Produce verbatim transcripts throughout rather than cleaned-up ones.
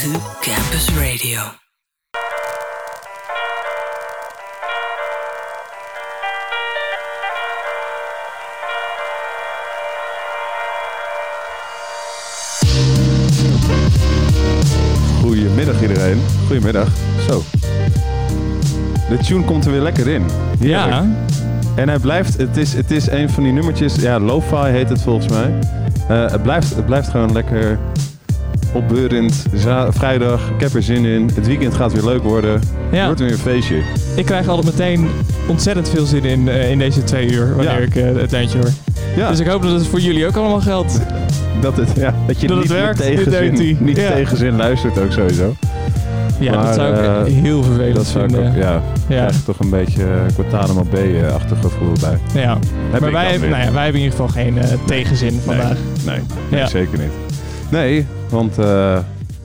to Campus Radio. Goedemiddag iedereen. Goedemiddag. Zo. De tune komt er weer lekker in. Heerlijk. Ja. En hij blijft, het is, het is een van die nummertjes, ja, lo-fi heet het volgens mij. Uh, het, blijft, het blijft gewoon lekker opbeurend. Za- vrijdag, ik heb er zin in. Het weekend gaat weer leuk worden. Ja. Het wordt weer een feestje. Ik krijg altijd meteen ontzettend veel zin in, uh, in deze twee uur, wanneer Ja. ik uh, het eindje hoor. Ja. Dus ik hoop dat het voor jullie ook allemaal geldt. Dat, het, ja, dat je Dat niet het werkt, met tegenzin, dit niet ja. tegenzin luistert ook sowieso. Ja, Maar, dat zou ik uh, heel vervelend Dat zou ik vinden. ook, ja. Ja. Krijg je toch een beetje uh, Guantanamo Bay-achtig gevoel bij. Ja. Heb Maar ik wij, dan weer. nou ja, wij hebben in ieder geval geen uh, tegenzin vandaag. Nee, nee Ja. zeker niet. Nee, want uh,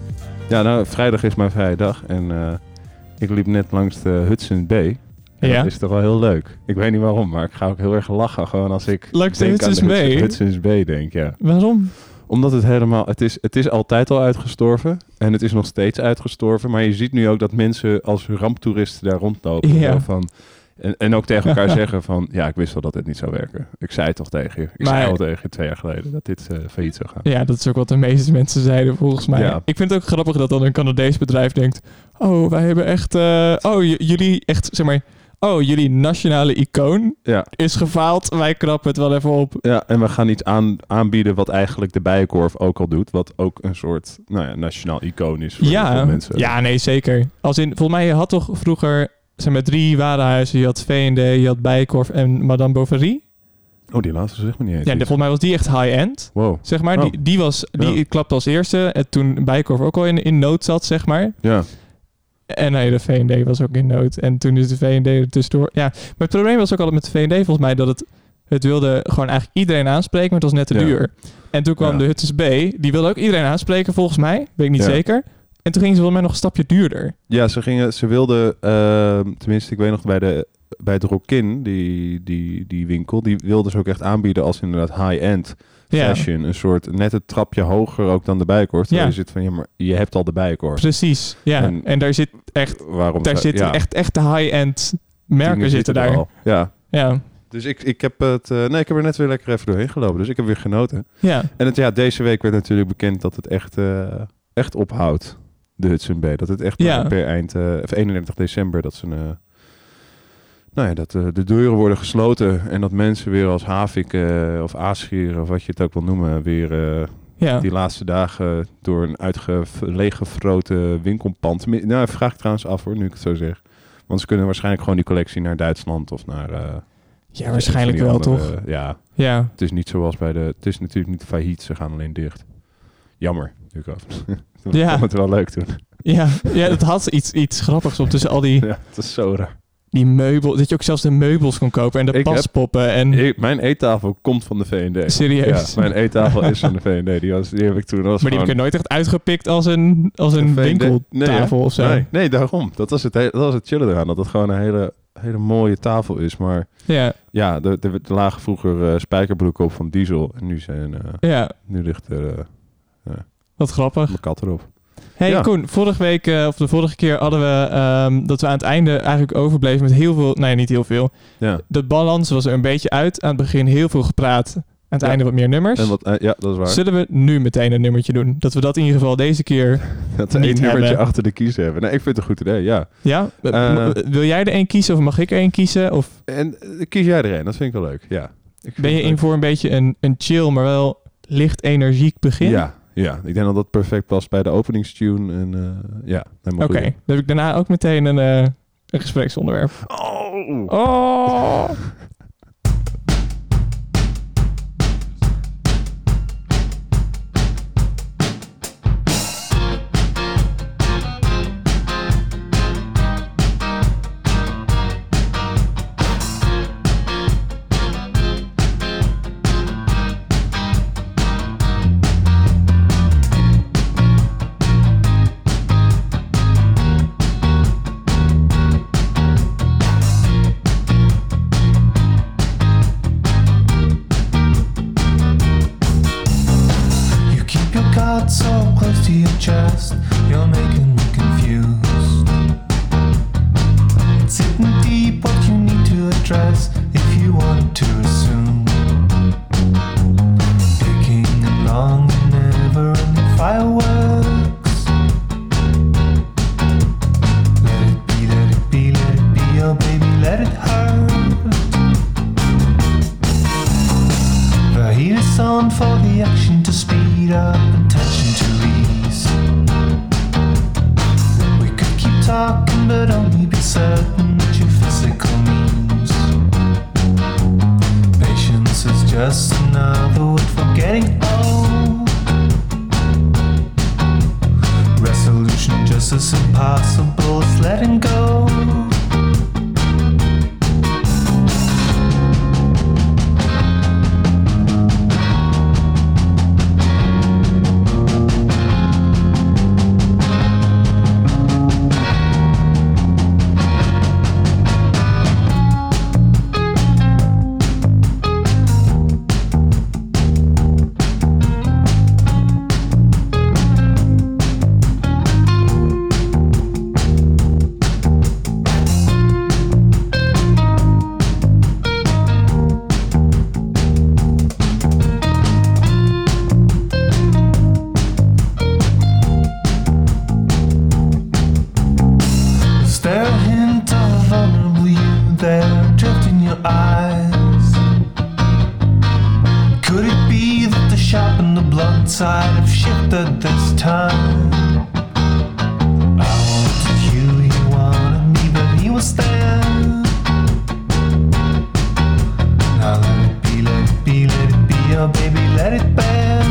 ja, nou, vrijdag is mijn vrije dag en uh, ik liep net langs de Hudson Bay. En Ja. dat is toch wel heel leuk. Ik weet niet waarom, maar ik ga ook heel erg lachen gewoon als ik Langs de denk aan Hudson's Bay? Hudson's Bay denk, ja. Waarom? Omdat het helemaal, het is, het is altijd al uitgestorven en het is nog steeds uitgestorven, maar je ziet nu ook dat mensen als ramptoeristen daar rondlopen. Ja. Zo van, en, en ook tegen elkaar zeggen van, ja, ik wist wel dat dit niet zou werken. Ik zei het toch tegen je. Ik Maar- zei al tegen je twee jaar geleden dat dit uh, failliet zou gaan. Ja, dat is ook wat de meeste mensen zeiden volgens mij. Ja. Ik vind het ook grappig dat dan een Canadees bedrijf denkt... Oh, wij hebben echt... Uh, oh, j- jullie echt, zeg maar... Oh, jullie nationale icoon Ja. is gefaald. Wij knappen het wel even op. Ja, en we gaan iets aan, aanbieden wat eigenlijk de Bijenkorf ook al doet. Wat ook een soort nou ja, nationaal icoon is voor heel Ja, veel mensen. ja, nee, zeker. Als in, volgens mij, je had toch vroeger... Zeg maar, drie warenhuizen. Je had V en D, je had Bijenkorf en Madame Bovary. Oh, die laatste zeg maar niet eens. Ja, de, volgens mij was die echt high-end. Wow. Zeg maar, Oh. die, die, was, die Ja. klapte als eerste. En toen Bijenkorf ook al in, in nood zat, zeg maar. Ja. En nee, de V en D was ook in nood. En toen is de V en D er tussendoor. Ja, maar het probleem was ook altijd met de V en D volgens mij... dat het, het wilde gewoon eigenlijk iedereen aanspreken... maar het was net te Ja. duur. En toen kwam Ja. de Hudson's Bay. Die wilde ook iedereen aanspreken volgens mij. Weet ik niet Ja. zeker. En toen gingen ze volgens mij nog een stapje duurder. Ja, ze gingen, ze wilden, uh, tenminste, ik weet nog bij de bij het Rokin, die, die, die winkel, die wilden ze ook echt aanbieden als inderdaad high-end Ja. fashion. Een soort net een trapje hoger ook dan de Bijenkorf. Terwijl Ja. je zit van, ja, maar je hebt al de Bijenkorf. Precies, ja. En, En- daar zit echt... Waarom Daar zou- zitten ja, echt, echt de high-end merken dingen zitten er daar. al. Ja. Ja. Dus ik, ik heb het, uh, nee, ik heb er net weer lekker even doorheen gelopen. Dus ik heb weer genoten. Ja. En het, ja, deze week werd natuurlijk bekend dat het echt, uh, echt ophoudt. De Hudson Bay. Dat het echt Ja. per eind, uh, of eenendertig december, dat ze uh, nou ja, dat uh, de deuren worden gesloten en dat mensen weer als Havik uh, of Aasgieren, of wat je het ook wil noemen, weer uh, Ja. die laatste dagen door een uitge leeggefroten winkelpand. Mi- Nou, vraag ik trouwens af hoor, nu ik het zo zeg. Want ze kunnen waarschijnlijk gewoon die collectie naar Duitsland of naar... Uh, Ja, waarschijnlijk van die wel, andere, toch? uh, ja, Ja. het is niet zoals bij de... Het is natuurlijk niet failliet, ze gaan alleen dicht. Jammer, natuurlijk af. Ik Ja. vond het wel leuk toen. Ja. Ja, het had iets, iets grappigs op tussen al die, Ja, het is zo raar. die meubels. Dat je ook zelfs de meubels kon kopen en de Ik heb- paspoppen. En Ik- mijn eettafel komt van de V en D. serieus. Ja, mijn eettafel is van de V en D. Die, was, die heb ik toen... Was Maar die heb ik er nooit echt uitgepikt als een, als een V en D. winkeltafel Nee, hè? of zo. Nee, nee, daarom. Dat was het, he- dat was het chillen eraan. Dat het gewoon een hele, hele mooie tafel is. Maar Ja, ja, er, er, er lagen vroeger uh, spijkerbroeken op van Diesel. En nu, zijn, uh, ja, nu ligt er uh, wat grappig. mijn kat erop. Hey Ja. Koen, vorige week, uh, of de vorige keer hadden we um, dat we aan het einde eigenlijk overbleven met heel veel, nee niet heel veel. Ja. De balans was er een beetje uit. Aan het begin heel veel gepraat. Aan het Ja. einde wat meer nummers. En wat, uh, ja, dat is waar. Zullen we nu meteen een nummertje doen? Dat we dat in ieder geval deze keer... Dat we niet één nummertje hebben. achter de kiezer hebben. Nee, ik vind het een goed idee, ja. Ja? Uh, Uh, m- wil jij er één kiezen of mag ik er één kiezen? Of En uh, kies jij er een? Dat vind ik wel leuk, ja. Ik vind ben je het in leuk. voor een beetje een, een chill, maar wel licht energiek begin? Ja, ja, ik denk dat dat perfect past bij de openingstune. En uh, ja, helemaal Oké, goed. dan heb ik daarna ook meteen een, uh, een gespreksonderwerp. Oh! Oh! heart so close to your chest, you're making me confused. It's sitting deep what you need to address if you want to assume. Taking long and never-ending fireworks. Let it be, let it be, let it be, oh baby, let it hurt. The heat is on for the action to speed up and tension to ease. We could keep talking but only be certain that your physical means. Patience is just another word for getting old. Resolution just as impossible as letting go. Side have shifted this time. I wanted you, you wanted me, but he was there. Now let it be, let it be, let it be, oh baby, let it bear.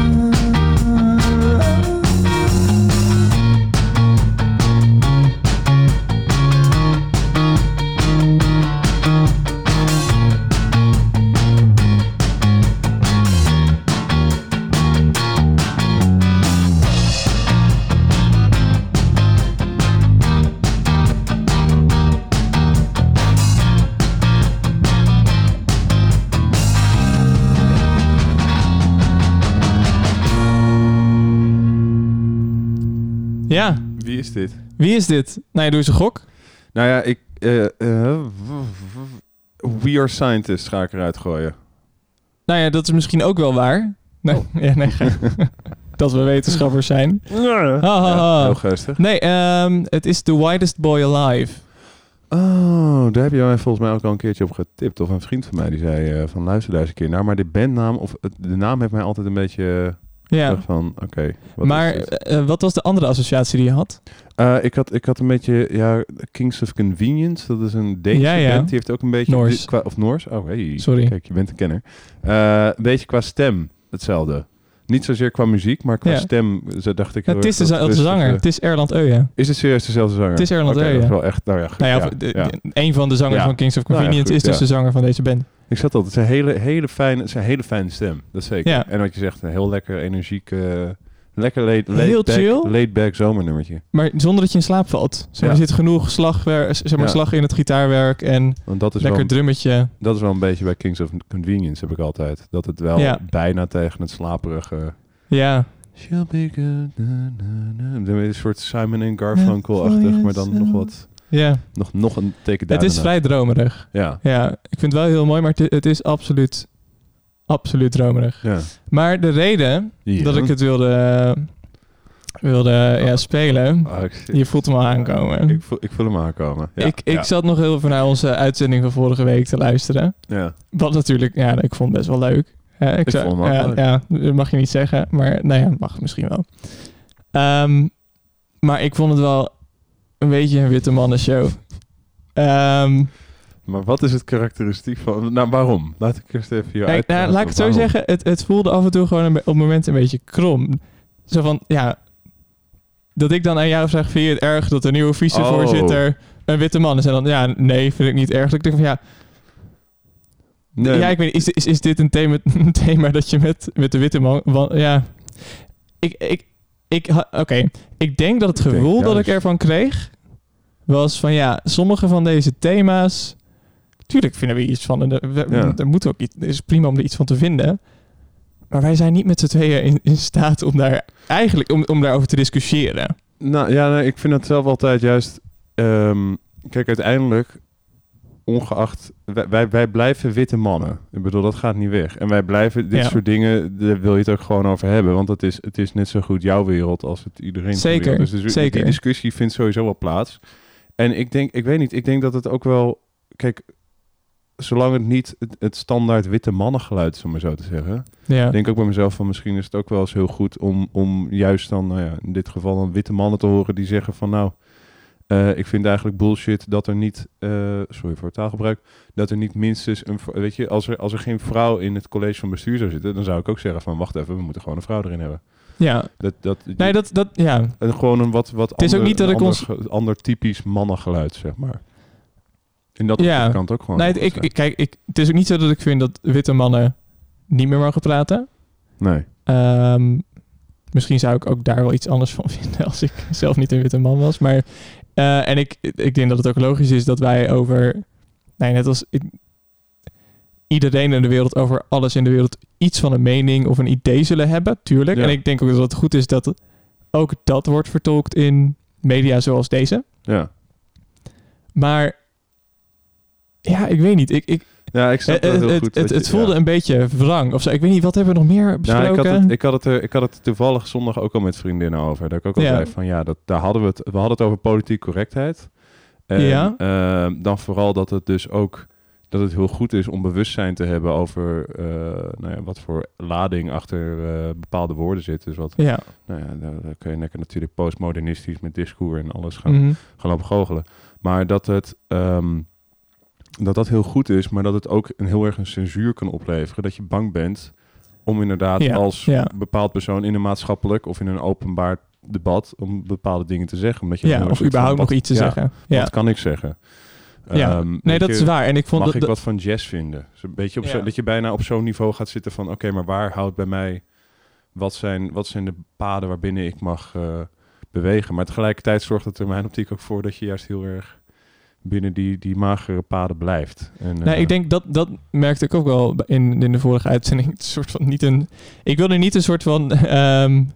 Ja. Wie is dit? Wie is dit? Nou ja, doe eens een gok. Nou ja, ik... Uh, uh, We Are Scientists ga ik eruit gooien. Nou ja, dat is misschien ook wel waar. Nee, oh. ja, nee dat we wetenschappers zijn. Ja, ha, ha, ha. Ja, heel geestig. Nee, um, het is The Widest Boy Alive. Oh, daar heb je mij volgens mij ook al een keertje op getipt. Of een vriend van mij die zei uh, van luister daar eens een keer naar. Maar de bandnaam, of de naam heeft mij altijd een beetje... Ja. Van, oké. Okay, maar uh, wat was de andere associatie die je had? Uh, ik had? Ik had een beetje, ja, Kings of Convenience. Dat is een Deense ja, ja. band. Die heeft ook een beetje... Noors. Qua, of Noors? Oh, hey. Sorry. Kijk, je bent een kenner. Uh, een beetje qua stem hetzelfde. Niet zozeer qua muziek, maar qua ja. stem. Zo dacht ik. Ja, het is de, za- de zanger. Het is Erland Euya. Is het serieus dezelfde zanger? Het is Erland okay, Euya. Dat is wel echt, nou ja. Nou ja, ja, de, ja. De, een van de zangers ja. van Kings of Convenience nou ja, goed, is dus ja. de zanger van deze band. Ik zat altijd, het is een hele, hele fijne, het is een hele fijne stem. Dat zeker. Ja. En wat je zegt, een heel lekker energiek... Uh, Lekker laid, laid heel back, chill. Laid back zomernummertje. Maar zonder dat je in slaap valt. Zeg maar, ja. Er zit genoeg slagwer- zeg maar, ja. slag in het gitaarwerk en dat is lekker wel, drummetje. Dat is wel een beetje bij Kings of Convenience heb ik altijd. Dat het wel ja. bijna tegen het slaperige... Ja. She'll be good. Na, na, na. Een soort Simon en Garfunkel-achtig, ja, maar dan nog wat... Ja. Nog, nog een teken daar. Het is vrij dromerig. Ja. Ja. Ik vind het wel heel mooi, maar het, het is absoluut... Absoluut dromerig. Ja. Maar de reden ja. dat ik het wilde, wilde oh. ja, spelen... Oh, je voelt hem al aankomen. Ik voel, ik voel hem aankomen. Ja. Ik, ik ja. zat nog heel even naar onze uitzending van vorige week te luisteren. Ja. Wat natuurlijk... Ja, ik vond het best wel leuk. Ja, ik ik zou, vond hem ja, leuk. Ja, dat mag je niet zeggen. Maar nou ja, mag misschien wel. Um, maar ik vond het wel een beetje een witte mannenshow. Um, Maar wat is het karakteristiek van... Nou, waarom? Laat ik eerst even hier uit. Nou, laat ik het zo waarom? zeggen. Het, het voelde af en toe gewoon een, op het moment een beetje krom. Zo van, ja... Dat ik dan aan jou zeg, vind je het erg dat de nieuwe vicevoorzitter oh. een witte man is? En dan, ja, nee, vind ik niet erg. Dat ik denk van, ja... Nee. Ja, ik weet niet, is, is, is dit een thema, een thema dat je met, met de witte man... Want, ja... Ik... ik, ik Oké, okay. Ik denk dat het gevoel denk, ja, dat dus... ik ervan kreeg... was van, ja, sommige van deze thema's... Tuurlijk vinden we iets van. Er, we, ja. er moet ook iets. Het is prima om er iets van te vinden. Maar wij zijn niet met z'n tweeën in, in staat om daar eigenlijk om, om daarover te discussiëren. Nou ja, nee, ik vind het zelf altijd juist... Um, kijk, uiteindelijk, ongeacht... Wij, wij, wij blijven witte mannen. Ik bedoel, dat gaat niet weg. En wij blijven dit Ja. soort dingen... Daar wil je het ook gewoon over hebben. Want het is, het is net zo goed jouw wereld als het iedereen Zeker, wereld. Dus, dus zeker. die discussie vindt sowieso wel plaats. En ik denk, ik weet niet, ik denk dat het ook wel... Kijk, zolang het niet het, het standaard witte mannengeluid is, om maar zo te zeggen... Ja. Ik denk ook bij mezelf van misschien is het ook wel eens heel goed om, om juist dan, nou ja, in dit geval dan witte mannen te horen die zeggen van nou, uh, ik vind eigenlijk bullshit dat er niet, uh, sorry voor het taalgebruik, dat er niet minstens een, weet je, als er, als er geen vrouw in het college van bestuur zou zitten, dan zou ik ook zeggen van wacht even, we moeten gewoon een vrouw erin hebben. Ja. Dat, dat, Nee, dat, dat, ja. En gewoon een wat, wat Het is ander, ook niet dat ik ander, ons... ge- ander typisch mannengeluid, zeg maar. In dat Ja. opzicht kan het ook gewoon. Nee, goed ik, zijn. ik, kijk, ik, het is ook niet zo dat ik vind dat witte mannen niet meer mogen praten. Nee. Um, misschien zou ik ook daar wel iets anders van vinden als ik zelf niet een witte man was. Maar uh, en ik, ik denk dat het ook logisch is dat wij over, nee, net als ik, iedereen in de wereld over alles in de wereld iets van een mening of een idee zullen hebben, tuurlijk. Ja. En ik denk ook dat het goed is dat ook dat wordt vertolkt in media zoals deze. Ja. Maar ja, ik weet niet. Ik, ik, Ja, ik snap het, het heel het, goed. het, wat het je- voelde ja. een beetje wrang of zo. Ik weet niet, wat hebben we nog meer Ja, besproken? ik, had het, ik, had het er, ik had het toevallig zondag ook al met vriendinnen over. Dat ik ook al Ja. zei van ja, dat, daar hadden we het. We hadden het over politiek correctheid. En Ja. eh, dan vooral dat het dus ook dat het heel goed is om bewustzijn te hebben over eh, nou ja, wat voor lading achter eh, bepaalde woorden zit. Dus wat, Ja. nou ja, daar, daar kun je lekker natuurlijk postmodernistisch met discours en alles gaan, Mhm. gaan lopen goochelen. Maar dat het ehm, dat dat heel goed is, maar dat het ook een heel erg een censuur kan opleveren. Dat je bang bent om inderdaad Ja, als ja. bepaald persoon in een maatschappelijk of in een openbaar debat om bepaalde dingen te zeggen. Omdat je Ja, dan een of soort überhaupt van, nog iets te ja, zeggen. Ja, Wat kan ik zeggen? ja. Ehm, nee, weet dat je, is waar. En ik vond Mag dat, ik wat van jazz vinden? Dus een beetje op Ja. zo, dat je bijna op zo'n niveau gaat zitten van oké, maar waar houdt bij mij wat zijn, wat zijn de paden waarbinnen ik mag uh, bewegen? Maar tegelijkertijd zorgt het er in mijn optiek ook voor dat je juist heel erg binnen die, die magere paden blijft. En, nee, uh, ik denk dat dat merkte ik ook wel in, in de vorige uitzending. Een soort van niet een. Ik wilde niet een soort van um,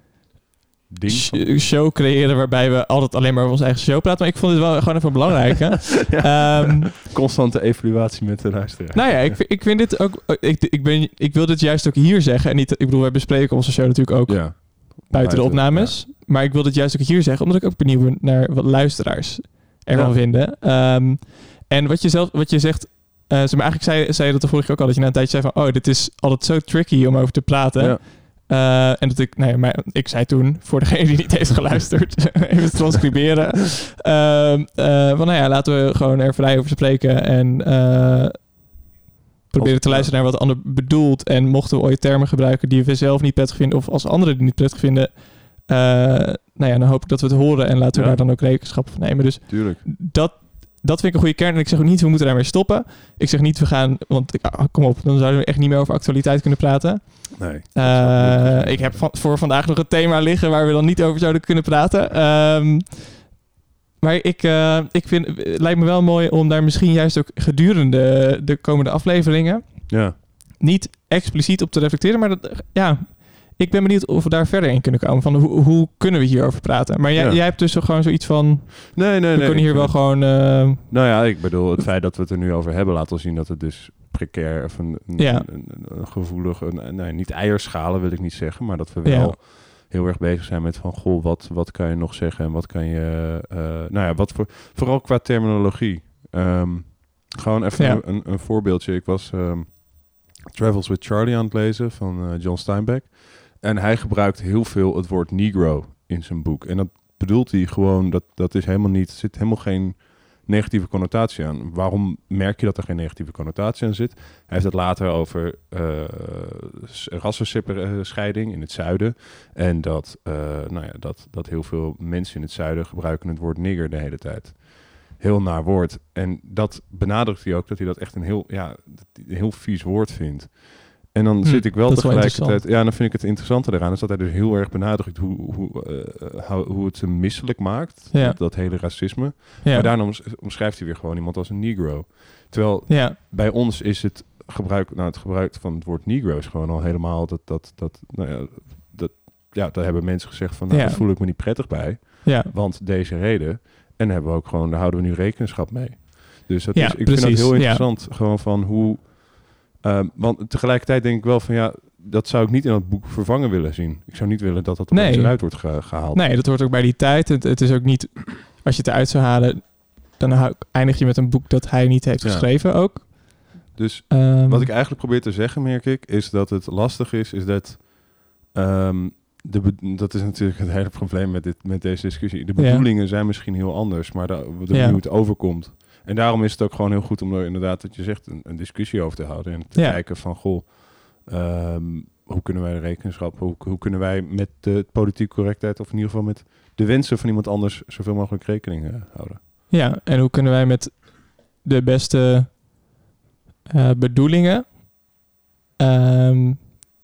ding sh- van- show creëren waarbij we altijd alleen maar over onze eigen show praten. Maar ik vond het wel gewoon even belangrijk. Hè? Ja. um, Constante evaluatie met de luisteraar. nou ja, ik, ik vind dit ook. Ik, ik, ben, ik wil dit juist ook hier zeggen. En niet, ik bedoel, wij bespreken onze show natuurlijk ook Ja. buiten de opnames. Maar ik wil dit juist ook hier zeggen, omdat ik ook benieuwd ben naar wat luisteraars ervan Ja. vinden. Um, en wat je zelf, wat je zegt, uh, zeg maar, eigenlijk zei, zei je dat de vorige keer ook al, dat je na een tijdje zei van, oh, dit is altijd zo tricky om over te praten. Ja. Uh, en dat ik, nee, maar ik zei toen, voor degene die niet heeft geluisterd, even transcriberen. Uh, uh, van nou ja, laten we gewoon er vrij over spreken en uh, proberen te luisteren naar wat de ander bedoelt. En mochten we ooit termen gebruiken die we zelf niet prettig vinden, of als anderen die niet prettig vinden, uh, nou ja, dan hoop ik dat we het horen en laten we Ja. daar dan ook rekenschap van nemen. Dus Tuurlijk. dat, dat vind ik een goede kern. En ik zeg ook niet, we moeten daarmee stoppen. Ik zeg niet, we gaan, want ik, ah, kom op, dan zouden we echt niet meer over actualiteit kunnen praten. Nee. Uh, ik heb van, voor vandaag nog een thema liggen waar we dan niet over zouden kunnen praten. Um, maar ik, uh, ik vind, het lijkt me wel mooi om daar misschien juist ook gedurende de komende afleveringen Ja. niet expliciet op te reflecteren, maar dat, ja, ik ben benieuwd of we daar verder in kunnen komen. Van hoe, hoe kunnen we hierover praten? Maar jij, Ja. jij hebt dus gewoon zoiets van, Nee, nee, nee. we kunnen ik hier wel vind- gewoon... Uh, Nou ja, ik bedoel, het feit dat we het er nu over hebben laat al zien dat het dus precair of een, een, Ja. een, een, een gevoelig, een, nee, niet eierschalen wil ik niet zeggen, maar dat we wel Ja. heel erg bezig zijn met van, goh, wat, wat kan je nog zeggen en wat kan je, uh, nou ja, wat voor, vooral qua terminologie. Um, gewoon even Ja. een, een, een voorbeeldje. Ik was um, Travels with Charlie aan het lezen van uh, John Steinbeck en hij gebruikt heel veel het woord negro in zijn boek. En dat bedoelt hij gewoon, dat, dat is helemaal niet, zit helemaal geen negatieve connotatie aan. Waarom merk je dat er geen negatieve connotatie aan zit? Hij heeft het later over uh, rassenscheiding in het zuiden. En dat, uh, nou ja, dat, dat heel veel mensen in het zuiden gebruiken het woord nigger de hele tijd. Heel naar woord. En dat benadrukt hij ook, dat hij dat echt een heel, ja, een heel vies woord vindt. En dan Hm, zit ik wel dat is wel tegelijkertijd... Ja, dan vind ik het interessante eraan is dat hij dus heel erg benadrukt hoe, hoe, uh, how, hoe het hem misselijk maakt. Ja. Dat, dat hele racisme. ja. Maar daarna oms- omschrijft hij weer gewoon iemand als een negro. Terwijl ja. bij ons is het gebruik, nou, het gebruik van het woord Negro is gewoon al helemaal dat, dat, dat, nou ja, dat, ja, daar hebben mensen gezegd van, nou, Ja. daar voel ik me niet prettig bij, Ja, want deze reden. En hebben we ook gewoon, daar houden we nu rekenschap mee. Dus dat Ja, is, ik precies, vind dat heel ja. interessant, gewoon van hoe, um, want tegelijkertijd denk ik wel van, ja, dat zou ik niet in dat boek vervangen willen zien. Ik zou niet willen dat dat er Nee. opeens eruit wordt ge- gehaald. nee, dat hoort ook bij die tijd. Het, het is ook niet, als je het eruit zou halen, dan hou- eindig je met een boek dat hij niet heeft Ja. geschreven ook. Dus Um, wat ik eigenlijk probeer te zeggen, merk ik, is dat het lastig is, is dat, um, de be- dat is natuurlijk het hele probleem met, dit, met deze discussie. De Ja. bedoelingen zijn misschien heel anders, maar de, de Ja. hoe het overkomt. En daarom is het ook gewoon heel goed om er inderdaad, wat je zegt, een, een discussie over te houden. En te Ja. kijken van, goh, um, hoe kunnen wij de rekenschap, hoe, hoe kunnen wij met de politieke correctheid, of in ieder geval met de wensen van iemand anders, zoveel mogelijk rekening uh, houden. Ja, en hoe kunnen wij met de beste uh, bedoelingen um,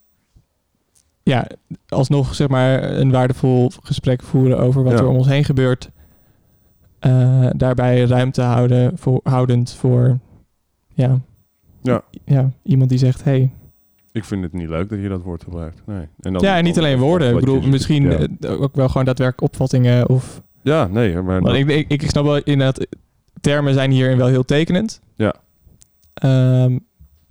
ja, alsnog zeg maar een waardevol gesprek voeren over wat Ja. er om ons heen gebeurt. Uh, daarbij ruimte houden voor, houdend voor ja, Ja. ja, iemand die zegt, hey. Ik vind het niet leuk dat je dat woord gebruikt. Nee. En dan, Ja, en niet alleen woorden. Ik wat bedoel, je- misschien ja. uh, ook wel gewoon daadwerkelijk opvattingen of... Ja, nee, maar... Want ik, ik, ik snap wel inderdaad, termen zijn hierin wel heel tekenend. Ja. Um,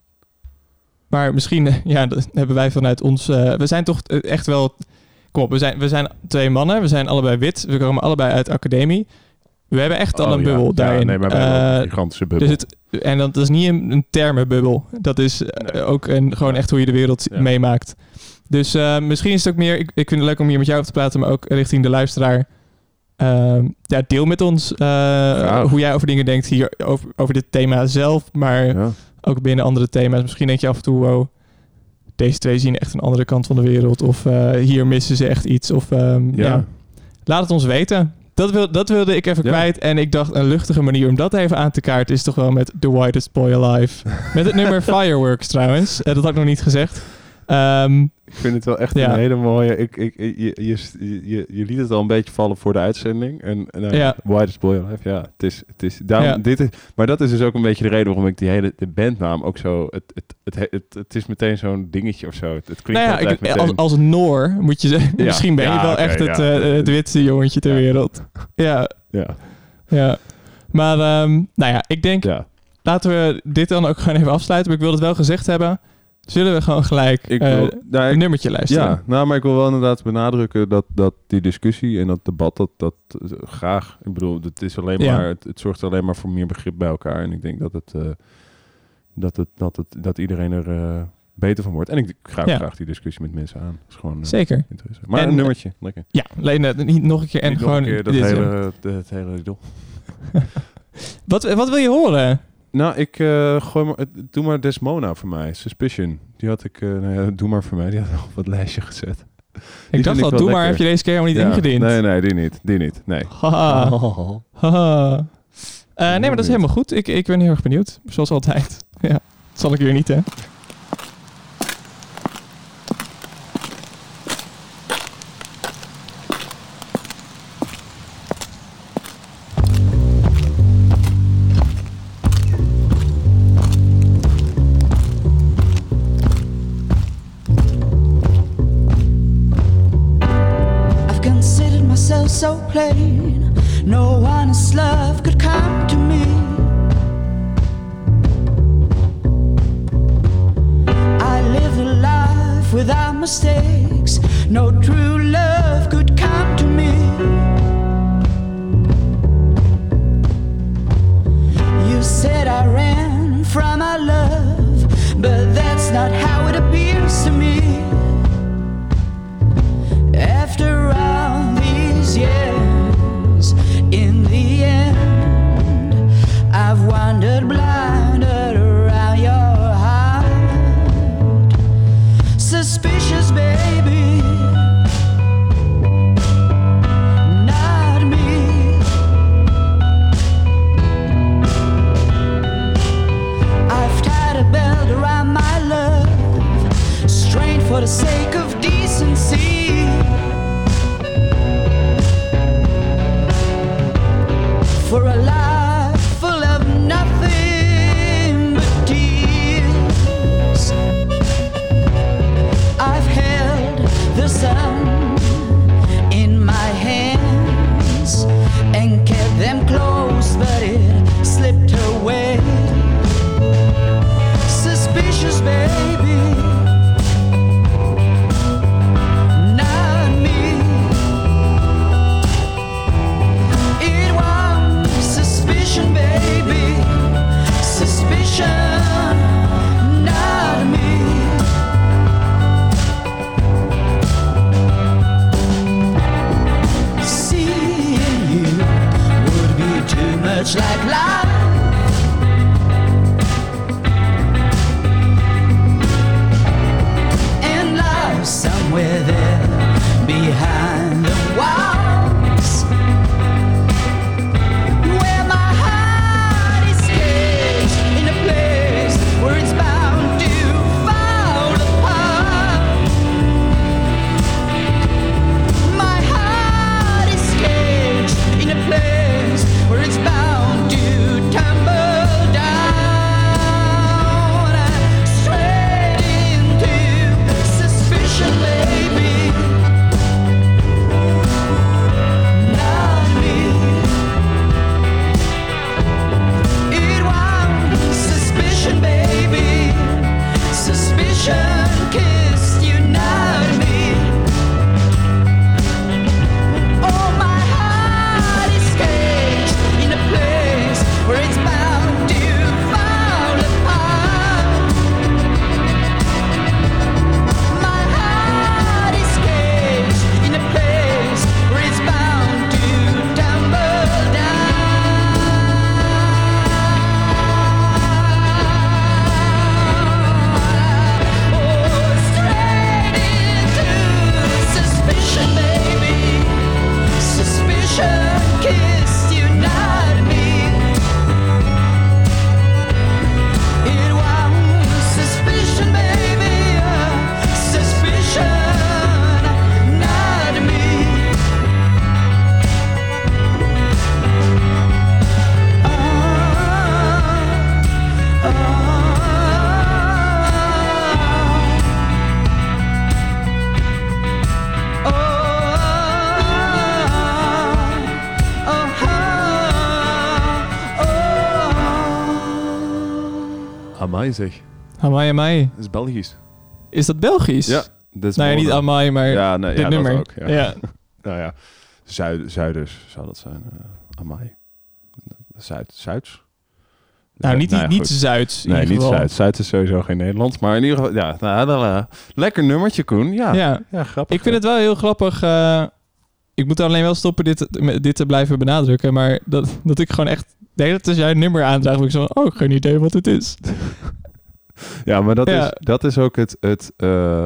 maar misschien uh, ja, dat hebben wij vanuit ons... Uh, we zijn toch uh, echt wel... Kom op, we zijn, we zijn twee mannen. We zijn allebei wit. We komen allebei uit academie. We hebben echt al Oh, een ja. bubbel Ja, daarin. nee, maar wij hebben ook Uh, een gigantische bubbel. dus het, en dat is niet een, een termenbubbel. Dat is uh, Nee. ook een, gewoon echt hoe je de wereld Ja. meemaakt. Dus uh, misschien is het ook meer... Ik, ik vind het leuk om hier met jou over te praten, maar ook richting de luisteraar. Uh, ja, deel met ons uh, hoe jij over dingen denkt hier over, over dit thema zelf, maar Ja. ook binnen andere thema's. Misschien denk je af en toe, wow, deze twee zien echt een andere kant van de wereld. Of uh, hier missen ze echt iets. Of um, ja. Ja. laat het ons weten. Dat, wil, dat wilde ik even Ja. kwijt. En ik dacht, een luchtige manier om dat even aan te kaarten is toch wel met The Whitest Boy Alive. Met het nummer Fireworks trouwens. Uh, dat had ik nog niet gezegd. Um, Ik vind het wel echt Ja. een hele mooie... Ik, ik, je, je, je, je liet het al een beetje vallen voor de uitzending. En, en uh, Ja. Whitest Boy Alive, ja. Het is, het is, daarom, Ja. dit is, maar dat is dus ook een beetje de reden waarom ik die hele de bandnaam ook zo... Het, het, het, het, het, het is meteen zo'n dingetje of zo. Het, het klinkt nou ja, altijd ik, meteen... als, als Noor moet je zeggen, Ja. misschien ben je Ja, wel oké, echt het, ja. uh, het witste jongetje ter Ja. wereld. Ja, Ja, ja. Maar um, nou ja, ik denk, ja. laten we dit dan ook gewoon even afsluiten. Maar ik wil het wel gezegd hebben. Zullen we gewoon gelijk Ik uh, wil, nou, een ik- nummertje luisteren? Ja, nou, maar ik wil wel inderdaad benadrukken dat, dat die discussie en dat debat, dat, dat uh, graag, ik bedoel, het is alleen Ja. maar, het, het zorgt alleen maar voor meer begrip bij elkaar. En ik denk dat het, uh, dat, het, dat, het, dat iedereen er uh, beter van wordt. En ik ga ook Ja. graag die discussie met mensen aan. Dat is gewoon uh, Zeker. interessant. Maar En, een nummertje, lekker. Ja, alleen uh, niet nog een keer en Niet nog gewoon... een keer dat dit, uh, hele, de, het hele riedel. wat, wat wil je horen? Nou, ik uh, gooi maar, doe maar Desmona voor mij, Suspicion. Die had ik, uh, nou ja, doe maar voor mij, die had ik op het lijstje gezet. Ik vind dacht ik al, wel doe maar, lekker. heb je deze keer helemaal niet Ja. ingediend. Nee, nee, die niet, die niet, nee. Haha. Haha. Uh, nee, maar dat is helemaal goed. Ik, ik ben heel erg benieuwd. Zoals altijd. Ja, dat zal ik weer niet, hè. I've considered myself so plain, no honest love could come to me. I lived a life without mistakes, no true love could come to me. You said I ran from our love, but that's not how it appears to me. After all these years, in the end, I've wandered blinded around your heart. Suspicious, baby, not me. I've tied a belt around my love, strained for the sake of decency. For a life full of nothing but tears. we're there behind the walls, where my heart is caged in a place where it's bound to fall apart. My heart is caged in a place where it's bound to tumble down, straight into suspicion, baby. Not me. It was suspicion, baby. Suspicion kissed you, not me. Oh, my heart is caged in a place where it's bound to fall apart. My heart is caged in a place where it's bound to tumble down. Oh, straight into suspicion, baby. Suspicion kissed you, not me. It was suspicion, baby. Suspicion, not me. Ah, ah, oh, oh, oh. Amai zeg. Amai, amai. Dat is Belgisch. Is dat Belgisch? Ja. Dat is Nou ja, niet Belgisch. amai, maar Ja, nee, dit ja, nummer. dat ook. Ja. Ja. Nou ja, Zuid, Zuiders zou dat zijn. Uh, Amai. Zuid, Zuids? Nou, niet, Nou ja, niet goed. Zuids. in Nee, ieder niet geval. Zuid. Zuid is sowieso geen Nederland. Maar in ieder geval, ja. Nou, nou, nou, lekker nummertje, Koen. Ja, ja. Ja. grappig. Ik vind het wel heel grappig. eh, ik moet alleen wel stoppen dit, dit te blijven benadrukken. Maar dat, dat ik gewoon echt... De hele tijd als jij een nummer aandraagt, ben ik zo van... Oh, geen idee wat het is. Ja, maar dat, Ja. Is, dat is ook het... het uh,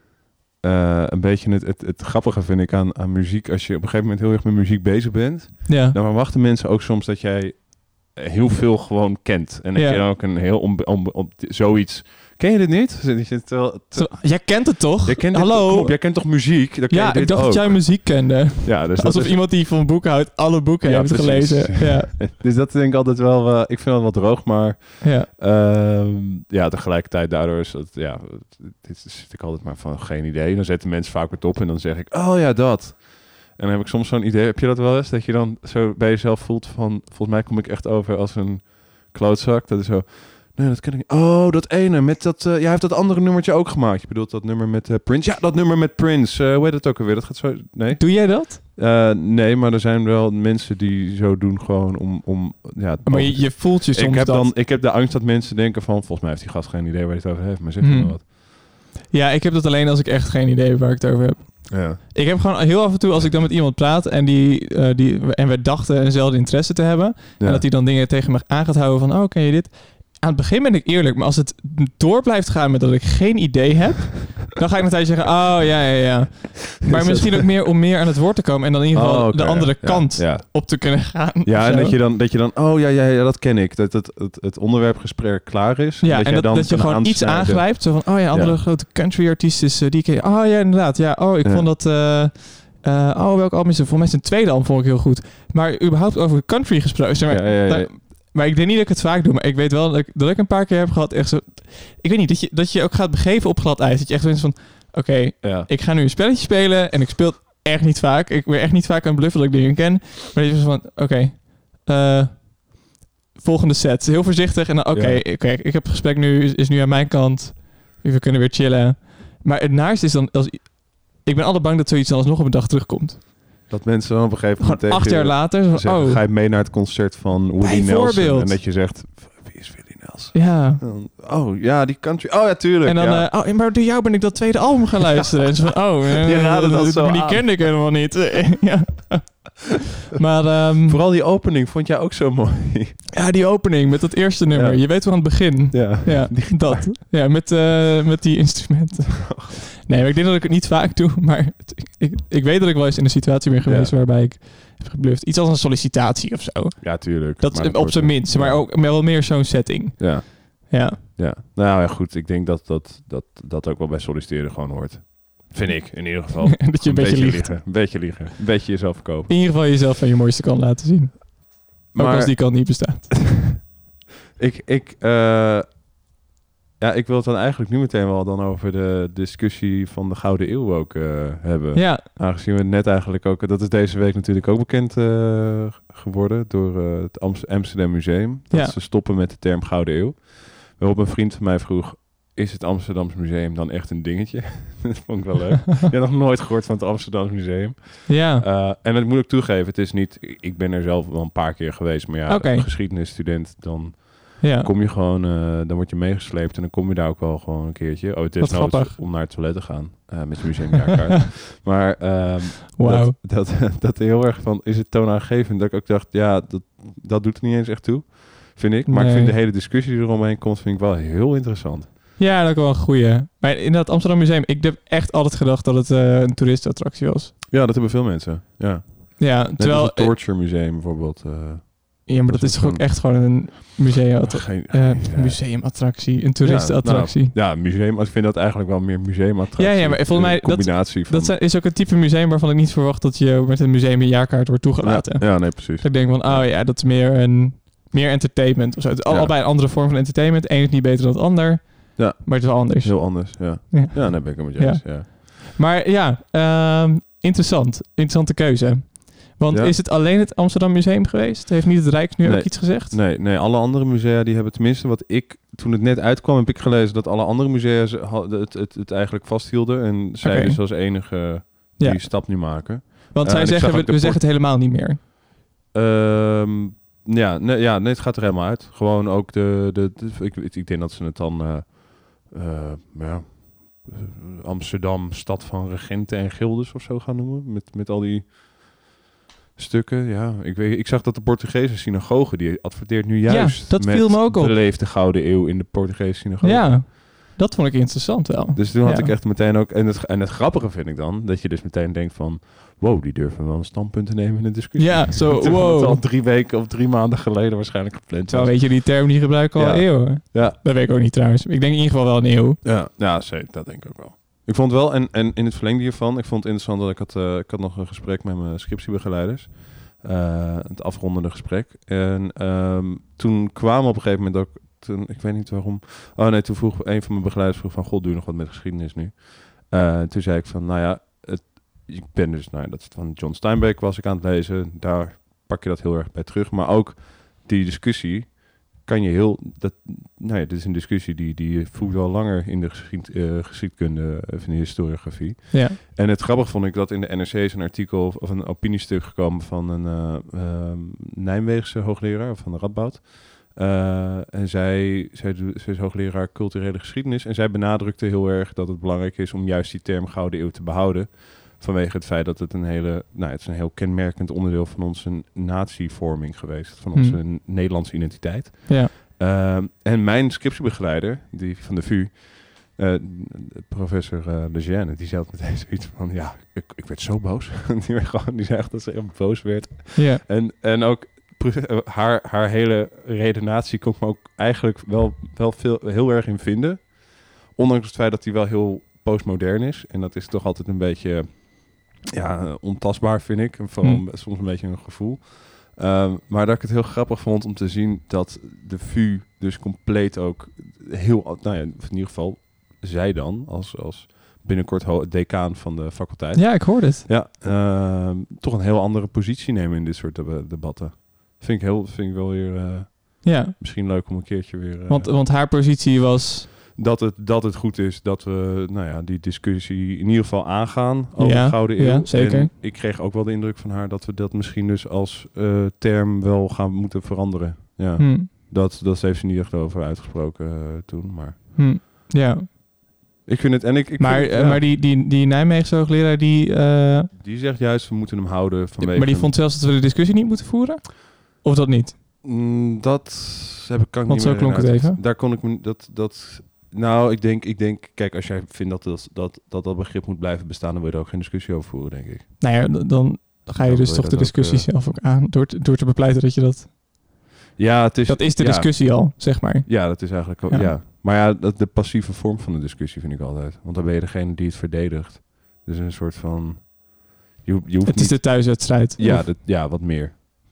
uh, een beetje het, het, het grappige vind ik aan, aan muziek. Als je op een gegeven moment heel erg met muziek bezig bent... Ja. dan verwachten mensen ook soms dat jij heel veel gewoon kent. En dat Ja. je dan ook een heel... Om, om, om, zoiets... Ken je dit niet? Zit je terwijl- Zo, jij kent het toch? Jij kent dit- Hallo? kom op, jij kent toch muziek? Dan ken Ja, je dit ik dacht ook. dat jij muziek kende. Ja, dus dat Alsof is- iemand die van boeken houdt, alle boeken Ja, heeft precies. gelezen. Ja. Dus dat denk ik altijd wel... Uh, ik vind dat wel droog, maar... Ja. Uh, ja, tegelijkertijd daardoor is dat... Ja, dit zit ik altijd maar van geen idee. Dan zetten mensen vaak wat op en dan zeg ik... Oh ja, dat. En dan heb ik soms zo'n idee... Heb je dat wel eens? Dat je dan zo bij jezelf voelt van... Volgens mij kom ik echt over als een klootzak. Dat is zo... Nee, dat ken ik niet. Oh, dat ene met dat... Uh, jij heeft dat andere nummertje ook gemaakt. Je bedoelt dat nummer met uh, Prince? Ja, dat nummer met Prince. Uh, hoe heet dat ook alweer? Dat gaat zo... Nee? Doe jij dat? Uh, nee, maar er zijn wel mensen die zo doen gewoon om... om ja, Maar je, je voelt je soms ik heb, dat. dan, ik heb de angst dat mensen denken van... Volgens mij heeft die gast geen idee waar hij het over heeft. Maar zeg je Hmm. nou wat? Ja, ik heb dat alleen als ik echt geen idee heb waar ik het over heb. Ja. Ik heb gewoon heel af en toe, als ik dan met iemand praat en, die, uh, die, en we dachten eenzelfde interesse te hebben... Ja. En dat hij dan dingen tegen me aan gaat houden van... Oh, ken je dit? Aan het begin ben ik eerlijk, maar als het door blijft gaan met dat ik geen idee heb... dan ga ik een tijdje zeggen, oh ja, ja, ja. Maar misschien ook meer om meer aan het woord te komen... en dan in ieder geval Oh, oké, de andere ja, kant ja. op te kunnen gaan. Ja, en Zo. dat je, dan, dat je dan... Oh ja, ja, ja dat ken ik. Dat het, het, het onderwerpgesprek klaar is. Ja, dat en jij dat, dan dat je kan gewoon iets aansnijden. aangrijpt. Zo van, oh ja, andere Ja. grote country artiest is uh, die ken je. Oh ja, inderdaad. Ja, oh, ik Ja. vond dat... Uh, uh, oh, welk album is er? Volgens mij zijn tweede album vond ik heel goed. Maar überhaupt over country gesproken. Zeg maar, Ja, ja, ja. daar- maar ik denk niet dat ik het vaak doe. Maar ik weet wel dat ik, dat ik een paar keer heb gehad. Echt zo, ik weet niet, dat je, dat je ook gaat begeven op glad ijs. Dat je echt zoiets van, oké, okay, Ja. ik ga nu een spelletje spelen. En ik speel het echt niet vaak. Ik ben echt niet vaak aan het bluffen dat ik dingen ken. Maar je is van, oké, okay, uh, volgende set. Heel voorzichtig. En dan, oké, okay, Ja. okay, ik heb het gesprek nu, is, is nu aan mijn kant. We kunnen weer chillen. Maar het naarste is dan, als, ik ben altijd bang dat zoiets dan alsnog op een dag terugkomt. Dat mensen dan op een gegeven Gewoon moment tegen acht je jaar later. Zo van, zeggen, oh, ga je mee naar het concert van Willie Bijvoorbeeld. Nelson. En dat je zegt, wie is Willie Nelson? ja. En dan, oh ja, die country. Oh ja, tuurlijk. En dan, ja. uh, oh, maar door jou ben ik dat tweede album gaan luisteren. En zo van, oh, uh, Je raadde dat zo die aan. kende ik helemaal niet. ja. Maar um, Vooral die opening vond jij ook zo mooi. ja, die opening met dat eerste nummer. Ja. Je weet wel aan het begin. Ja. Ja, dat. Ja, met, uh, met die instrumenten. Nee, maar ik denk dat ik het niet vaak doe. Maar het- ik, ik weet dat ik wel eens in een situatie ben geweest Ja. waarbij ik heb gebluft. Iets als een sollicitatie of zo. Ja, tuurlijk. Dat Maar is op wordt- zijn minst. Maar ja. ook wel meer zo'n setting. Ja, Ja. ja. Nou ja, goed. Ik denk dat dat, dat dat ook wel bij solliciteren gewoon hoort. Vind ik, in ieder geval. Dat je een beetje liegt. liegen. Een beetje liegen. Een beetje jezelf verkopen. In ieder geval jezelf van je mooiste kant laten zien. Ook Maar als die kant niet bestaat. ik, ik, eh, ja, ik wil het dan eigenlijk nu meteen wel dan over de discussie van de Gouden Eeuw ook eh, hebben. Ja, Aangezien we het net eigenlijk ook... Dat is deze week natuurlijk ook bekend eh, geworden door eh, het Amst- Amsterdam Museum. Dat Ja. ze stoppen met de term Gouden Eeuw. Waarop een vriend van mij vroeg... Is het Amsterdams Museum dan echt een dingetje? Dat vond ik wel leuk. Ik heb nog nooit gehoord van het Amsterdams Museum. ja. Uh, en dat moet ik toegeven. Het is niet... Ik ben er zelf wel een paar keer geweest. Maar ja, Oké. een geschiedenisstudent... Dan ja. kom je gewoon... Uh, dan word je meegesleept. En dan kom je daar ook wel gewoon een keertje. Oh, het is Wat nou grappig. om naar het toilet te gaan. Uh, met je museumjaarkaart. Maar... Um, Wauw. Dat, dat, dat heel erg van... Is het toonaangevend? Dat ik ook dacht... Ja, dat, dat doet er niet eens echt toe. Vind ik. Maar Nee. ik vind de hele discussie die eromheen komt... Vind ik wel heel interessant. Ja, dat is wel een goeie. Maar in dat Amsterdam Museum, ik heb echt altijd gedacht dat het uh, een toeristenattractie was. Ja, dat hebben veel mensen. Ja. Ja, Net terwijl... als het Torture Museum bijvoorbeeld. Uh, ja, maar dat, dat is is toch ook gewoon- echt gewoon een museum, geen, uh, ja. museumattractie, een toeristenattractie. Ja, nou, ja, museum. Ik vind dat eigenlijk wel meer museumattractie. Ja, ja, maar volgens mij Een combinatie dat, van... dat zijn- is ook een type museum waarvan ik niet verwacht dat je met een museum een jaarkaart wordt toegelaten. Ja, ja, nee, precies. Dat ik denk van, oh ja, dat is meer een meer entertainment of zo. Het is al- Ja. allebei een andere vorm van entertainment. Eén is niet beter dan het ander. Ja. Maar het is wel anders. Heel anders, ja. Ja. Ja, nee, ben ik het met je Ja. eens, ja. Maar ja, ehm, interessant. Interessante keuze. Want Ja. is het alleen het Amsterdam Museum geweest? Heeft niet het Rijk nu Nee. ook iets gezegd? Nee, nee, alle andere musea die hebben tenminste wat ik... Toen het net uitkwam heb ik gelezen dat alle andere musea ze ha- het, het, het eigenlijk vasthielden. En zij Oké. dus als enige die Ja. stap nu maken. Want Eh, zij en ik zeggen, zag we, ook de we port- zeggen het helemaal niet meer. Ehm, ja, nee, ja, nee, het gaat er helemaal uit. Gewoon ook de... de, de- ik, ik denk dat ze het dan... eh, eh, ja, eh, Amsterdam, stad van regenten en gildes of zo gaan noemen. Met, met al die stukken. Ja, ik, weet, ik zag dat de Portugese synagoge, die adverteert nu juist dat met viel me ook op. beleefde Gouden Eeuw in de Portugese synagoge. Ja, dat vond ik interessant wel. Dus toen had Ja. ik echt meteen ook... En het, en het grappige vind ik dan, dat je dus meteen denkt van... Wow, die durven wel een standpunt te nemen in de discussie. Ja, zo, Terwijl het wow. al drie weken of drie maanden geleden waarschijnlijk gepland Terwijl was. weet je die term die gebruiken al Ja. eeuwen. Ja. Dat weet ik ook niet trouwens. Ik denk in ieder geval wel een eeuw. Ja, ja zeker, dat denk ik ook wel. Ik vond wel, en, en in het verlengde hiervan, ik vond het interessant dat ik had, uh, ik had nog een gesprek met mijn scriptiebegeleiders. Uh, het afrondende gesprek. En um, toen kwamen op een gegeven moment ook, toen, ik weet niet waarom, oh nee, toen vroeg een van mijn begeleiders vroeg van, god, doe je nog wat met geschiedenis nu? Uh, toen zei ik van, nou ja, het, ik ben dus, nou ja, dat van John Steinbeck was ik aan het lezen, daar pak je dat heel erg bij terug. Maar ook die discussie kan je heel, dat, nou ja, dit is een discussie die, die voert al langer in de geschied, uh, geschiedkunde of in de historiografie. Ja. En het grappig vond ik dat in de N R C is een artikel of een opiniestuk gekomen van een uh, uh, Nijmeegse hoogleraar van de Radboud. Uh, en zij, zij, doet, zij is hoogleraar culturele geschiedenis en zij benadrukte heel erg dat het belangrijk is om juist die term Gouden Eeuw te behouden. Vanwege het feit dat het een hele, nou, het is een heel kenmerkend onderdeel van onze natievorming geweest, van onze hmm. Nederlandse identiteit. Ja. Uh, en mijn scriptiebegeleider, die van de V U, uh, professor uh, Lejeune, die zei ook meteen zoiets van, ja, ik, ik werd zo boos. die, werd gewoon, die zei echt dat ze echt boos werd. Ja. En, en ook uh, haar, haar hele redenatie kon ik me ook eigenlijk wel, wel veel, heel erg in vinden. Ondanks het feit dat hij wel heel postmodern is. En dat is toch altijd een beetje ja, ontastbaar, vind ik. En vooral hmm. soms een beetje een gevoel. Um, maar dat ik het heel grappig vond om te zien dat de V U dus compleet ook heel, nou ja, in ieder geval zij dan als, als binnenkort ho- decaan van de faculteit. Ja, ik hoorde het. Ja, uh, toch een heel andere positie nemen in dit soort deb- debatten. Vind ik, heel, vind ik wel weer uh, ja. misschien leuk om een keertje weer... Uh, want, want haar positie was... Dat het, dat het goed is dat we nou ja, die discussie in ieder geval aangaan over ja, de Gouden Eeuw. Ja, zeker. En ik kreeg ook wel de indruk van haar dat we dat misschien dus als uh, term wel gaan moeten veranderen. Ja, hmm. dat, dat heeft ze niet echt over uitgesproken uh, toen, maar... Hmm. Ja. Ik vind het... En ik, ik maar vind, uh, ja. maar die, die, die Nijmeegse hoogleraar, die... Uh, die zegt juist, we moeten hem houden vanwege... Maar die vond zelfs dat we de discussie niet moeten voeren? Of dat niet? Mm, dat heb ik, kan ik Want niet zo meer klonk het even. Daar kon ik me... Dat, dat, nou, ik denk, ik denk, kijk, als jij vindt dat dat, dat, dat dat begrip moet blijven bestaan, dan wil je er ook geen discussie over voeren, denk ik. Nou ja, d- dan ga je Dan dus wil je toch de dat ook, discussie uh, zelf ook aan. Door te, door te bepleiten dat je dat... Ja, het is... Dat is de ja, discussie al, zeg maar. Ja, dat is eigenlijk ook, Ja. ja. Maar ja, dat, de passieve vorm van de discussie vind ik altijd. Want dan ben je degene die het verdedigt. Dus een soort van... Je, ho- je hoeft Het is niet... de thuiswedstrijd. ja, Of- dat, ja, wat meer.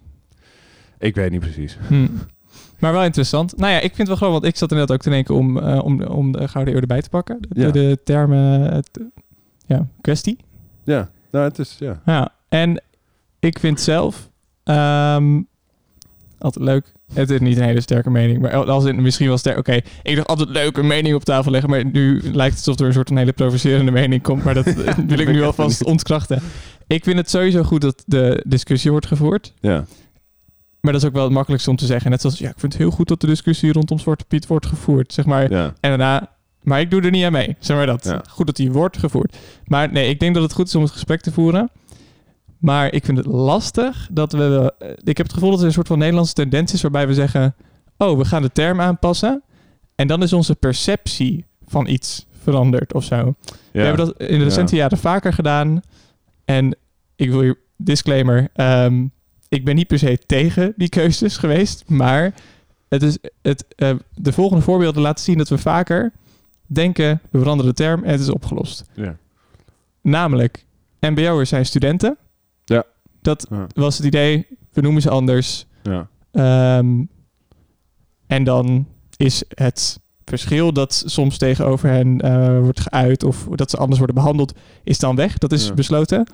Ik weet niet precies. Hm. Maar wel interessant. Nou ja, ik vind het wel gewoon, want ik zat er net ook te denken om, uh, om, om de Gouden Eeuw erbij te pakken. De, Ja. de termen, het, ja, kwestie. Ja, nou, het is... Ja. Ja, en ik vind zelf um, altijd leuk. Het is niet een hele sterke mening, maar als het misschien wel sterk. Oké, ik dacht altijd leuk een mening op tafel leggen, maar nu lijkt het alsof er een soort van hele provocerende mening komt, maar dat wil ik nu alvast ontkrachten. Ik vind het sowieso goed dat de discussie wordt gevoerd. Ja. Maar dat is ook wel het makkelijkste om te zeggen. Net zoals, ja, ik vind het heel goed dat de discussie rondom Zwarte Piet wordt gevoerd. Zeg maar. Ja. En daarna, maar ik doe er niet aan mee. Zeg maar dat. Ja. Goed dat die wordt gevoerd. Maar nee, ik denk dat het goed is om het gesprek te voeren. Maar ik vind het lastig dat we... Ik heb het gevoel dat er een soort van Nederlandse tendens is waarbij we zeggen... Oh, we gaan de term aanpassen. En dan is onze perceptie van iets veranderd of zo. Ja. We hebben dat in de recente Ja. jaren vaker gedaan. En ik wil hier disclaimer... Um, ik ben niet per se tegen die keuzes geweest, maar het is het, uh, de volgende voorbeelden laten zien dat we vaker denken, we veranderen de term en het is opgelost. Ja. Namelijk, M B O'ers zijn studenten. Ja. Dat Ja. was het idee, we noemen ze anders. Ja. Um, en dan is het verschil dat soms tegenover hen uh, wordt geuit of dat ze anders worden behandeld, is dan weg. Dat is Ja. besloten.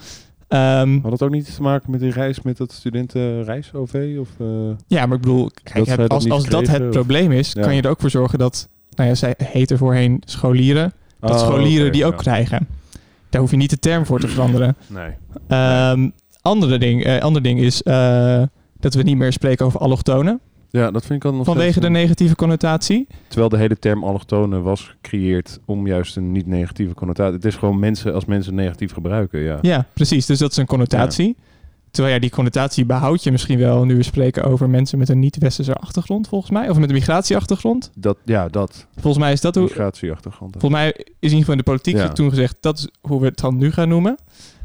Um, Had het ook niet iets te maken met die reis, met dat studentenreis-O V? Of, uh... Ja, maar ik bedoel, kijk, Dat zij dat als, niet als dat kregen, het of- probleem is, Ja. kan je er ook voor zorgen dat, nou ja, zij heten voorheen scholieren, dat Oh, scholieren oké, die ook ja. krijgen. Daar hoef je niet de term voor te veranderen. Nee. Um, andere ding, uh, ander ding is uh, dat we niet meer spreken over allochtonen, Ja, dat vind ik dan nog vanwege steeds de een- negatieve connotatie. Terwijl de hele term allochtonen was gecreëerd om juist een niet-negatieve connotatie... Het is gewoon mensen als mensen negatief gebruiken, ja. Ja, precies. Dus dat is een connotatie. Terwijl ja, die connotatie behoud je misschien wel nu we spreken over mensen met een niet-westerse achtergrond, volgens mij. Of met een migratieachtergrond. Dat, ja, dat. Volgens mij is dat hoe... Migratieachtergrond. Volgens mij is in ieder geval in de politiek Ja. toen gezegd, dat is hoe we het dan nu gaan noemen.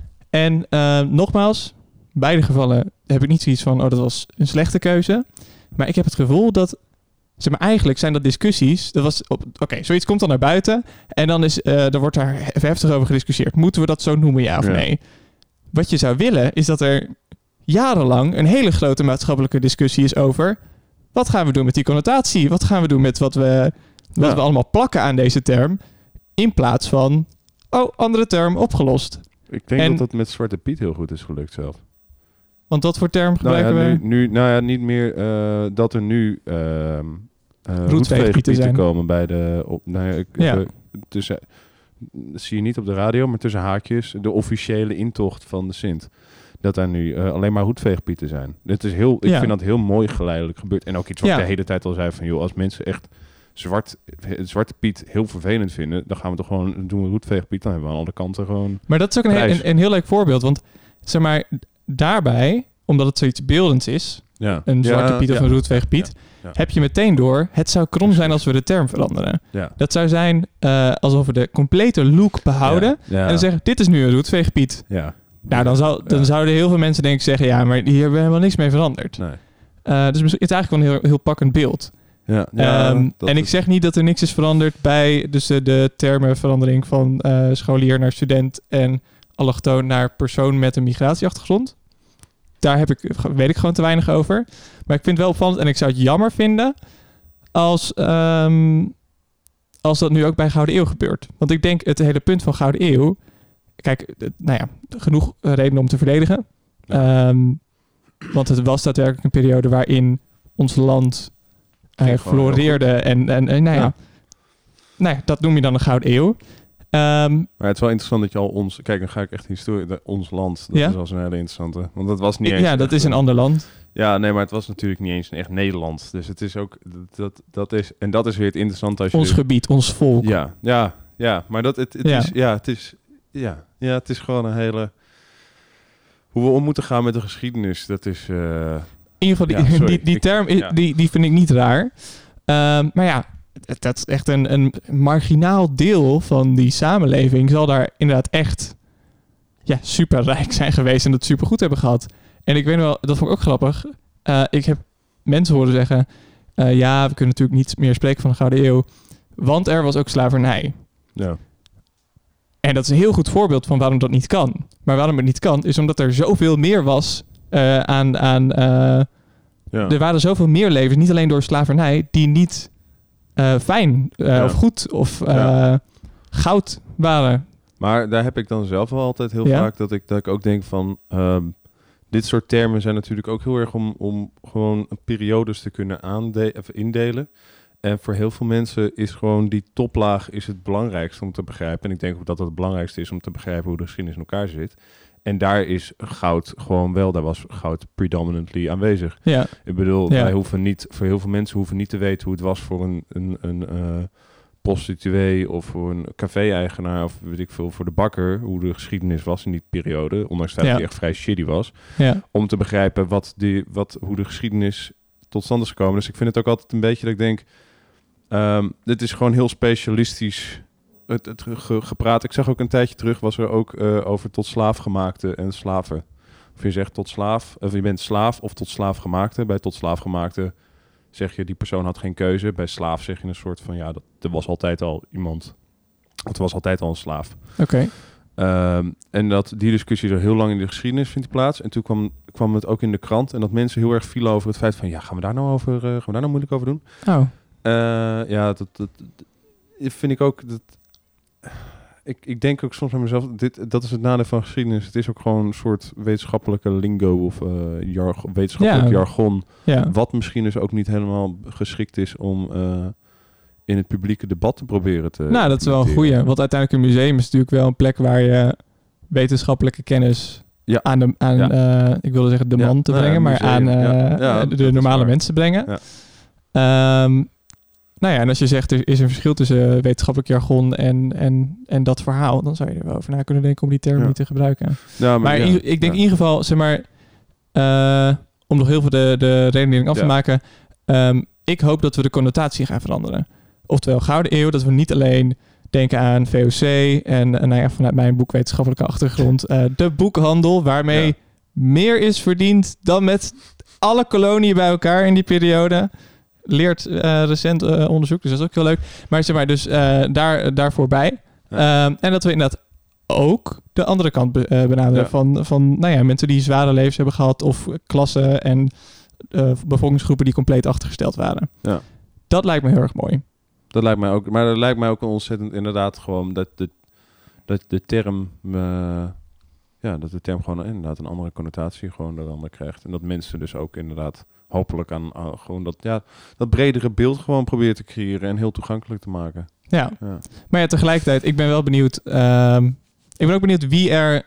En uh, nogmaals, beide gevallen heb ik niet zoiets van, oh, dat was een slechte keuze. Maar ik heb het gevoel dat, zeg maar, eigenlijk zijn dat discussies. Dat was, op- oké, zoiets komt dan naar buiten en dan is, uh, er wordt daar even heftig over gediscussieerd. Moeten we dat zo noemen, ja of Ja. nee? Wat je zou willen, is dat er jarenlang een hele grote maatschappelijke discussie is over, wat gaan we doen met die connotatie? Wat gaan we doen met wat we, wat Ja. we allemaal plakken aan deze term? In plaats van, oh, andere term, opgelost. Ik denk En- dat dat met Zwarte Piet heel goed is gelukt zelf. Want wat voor term Nou gebruiken ja, we? nu, nu, nou ja, niet meer uh, dat er nu uh, uh, roetveegpieten zijn. komen bij de... Op, nou ja, ik, Ja. uh, tussen, dat zie je niet op de radio, maar tussen haakjes de officiële intocht van de Sint. Dat daar nu uh, alleen maar roetveegpieten zijn. Het is heel, ik Ja. vind dat heel mooi geleidelijk gebeurd. En ook iets wat Ja. ik de hele tijd al zei van, joh, als mensen echt zwart, Zwarte Piet heel vervelend vinden, dan gaan we toch gewoon, doen we roetveegpiet, dan hebben we aan alle kanten gewoon... Maar dat is ook een, he- prijs. een, een heel leuk voorbeeld. Want zeg maar, daarbij, omdat het zoiets beeldends is, Ja. een Zwarte Ja, Piet of ja. een Roetveegpiet, Ja, ja. heb je meteen door, het zou krom zijn als we de term veranderen. Ja. Dat zou zijn uh, alsof we de complete look behouden Ja. Ja. en dan zeggen, dit is nu een Roetveegpiet. Ja. Nou, dan, zou, dan Ja. zouden heel veel mensen denk ik zeggen, ja, maar hier hebben we helemaal niks mee veranderd. Nee. Uh, dus het is eigenlijk wel een heel, heel pakkend beeld. Ja. Ja, Um, dat en ik is- zeg niet dat er niks is veranderd bij dus de, de termenverandering van uh, scholier naar student en allochtoon naar persoon met een migratieachtergrond. Daar heb ik, weet ik gewoon te weinig over. Maar ik vind het wel opvallend en ik zou het jammer vinden als, um, als dat nu ook bij Gouden Eeuw gebeurt. Want ik denk het hele punt van Gouden Eeuw, kijk, het- nou ja, genoeg redenen om te verdedigen. Um, want het was daadwerkelijk een periode waarin ons land uh, Ging gewoon heel floreerde. En, en, en nou ja, Ja. nou ja, dat noem je dan een Gouden Eeuw. Um, Maar het is wel interessant dat je al ons... Kijk, dan ga ik echt historie... de- ons land, dat Ja? is wel zo'n hele interessante... Want dat was niet eens... ja, dat echt is een ander land. Ja, nee, maar het was natuurlijk niet eens een echt Nederland. Dus het is ook... Dat, dat, dat is, en dat is weer het interessante als je... Ons gebied, ons volk. Ja, ja, ja. Maar dat, het, het Ja. is... Ja, het is... Ja, ja, het is gewoon een hele... Hoe we om moeten gaan met de geschiedenis, dat is... eh, In ieder geval, die, Ja, sorry. die, die Ik- term is- ja. die, die vind ik niet raar. Um, maar ja, het- dat is echt een, een marginaal deel van die samenleving zal daar inderdaad echt ja, superrijk zijn geweest en dat supergoed hebben gehad. En ik weet nog wel, dat vond ik ook grappig. Uh, ik heb mensen horen zeggen, uh, ja, we kunnen natuurlijk niet meer spreken van de Gouden Eeuw, want er was ook slavernij. Ja. En dat is een heel goed voorbeeld van waarom dat niet kan. Maar waarom het niet kan, is omdat er zoveel meer was uh, aan... aan uh, Ja. er waren zoveel meer levens, niet alleen door slavernij, die niet uh, fijn uh, Ja. of goed of uh, Ja. goud waren. Maar daar heb ik dan zelf wel altijd heel Ja? vaak dat ik, dat ik ook denk van... Um, dit soort termen zijn natuurlijk ook heel erg om, om gewoon periodes te kunnen aande- of indelen. En voor heel veel mensen is gewoon die toplaag is het belangrijkste om te begrijpen. En ik denk ook dat dat het belangrijkste is om te begrijpen hoe de geschiedenis in elkaar zit. En daar is goud gewoon wel, daar was goud predominantly aanwezig. Ja, Ik bedoel, Ja. wij hoeven niet, voor heel veel mensen hoeven niet te weten hoe het was voor een, een, een uh, prostituee of voor een café-eigenaar of weet ik veel, voor de bakker, hoe de geschiedenis was in die periode, ondanks het feit Ja. dat die echt vrij shitty was, ja, om te begrijpen wat die, wat, hoe de geschiedenis tot stand is gekomen. Dus ik vind het ook altijd een beetje dat ik denk, um, dit is gewoon heel specialistisch het, het ge- gepraat. Ik zag ook een tijdje terug, was er ook uh, over tot slaafgemaakte en slaven. Of je zegt tot slaaf, of je bent slaaf of tot slaafgemaakte. Bij tot slaafgemaakte zeg je, die persoon had geen keuze. Bij slaaf zeg je een soort van, ja, dat, er was altijd al iemand. Het was altijd al een slaaf. oké. Um, en dat die discussie er heel lang in de geschiedenis vindt plaats. En toen kwam, kwam het ook in de krant. En dat mensen heel erg vielen over het feit van, ja, gaan we daar nou over, uh, gaan we daar nou moeilijk over doen? Oh, Uh, ja, dat, dat, dat vind ik ook. Dat, ik, ik denk ook soms bij mezelf, dit, dat is het nadeel van geschiedenis. Het is ook gewoon een soort wetenschappelijke lingo of uh, jarg, wetenschappelijk Ja. jargon. ja. Wat misschien dus ook niet helemaal geschikt is om uh, in het publieke debat te proberen te. Nou, dat is wel een implementeren. goeie. Want uiteindelijk een museum is natuurlijk wel een plek waar je wetenschappelijke kennis Ja. aan de, aan, Ja. uh, ik wilde zeggen de Ja, man te nou ja, brengen, maar museum, aan uh, ja. Ja, de dat is normale waar. mensen te brengen. Ja. Ehm, nou ja, en als je zegt er is een verschil tussen wetenschappelijk jargon en, en, en dat verhaal, dan zou je er wel over na kunnen denken om die term Ja. niet te gebruiken. Ja, Maar ja, in- ik denk ja. in ieder geval, zeg maar, uh, om nog heel veel de, de redenering af te Ja. maken. Um, ik hoop dat we de connotatie gaan veranderen. Oftewel, Gouden Eeuw, dat we niet alleen denken aan V O C en, en nou ja, vanuit mijn boek wetenschappelijke achtergrond, uh, de boekhandel, waarmee Ja. meer is verdiend dan met alle koloniën bij elkaar in die periode. Leert uh, recent uh, onderzoek, dus dat is ook heel leuk. Maar zeg maar, dus uh, daar, daarvoor bij. Ja. Um, en dat we inderdaad ook de andere kant be- uh, benaderen Ja. van, van nou ja, mensen die zware levens hebben gehad of klassen en uh, bevolkingsgroepen die compleet achtergesteld waren. Ja. Dat lijkt me heel erg mooi. Dat lijkt mij ook, maar dat lijkt mij ook een ontzettend inderdaad gewoon dat de, dat de term, uh, ja, dat de term gewoon inderdaad een andere connotatie gewoon dan ander krijgt. En dat mensen dus ook inderdaad hopelijk aan, aan gewoon dat, ja, dat bredere beeld gewoon proberen te creëren en heel toegankelijk te maken. Ja. Ja. Maar ja, tegelijkertijd, ik ben wel benieuwd. Um, ik ben ook benieuwd wie er,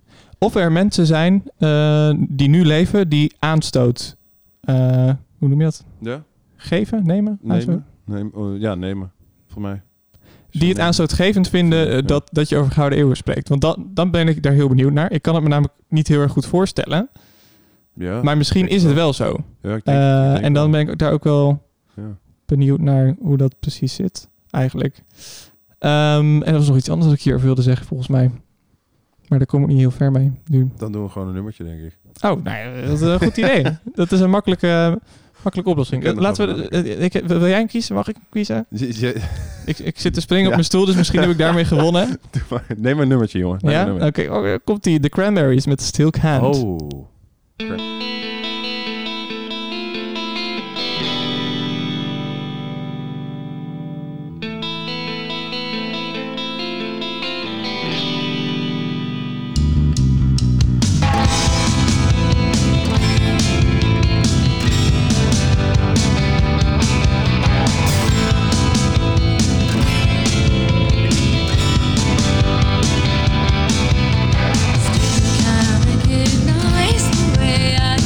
of er mensen zijn uh, die nu leven die aanstoot, uh, hoe noem je dat? Ja? Geven, nemen? Aanstoot? Nemen? Neem, oh, ja, nemen. Voor mij. Die het aanstootgevend vinden uh, Ja. dat, dat je over Gouden Eeuwen spreekt. Want dan, dan ben ik daar heel benieuwd naar. Ik kan het me namelijk niet heel erg goed voorstellen. Ja, Maar misschien ik denk is het wel zo. Ja, ik denk, Uh, ik denk en dan wel. ben ik daar ook wel Ja. benieuwd naar hoe dat precies zit, eigenlijk. Um, en er was nog iets anders dat ik hierover wilde zeggen, volgens mij. Maar daar kom ik niet heel ver mee nu. Dan doen we gewoon een nummertje, denk ik. Oh, nou ja, dat is een goed idee. Dat is een makkelijke, makkelijke oplossing. Ik ken Uh, Laten nog we, wel uh, ik, wil jij hem kiezen? Mag ik hem kiezen? Je- je- Ik, ik zit te springen op Ja. mijn stoel, dus misschien heb ik daarmee gewonnen. doe maar- Neem maar een nummertje, jongen. Neem Ja? een Oké, nummer. oh, komt die. The Cranberries met Still Can't. Oh. Crap. Can't recognize the way I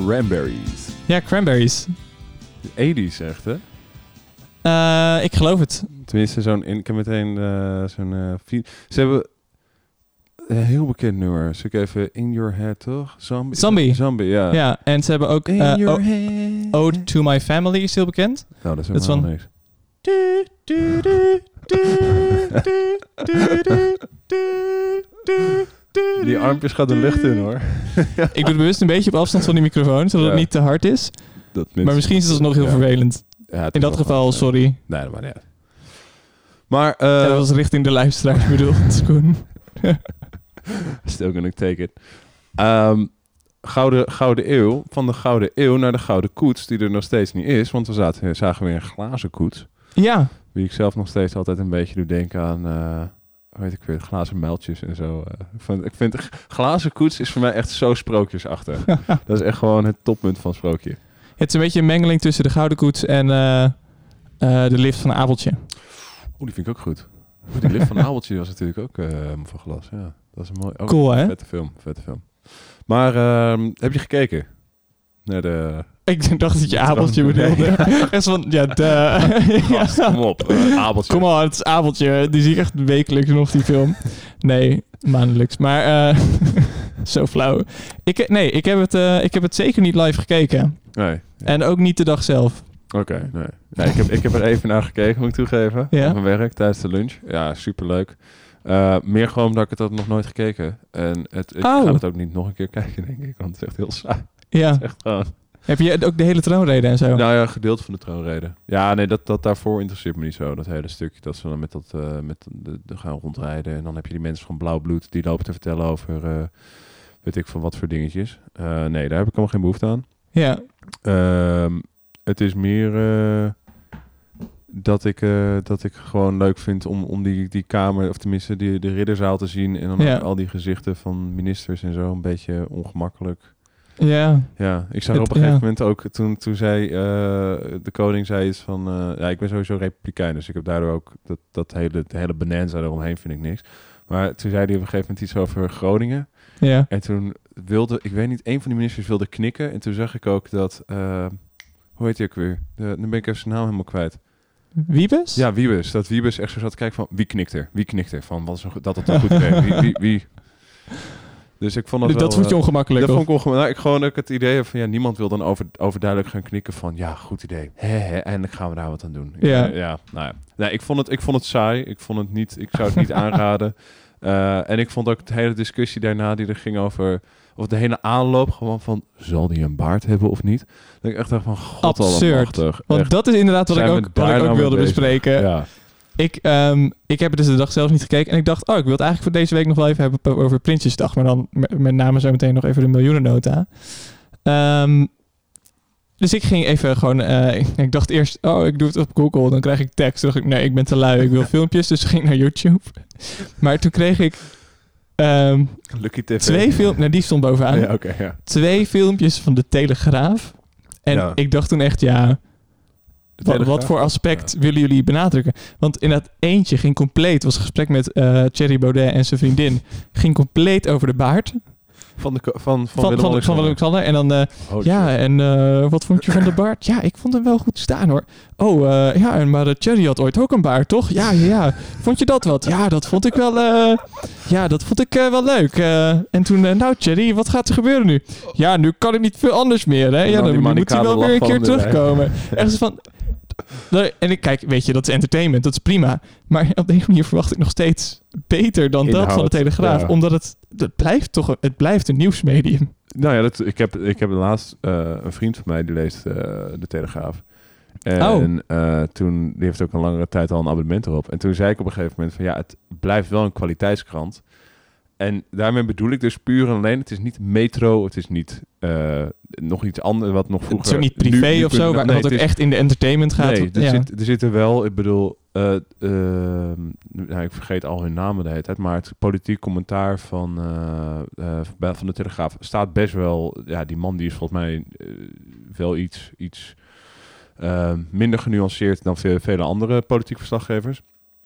Cranberries. Ja, Cranberries. eighties echt, hè? Uh, ik geloof het. Tenminste, zo'n, ik heb meteen uh, zo'n... Uh, vi- Ze hebben een heel bekend nummer. Zal ik even... In Your Head, toch? Zombie. Zombie. Zombie, ja. Ja, en ze hebben ook... In Uh, Your o- Head. Ode to My Family is heel bekend. Nou, dat is Dat is helemaal van- niks. Du, du, du, du, du, du, du, du, du, du. Die armpjes gaat de lucht in, hoor. Ik doe bewust een beetje op afstand van die microfoon, zodat Ja. het niet te hard is. Dat Maar misschien is het nog heel Ja. vervelend. Ja, het In is dat wel geval, gewoon, sorry. uh, Nee, dat maakt niet uit. Maar... Uh, Ja, dat was richting de luisteraar bedoeld, Koen. Still gonna take it. Um, Gouden, Gouden Eeuw. Van de Gouden Eeuw naar de Gouden Koets, die er nog steeds niet is. Want we zaten, zagen weer een glazen koets. Ja, Wie ik zelf nog steeds altijd een beetje doe denken aan... Uh, hoe weet ik weer, glazen muiltjes en zo. Uh, ik, vind, ik vind de glazen koets is voor mij echt zo sprookjesachtig. Dat is echt gewoon het toppunt van sprookje. het is een beetje een mengeling tussen de Gouden Koets en uh, uh, de lift van Abeltje. Oeh, die vind ik ook goed. Oeh, die lift van Abeltje was natuurlijk ook uh, van glas. Ja, dat is een mooi... ook Cool, een hè? Vette film, vette film. Maar uh, heb je gekeken? Naar de... Ik dacht dat je Abeltje Nee. bedoelde. Echt van, ja, de... Gast, kom op. Uh, Abeltje. Kom maar, het is Abeltje. Die zie ik echt wekelijks nog, die film. Nee, maandelijks. Maar uh, zo flauw. Ik, nee, ik heb, het, uh, ik heb het zeker niet live gekeken. Nee. Ja. En ook niet de dag zelf. Oké, okay, nee. nee ik, heb, ik heb er even naar gekeken, moet ik toegeven. Ja? Op mijn werk, tijdens de lunch. Ja, superleuk. Uh, meer gewoon omdat ik het had nog nooit gekeken. En het, ik Oh. ga het ook niet nog een keer kijken, denk ik. Want het is echt heel saai. Ja. Het is echt gewoon... Heb je ook de hele troonrede en zo? Nou ja, gedeelte van de troonrede. Ja, nee, dat, dat daarvoor interesseert me niet zo. Dat hele stukje dat ze dan met dat uh, met de, de gaan rondrijden. En dan heb je die mensen van Blauw Bloed die lopen te vertellen over... Uh, weet ik van wat voor dingetjes. Uh, nee, daar heb ik allemaal geen behoefte aan. Ja. Um, het is meer uh, dat, ik, uh, dat ik gewoon leuk vind om, om die, die kamer, of tenminste die, de ridderzaal te zien. En dan Ja. ook al die gezichten van ministers en zo, een beetje ongemakkelijk. Ja. Ja, ik zag Het- op een gegeven ja. moment ook, toen, toen zei uh, de koning zei iets van, uh, ja, ik ben sowieso republikein, dus ik heb daardoor ook dat, dat hele, de hele bonanza eromheen vind ik niks. Maar toen zei hij op een gegeven moment iets over Groningen. Ja. En toen wilde, ik weet niet, een van die ministers wilde knikken. En toen zag ik ook dat, uh, hoe heet hij ook weer? De, dan ben ik even zijn naam helemaal kwijt. Wiebes? Ja, Wiebes. Dat Wiebes echt zo zat te kijken van, wie knikt er? Wie knikt er? Van, wat is een, goed- dat het dan goed werkt? Wie, wie, wie? Dus ik vond dat Dus wel... dat vond je uh, ongemakkelijk? dat of? vond ik ongemakkelijk. Nou, ik gewoon ook het idee heb van, ja, niemand wil dan over, overduidelijk gaan knikken van, ja, goed idee. He, he, eindelijk gaan we daar wat aan doen. Ja. Ik, uh, ja, nou ja. Nee, ik vond het, ik vond het saai. Ik vond het niet, ik zou het niet aanraden. Uh, en ik vond ook de hele discussie daarna die er ging over, of de hele aanloop gewoon van, zal die een baard hebben of niet? Dat ik echt dacht van, god Absurd. allemachtig. Want Echt, dat is inderdaad wat ik zijn we ook, wat daar ik ook nou mee wilde bezig? bespreken. Ja. Ik, um, ik heb het dus de dag zelf niet gekeken. En ik dacht, oh, ik wil het eigenlijk voor deze week nog wel even hebben over Prinsjesdag. Maar dan met, met name zo meteen nog even de miljoenennota. Um, dus ik ging even gewoon... Uh, ik, ik dacht eerst, oh, ik doe het op Google. Dan krijg ik tekst. Toen dacht ik, nee, ik ben te lui. Ik wil filmpjes. Dus ik ging naar YouTube. Maar toen kreeg ik... Um, Lucky T V. twee filmpjes... Nou, die stond bovenaan. Ja, oké, okay, ja. Twee filmpjes van de Telegraaf. En Ja. ik dacht toen echt, ja... De Wat, Telegraaf? wat voor aspect willen jullie benadrukken? Want in dat eentje ging compleet... was een gesprek met uh, Thierry Baudet en zijn vriendin. Ging compleet over de baard. Van, de, ko- van, van, Van, Willem van, van Alexander. Willem-Alexander. En dan... Uh, Oh, ja, shit. en uh, wat vond je van de baard? Ja, ik vond hem wel goed staan, hoor. Oh, uh, ja, en maar uh, Thierry had ooit ook een baard, toch? Ja, ja, ja. Vond je dat wat? Ja, dat vond ik wel... Uh, ja, dat vond ik uh, wel leuk. Uh, en toen... Uh, nou, Thierry, wat gaat er gebeuren nu? Ja, nu kan ik niet veel anders meer, hè? En Ja, dan dan, die moet hij wel manicale weer een lach keer van hem erbij. terugkomen. Echt zo van... Nee, en ik kijk, weet je, dat is entertainment, dat is prima. Maar op de een manier verwacht ik nog steeds beter dan dat van de Inhoud, Telegraaf. ja. Omdat het, het blijft toch, het blijft een nieuwsmedium. Nou ja, dat, ik, heb, ik heb laatst uh, een vriend van mij die leest uh, de Telegraaf. En Oh. uh, toen, die heeft ook een langere tijd al een abonnement erop. En toen zei ik op een gegeven moment van ja, het blijft wel een kwaliteitskrant. En daarmee bedoel ik dus puur en alleen, het is niet Metro, het is niet uh, nog iets anders wat nog vroeger... Het is ook niet privé nu- nu of kun- zo, waar nee, wat ook het is- echt in de entertainment gaat. Nee, er, ja. zit, er zitten wel, ik bedoel, uh, uh, nou, ik vergeet al hun namen de hele tijd, maar het politiek commentaar van, uh, uh, van de Telegraaf staat best wel, ja, die man die is volgens mij uh, wel iets, iets uh, minder genuanceerd dan veel, vele andere politiek verslaggevers.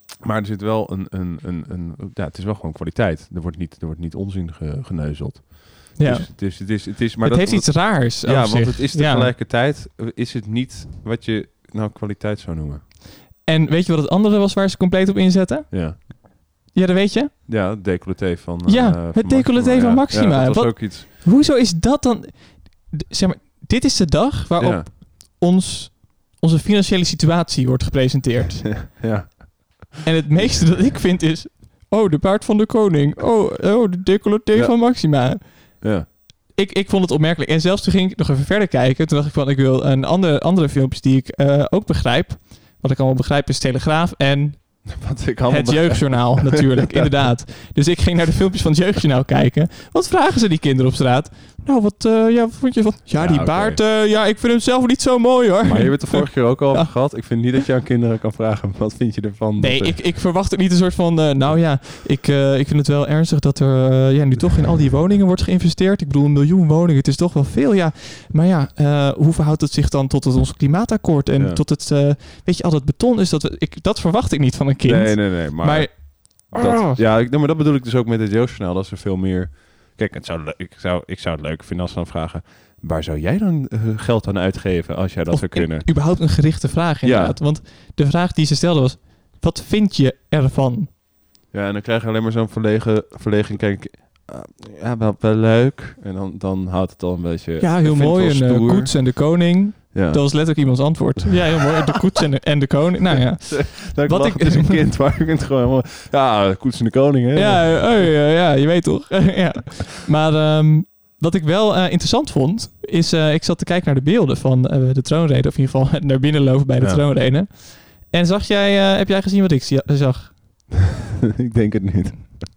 Maar er zit wel een, een, een, een... Ja, het is wel gewoon kwaliteit. Er wordt niet, er wordt niet onzin ge, geneuzeld. Ja. Dus het is... Het, is, het, is, maar het dat, heeft iets raars. Ja, op want zich. het is Ja. tegelijkertijd... Is het niet wat je nou kwaliteit zou noemen. En weet je wat het andere was waar ze compleet op inzetten? Ja. Ja, dat weet je. Ja, het decolleté van... Ja, uh, het van decolleté Maxima. van Ja. Maxima. Ja, dat was Wat- ook iets... Hoezo is dat dan... d- Zeg maar, dit is de dag waarop Ja. ons, onze financiële situatie wordt gepresenteerd. ja. En het meeste dat ik vind is... Oh, de baard van de koning. Oh, oh de decolleté Ja. van Maxima. Ja. Ik, ik vond het opmerkelijk. En zelfs toen ging ik nog even verder kijken. Toen dacht ik van, ik wil een andere, andere filmpjes die ik eh, ook begrijp. Wat ik allemaal begrijp is Telegraaf en Wat ik allemaal het Jeugdjournaal natuurlijk, Ja. inderdaad. Dus ik ging naar de filmpjes van het Jeugdjournaal kijken. Wat vragen ze die kinderen op straat? Nou, wat, eh, ja, wat vond je van... Ja, Ja, die oké. baard, eh, ja, ik vind hem zelf niet zo mooi, hoor. Maar je hebt het de vorige keer ook al over Ja. gehad. Ik vind niet dat je aan kinderen kan vragen, wat vind je ervan? Nee, Dat er- ik, ik verwacht ook niet een soort van... eh, nou ja, ik, eh, ik vind het wel ernstig dat er eh, ja, nu toch in al die woningen wordt geïnvesteerd. Ik bedoel, een miljoen woningen, het is toch wel veel, ja. Maar ja, eh, hoe verhoudt het zich dan tot het, ons klimaatakkoord? En Ja. tot het, eh, weet je, al dat beton is dat... We, ik, dat verwacht ik niet van een kind. Nee, nee, nee. Maar, Maar, dat, Oh. ja, ik, nee, maar dat bedoel ik dus ook met het Jeugdjournaal. Dat ze veel meer... Kijk, het zou, le- ik, zou, ik zou het leuk vinden als ze dan vragen... Waar zou jij dan eh, geld aan uitgeven als jij dat of zou kunnen? een- überhaupt een gerichte vraag, inderdaad. Want de vraag die ze stelde was... Wat vind je ervan? Ja, en dan krijg je alleen maar zo'n verlegen, verlegen kijk. ah, ja, wel, wel leuk. En dan, dan houdt het al een beetje... Ja, ik heel vind het mooi. wel Een eh, stoer. koets en de koning. Ja. Dat was letterlijk iemands antwoord. Ja, heel mooi. De koets en de, en de koning. Nou ja. Nou, ik Wat lach, ik- het is een kind, maar ik vind het gewoon helemaal... Ja, koets en de koning, hè? Ja, oh, ja, ja, je weet toch. ja. Maar ehm, wat ik wel eh, interessant vond, is... eh, ik zat te kijken naar de beelden van eh, de troonrede. Of in ieder geval naar binnen lopen bij de Ja. troonrede. En zag jij, eh, heb jij gezien wat ik zie- zag? Ik denk het niet.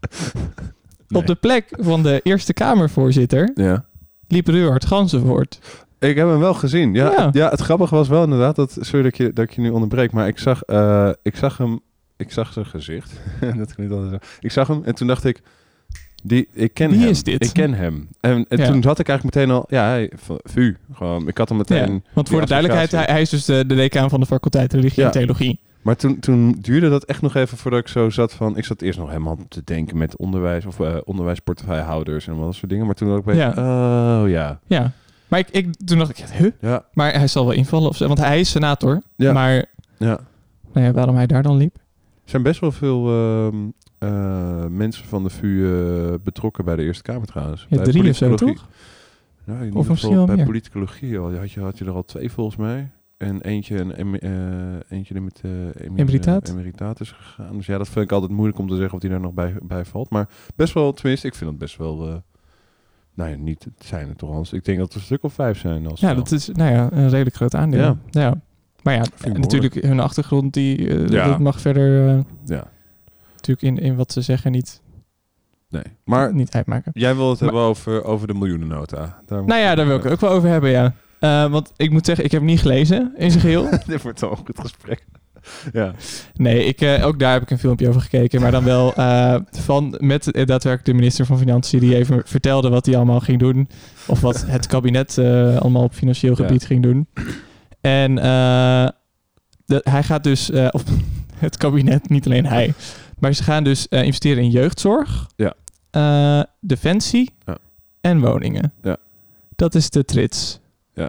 Op de plek van de Eerste Kamervoorzitter Ja. liep Ruard Ganzenvoort. Ik heb hem wel gezien. Ja, Ja. Het, ja, het grappige was wel inderdaad, dat, sorry dat ik je, dat ik je nu onderbreek, maar ik zag, eh, ik zag hem, ik zag zijn gezicht. dat klinkt altijd zo. Ik zag hem en toen dacht ik, die, ik ken Wie hem. is dit? Ik ken hem. En, en Ja. toen had ik eigenlijk meteen al, ja, hij, v- vu, gewoon, ik had hem meteen. Ja, want die voor de duidelijkheid, hij, associatie. hij is dus de, de decaan van de faculteit Religie Ja. en Theologie. Maar toen, toen duurde dat echt nog even voordat ik zo zat van... Ik zat eerst nog helemaal te denken met onderwijs of uh, onderwijsportefeuillehouders en wat dat soort dingen. Maar toen dacht ik bij, Ja. oh ja. Ja. Maar ik, ik, toen dacht ik, ja, huh? Ja, Maar hij zal wel invallen of zo. Want hij is senator. Ja. Maar ja. nou ja, waarom hij daar dan liep? Er zijn best wel veel ehm, eh, mensen van de V U uh, betrokken bij de Eerste Kamer trouwens. Ja, Bij drie of zo, politicologie. toch? Nou, in Of ieder misschien geval wel bij meer. politicologie al, had, je, had je er al twee volgens mij. En eentje, een, em- eh, eentje die met uh, Emeritaat? emeritaat is gegaan. Dus ja, dat vind ik altijd moeilijk om te zeggen of die daar nog bij, bij valt. Maar best wel, tenminste, ik vind dat best wel... Uh, nou ja, niet, het zijn er toch anders. Ik denk dat het een stuk of vijf zijn. Als Ja, het dat is nou ja, een redelijk groot aandeel. Ja. Ja. Maar ja, ik natuurlijk hun achtergrond, die, eh, Ja. dat mag verder eh, ja, natuurlijk in, in wat ze zeggen niet, nee. Maar niet uitmaken. jij wil het Maar- hebben over, over de miljoenennota. Daar Nou ja, daar wil ik het ook wel over hebben, ja. Uh, want ik moet zeggen, ik heb hem niet gelezen in zijn geheel. Dit wordt wel een goed gesprek. Ja. Nee, ik, uh, ook daar heb ik een filmpje over gekeken. Maar dan wel uh, van met uh, daadwerkelijk de minister van Financiën... die even vertelde wat hij allemaal ging doen. Of wat het kabinet uh, allemaal op financieel gebied Ja. ging doen. En uh, de, hij gaat dus... Uh, of het kabinet, niet alleen hij. Maar ze gaan dus uh, investeren in jeugdzorg. Ja. Uh, defensie. Ja. En woningen. Ja. Dat is de trits. Ja.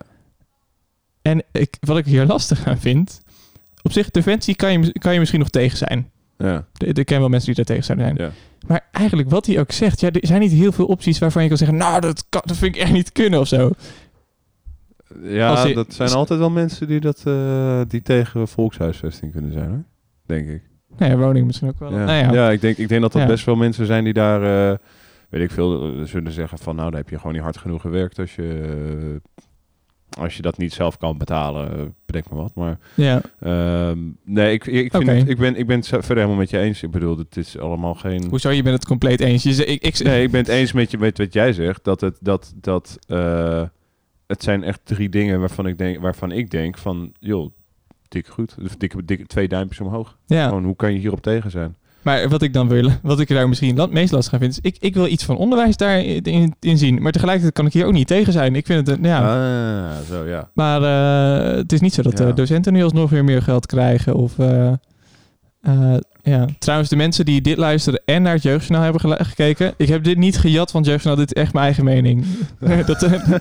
En ik, wat ik hier lastig aan vind... Op zich, defensie kan je, kan je misschien nog tegen zijn. Ja. Er kennen wel mensen die daar tegen zouden zijn. Ja. Maar eigenlijk wat hij ook zegt... Ja, er zijn niet heel veel opties waarvan je kan zeggen... Nou, dat, kan, dat vind ik echt niet kunnen of zo. Ja, Als je- dat zijn altijd wel mensen die, dat, uh, die tegen volkshuisvesting kunnen zijn, hoor. Denk ik. Nou ja, woning misschien ook wel. Ja, Nou ja. ja ik, denk, ik denk dat er Ja. best wel mensen zijn die daar, uh, weet ik veel, uh, zullen zeggen van... Nou, daar heb je gewoon niet hard genoeg gewerkt als je... Uh, als je dat niet zelf kan betalen, uh, bedenk maar wat. Maar Ja. uh, nee, ik, ik, vind Oké. het, ik, ben, ik ben het verder helemaal met je eens. Ik bedoel, het is allemaal geen... Hoezo? Je bent het compleet eens. Je, ze- ik, ik, Nee, ik ben het eens met je met wat jij zegt. Dat het dat dat uh, het zijn echt drie dingen waarvan ik denk, waarvan ik denk van, joh, dik goed, of dikke, dikke twee duimpjes omhoog. ja. Gewoon, hoe kan je hierop tegen zijn? Maar wat ik dan wil, wat ik daar misschien het meest lastig aan vind, is ik, ik wil iets van onderwijs daarin in, in zien. Maar tegelijkertijd kan ik hier ook niet tegen zijn. Ik vind het, een- ja. Ah, zo ja. Maar uh, het is niet zo dat Ja. uh, docenten nu alsnog weer meer geld krijgen. Of uh, Uh, ja. Trouwens, de mensen die dit luisteren en naar het Jeugdjournaal hebben gele- gekeken... Ik heb dit niet gejat van het Jeugdjournaal. Dit is echt mijn eigen mening. dat,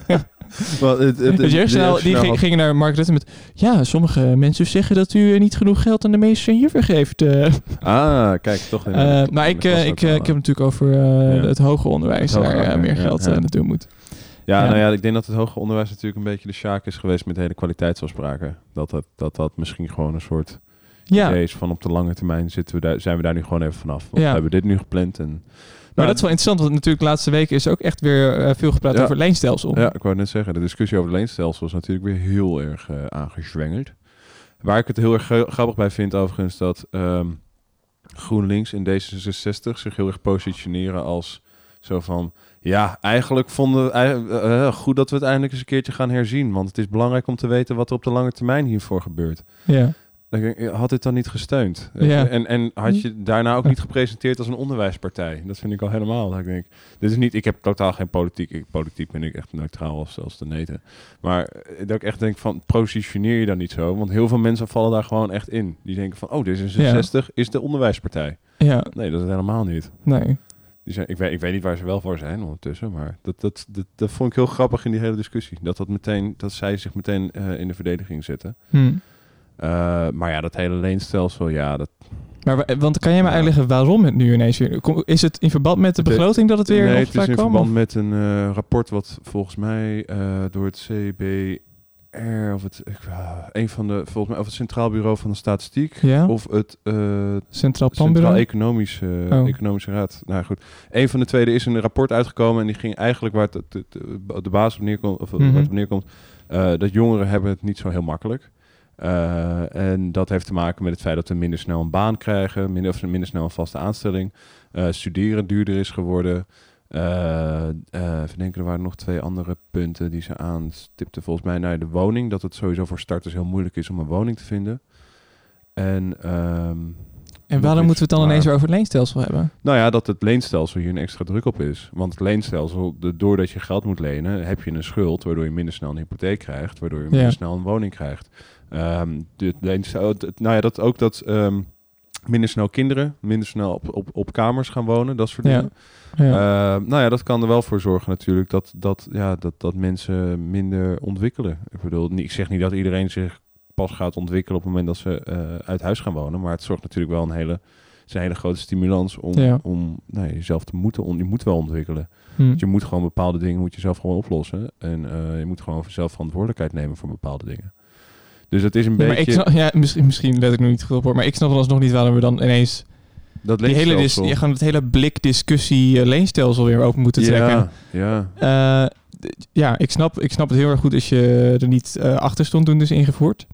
Well, het, het, het Jeugdjournaal die ging, gingen naar Mark Rutte met... Ja, sommige mensen zeggen dat u niet genoeg geld aan de meeste juffen geeft. Uh. Ah, kijk, toch. Uh, maar ik, uh, ik, uh, ik heb het natuurlijk over uh, ja. het hoger onderwijs. Het hoger, daar uh, meer ja, geld ja. Uh, naartoe moet. Ja, ja, nou ja, ik denk dat het hoger onderwijs natuurlijk een beetje de sjaak is geweest met de hele kwaliteitsafspraken. Dat dat, dat, dat misschien gewoon een soort ja. idee is van op de lange termijn zitten we daar, zijn we daar nu gewoon even vanaf. Want ja. we hebben dit nu gepland. En, maar nou, dat is wel interessant, want natuurlijk de laatste weken is ook echt weer uh, veel gepraat ja. over het leenstelsel. Ja, ik wou net zeggen, de discussie over het leenstelsel is natuurlijk weer heel erg uh, aangezwengeld. Waar ik het heel erg grappig bij vind overigens, dat um, GroenLinks en D zesenzestig zich heel erg positioneren als zo van... Ja, eigenlijk vonden we uh, uh, goed dat we het eindelijk eens een keertje gaan herzien. Want het is belangrijk om te weten wat er op de lange termijn hiervoor gebeurt. Ja. Had dit dan niet gesteund? Ja. En, en had je daarna ook niet gepresenteerd als een onderwijspartij? Dat vind ik al helemaal. Dat ik denk, dit is niet, ik heb totaal geen politiek. Ik, politiek ben ik echt neutraal als, als de neten. Maar dat ik echt denk van, positioneer je dan niet zo? Want heel veel mensen vallen daar gewoon echt in. Die denken van, oh, D zesenzestig ja. is de onderwijspartij. Ja. Nee, dat is het helemaal niet. Nee. Die zijn, ik, weet, ik weet niet waar ze wel voor zijn ondertussen, maar dat, dat, dat, dat vond ik heel grappig in die hele discussie. Dat, dat, meteen, dat zij zich meteen uh, in de verdediging zetten. Hmm. Uh, maar ja, dat hele leenstelsel, ja, dat... Maar, want kan jij me uitleggen waarom het nu ineens weer... Is het in verband met de begroting dat het weer nee, op het is in kwam, verband of? met een uh, rapport wat volgens mij uh, door het C B R... of het uh, een van de volgens mij of het Centraal Bureau van de Statistiek ja? of het uh, Centraal Planbureau, Centraal Economische uh, oh. Economische Raad. Nou goed, een van de twee er is een rapport uitgekomen en die ging eigenlijk waar het de, de, de basis op neerkomt, of mm-hmm. waar het op neerkomt, uh, dat jongeren hebben het niet zo heel makkelijk. Uh, en dat heeft te maken met het feit dat we minder snel een baan krijgen, minder, of minder snel een vaste aanstelling. Uh, studeren duurder is geworden. Uh, uh, even denken, er waren nog twee andere punten die ze aanstipten. Volgens mij naar de woning, dat het sowieso voor starters heel moeilijk is om een woning te vinden. En, um, en waarom moeten we het dan maar, ineens over het leenstelsel hebben? Nou ja, dat het leenstelsel hier een extra druk op is. Want het leenstelsel, de, doordat je geld moet lenen, heb je een schuld, waardoor je minder snel een hypotheek krijgt, waardoor je minder ja. snel een woning krijgt. Um, de, de, de, nou ja, dat ook dat um, minder snel kinderen, minder snel op, op, op kamers gaan wonen, dat soort dingen. Ja. Ja. Uh, nou ja, dat kan er wel voor zorgen natuurlijk dat, dat, ja, dat, dat mensen minder ontwikkelen. Ik bedoel, ik zeg niet dat iedereen zich pas gaat ontwikkelen op het moment dat ze uh, uit huis gaan wonen, maar het zorgt natuurlijk wel een hele, is een hele grote stimulans om, ja. om nou, jezelf te moeten, on, je moet wel ontwikkelen. Hmm. Want je moet gewoon bepaalde dingen moet je zelf gewoon oplossen en uh, je moet gewoon zelf verantwoordelijkheid nemen voor bepaalde dingen. Dus het is een ja, beetje... Maar ik snap, ja, misschien, misschien let ik nog niet goed op hoor, maar ik snap alsnog niet waarom we dan ineens dat die hele dis, ja, gewoon het hele blik discussie uh, leenstelsel weer open moeten trekken. Ja, ja. Uh, d- ja, ik snap, ik snap het heel erg goed als je er niet uh, achter stond toen het is ingevoerd.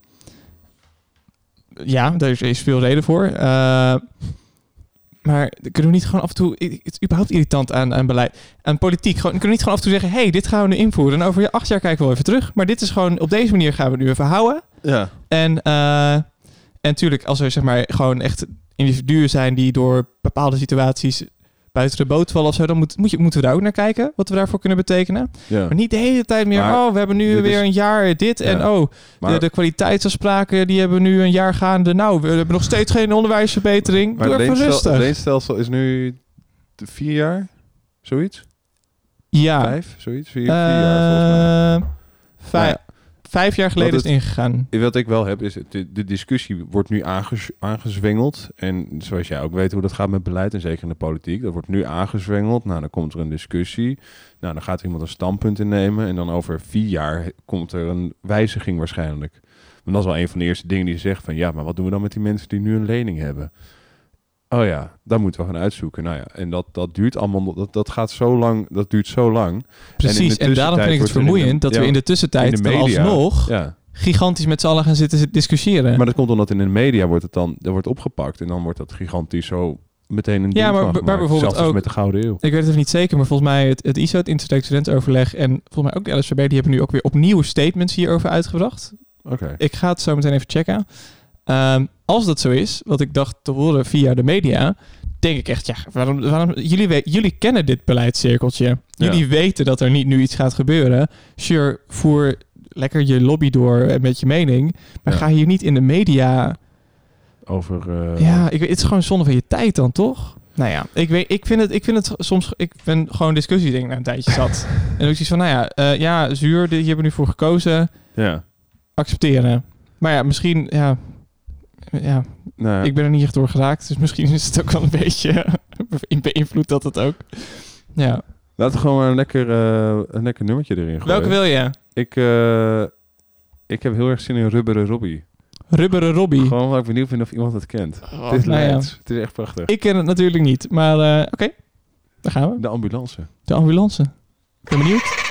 Ja, daar is, is veel reden voor. Uh, maar kunnen we niet gewoon af en toe... Het is überhaupt irritant aan, aan beleid. Aan politiek. Gewoon, kunnen we niet gewoon af en toe zeggen... Hé, hey, dit gaan we nu invoeren. En over acht jaar kijken we wel even terug. Maar dit is gewoon... Op deze manier gaan we het nu even houden. Ja. En uh, en natuurlijk, als er zeg maar gewoon echt individuen zijn... die door bepaalde situaties buiten de boot vallen of zo... dan moet, moet je, moeten we daar ook naar kijken. Wat we daarvoor kunnen betekenen. Ja. Maar niet de hele tijd meer... Maar, oh, we hebben nu weer is, een jaar dit. Ja. En oh, maar, de, de kwaliteitsafspraken... die hebben nu een jaar gaande. Nou, we hebben nog steeds geen onderwijsverbetering. Maar Doe even leenstel, rustig. Het leenstelsel is nu vier jaar? Zoiets? Ja. Vijf? Zoiets? Vier, uh, vier jaar volgens mij. Vijf. Ja. Vijf jaar geleden het, is het ingegaan. Wat ik wel heb, is de, de discussie wordt nu aange, aangezwengeld. En zoals jij ook weet hoe dat gaat met beleid, en zeker in de politiek. Dat wordt nu aangezwengeld. Nou, dan komt er een discussie. Nou, dan gaat er iemand een standpunt innemen. En dan over vier jaar komt er een wijziging waarschijnlijk. Want dat is wel een van de eerste dingen die ze zegt van... ja, maar wat doen we dan met die mensen die nu een lening hebben? Oh ja, dat moeten we gaan uitzoeken. Nou ja, en dat, dat duurt allemaal... Dat, dat gaat zo lang... Dat duurt zo lang. Precies, en, en daarom vind ik het vermoeiend... De, dat ja, we in de tussentijd in de media, dan alsnog... Ja. gigantisch met z'n allen gaan zitten discussiëren. Maar dat komt omdat in de media wordt het dan... Dat wordt opgepakt. En dan wordt dat gigantisch zo... meteen een ja, ding maar, van maar bijvoorbeeld zelfs ook... met de Gouden Eeuw. Ik weet het even niet zeker... maar volgens mij het, het I S O, het Interstedelijk Studentenoverleg... en volgens mij ook de L S V B... die hebben nu ook weer opnieuw statements hierover uitgebracht. Oké. Okay. Ik ga het zo meteen even checken. Um, als dat zo is... wat ik dacht te horen via de media... denk ik echt, ja, waarom, waarom jullie, we, jullie kennen dit beleidscirkeltje. Jullie ja. weten dat er niet nu iets gaat gebeuren. Sure, voer lekker je lobby door met je mening. Maar ja. ga hier niet in de media over... Uh, Ja, ik weet, het is gewoon zonde van je tijd dan, toch? Nou ja, ik, weet, ik, vind, het, ik vind het soms... Ik ben gewoon discussie denk ik na een tijdje zat. En ook zoiets van, nou ja, uh, ja, zuur, hier hebben we nu voor gekozen. Ja. Accepteren. Maar ja, misschien... Ja, ja, Nou ja. ik ben er niet echt door geraakt. Dus misschien is het ook wel een beetje beïnvloed dat het ook. Ja. Laten we gewoon maar een lekker, uh, een lekker nummertje erin gooien. Welke wil je? Ik, uh, ik heb heel erg zin in Rubberen Robbie. Rubberen Robbie. Gewoon omdat ik benieuwd ben of iemand het kent. Oh, het is nou ja. Leids. Het is echt prachtig. Ik ken het natuurlijk niet. Maar uh, oké, okay. Daar gaan we. De ambulance. De ambulance. Ik ben benieuwd.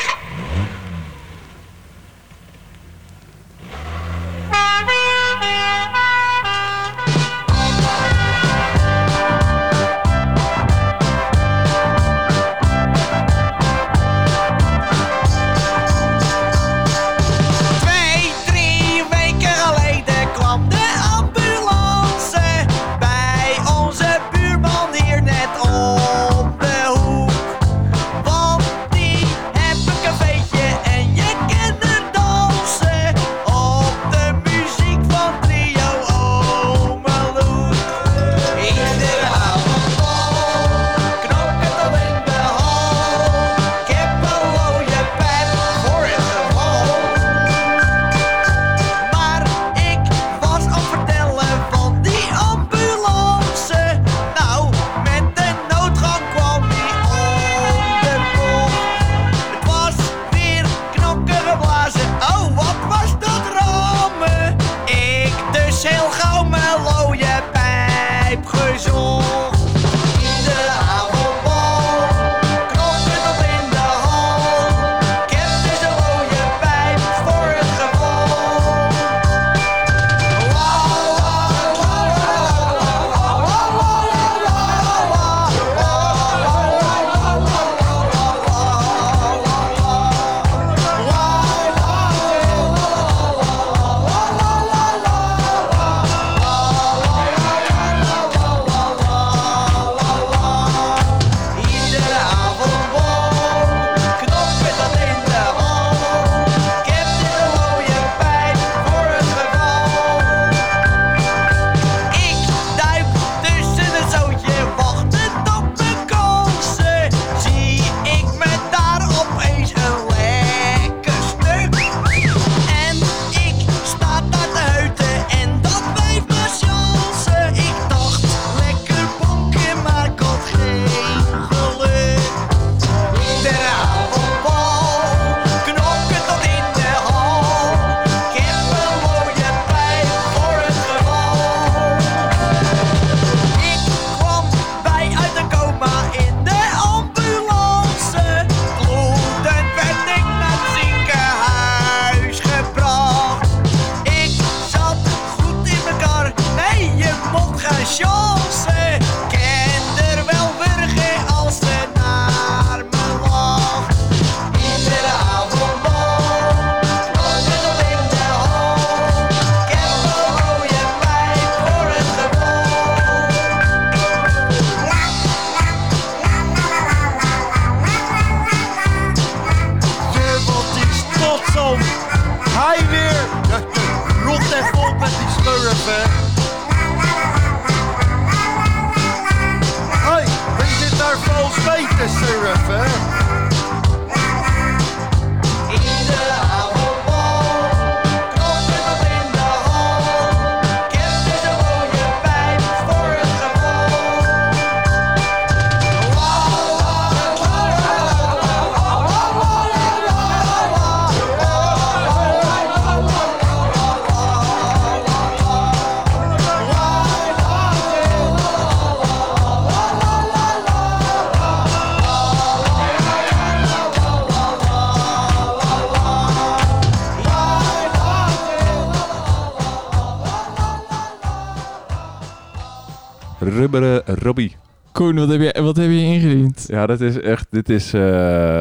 Rubberen Robbie. Koen, wat heb je, wat heb je ingediend? Ja, dat is echt... Dit is... Uh,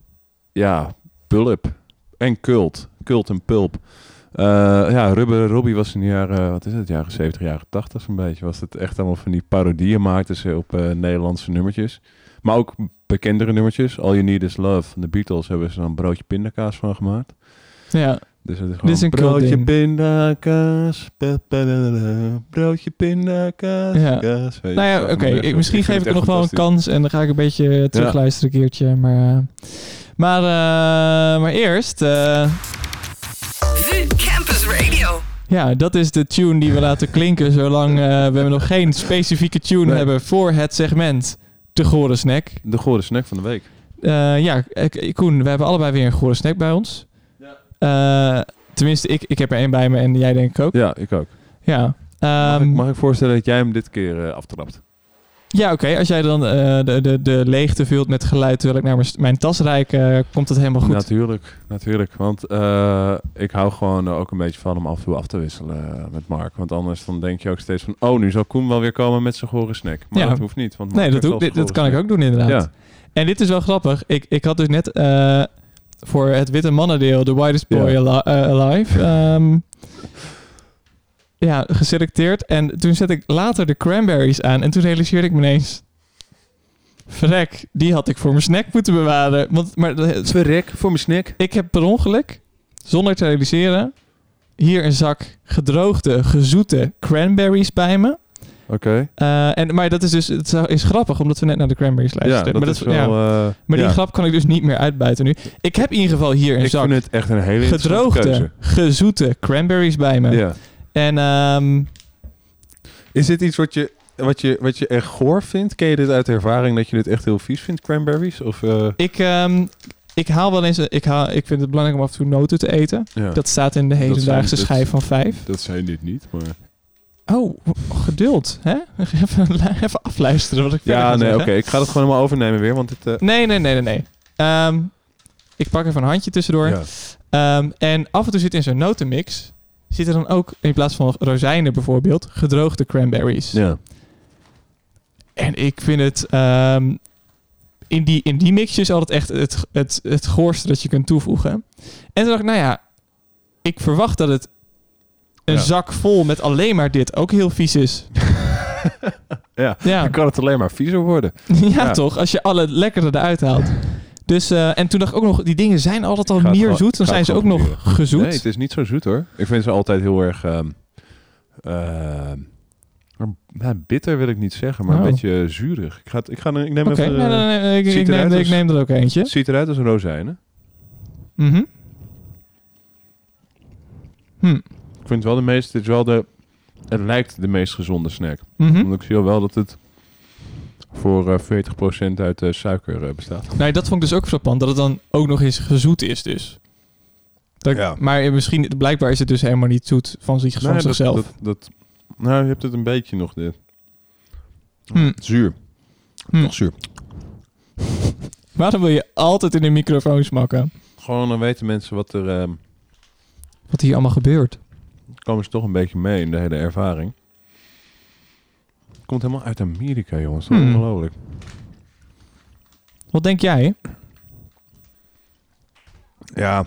ja, pulp. En cult. Cult en pulp. Uh, ja, Rubberen Robbie was in de jaren... Wat is het? Jaren zeventig, jaren tachtig zo'n beetje. Was het echt allemaal van die parodieën maakten ze op uh, Nederlandse nummertjes. Maar ook bekendere nummertjes. All You Need Is Love van de Beatles hebben ze dan een broodje pindakaas van gemaakt. Ja. Dus het is gewoon Dit is een broodje cult ding. pindakaas, pa, pa, da, da, da, broodje pindakaas, Ja. kaas. Weet je, Nou ja, zo oké. van, ik- Misschien vind geef ik het er nog echt wel een fantastisch. kans en dan ga ik een beetje terugluisteren een keertje. Maar, uh, maar, uh, maar eerst... Uh, VU Campus Radio. ja, dat is de tune die we laten klinken zolang uh, we nog geen specifieke tune Nee. hebben voor het segment De Gore Snack. De gore snack van de week. Uh, ja, ik- Koen, we hebben allebei weer een gore snack bij ons. Ja. Uh, tenminste, ik, ik heb er één bij me en jij denk ik ook. Ja, ik ook. Ja. Mag, Um, ik, mag ik voorstellen dat jij hem dit keer uh, aftrapt? Ja, oké. Okay. Als jij dan uh, de, de, de leegte vult met geluid terwijl ik naar mijn, mijn tas reik, uh, komt het helemaal goed. Natuurlijk, natuurlijk. Want uh, ik hou gewoon uh, ook een beetje van om af en toe af te wisselen uh, met Mark. Want anders dan denk je ook steeds van... Oh, nu zal Koen wel weer komen met zijn gore snack. Maar ja. dat hoeft niet. Want Mark nee, dat, heeft doe, al dit, zijn dat gore kan ik snack. ook doen inderdaad. Ja. En dit is wel grappig. Ik, ik had dus net uh, voor het Witte Mannendeel, The Whitest Boy Ja. ali- uh, Alive, um, ja, geselecteerd. En toen zette ik later de Cranberries aan. En toen realiseerde ik me ineens... Verrek, die had ik voor mijn snack moeten bewaren. Want, maar, Verrek, voor mijn snack. ik heb per ongeluk, zonder te realiseren, hier een zak gedroogde, gezoete cranberries bij me. Oké. Okay. Uh, en maar dat is dus het is grappig, omdat we net naar de cranberries Ja, luisteren. dat maar is dat, wel... ja. Uh, Maar die ja. grap kan ik dus niet meer uitbuiten nu. Ik heb in ieder geval hier een Ik zak vind het echt een hele interessante gedroogde, keuze. gezoete cranberries bij me. Ja. En um, Is dit iets wat je, wat, je, wat je echt goor vindt? Ken je dit uit ervaring dat je dit echt heel vies vindt, cranberries? Of, uh... ik, um, ik haal wel eens... Ik, haal, ik vind het belangrijk om af en toe noten te eten. ja. Dat staat in de hedendaagse zijn- schijf dat- van vijf. Dat zijn dit niet, maar... Oh, geduld, hè? Even, even afluisteren wat ik verder Ja, ga nee, oké. zeggen. Ik ga het gewoon helemaal overnemen weer, want dit... Uh... Nee, nee, nee, nee, nee. Um, ik pak even een handje tussendoor. Ja. Um, en af en toe zit in zo'n notenmix... zit er dan ook, in plaats van rozijnen bijvoorbeeld... gedroogde cranberries. Ja. En ik vind het... Um, in, die, in die mixjes altijd echt het, het, het goorste dat je kunt toevoegen. En toen dacht ik, nou ja... ik verwacht dat het... een Ja. zak vol met alleen maar dit ook heel vies is. Ja. Ja. Dan kan het alleen maar viezer worden. ja, Ja. toch? Als je alle lekkere eruit haalt. Dus, uh, en toen dacht ik ook nog, die dingen zijn altijd al Gaat meer gewoon- zoet. Dan gaat zijn ze ook gewoon nog proberen. gezoet. Nee, het is niet zo zoet hoor. Ik vind ze altijd heel erg... Um, uh, nou, bitter wil ik niet zeggen, maar Oh. een beetje zuurig. Ik, ga, het- ik, ga, ik neem Oké, even... nee, nee, nee, ik, ziet ik, neem, eruit ik als- neem er ook eentje. Het ziet eruit als een rozijnen. Mhm. Hm. Ik vind het wel de meest... Het is wel de... Het lijkt de meest gezonde snack. Mhm. Want ik zie al wel dat het voor uh, veertig procent uit uh, suiker uh, bestaat. Nee, dat vond ik dus ook frappant. Dat het dan ook nog eens gezoet is dus. Dat ik- Ja. Maar misschien, blijkbaar is het dus helemaal niet zoet van, zich, van Nee, dat, zichzelf. dat, dat, nou, je hebt het een beetje nog dit. Hm. Zuur. Hm. Nog zuur. Waarom wil je altijd in de microfoon smakken? Gewoon dan weten mensen wat er... Uh, Wat hier allemaal gebeurt. komen ze toch een beetje mee in de hele ervaring. Komt helemaal uit Amerika, jongens. Dat is Hmm. ongelooflijk. Wat denk jij? Ja.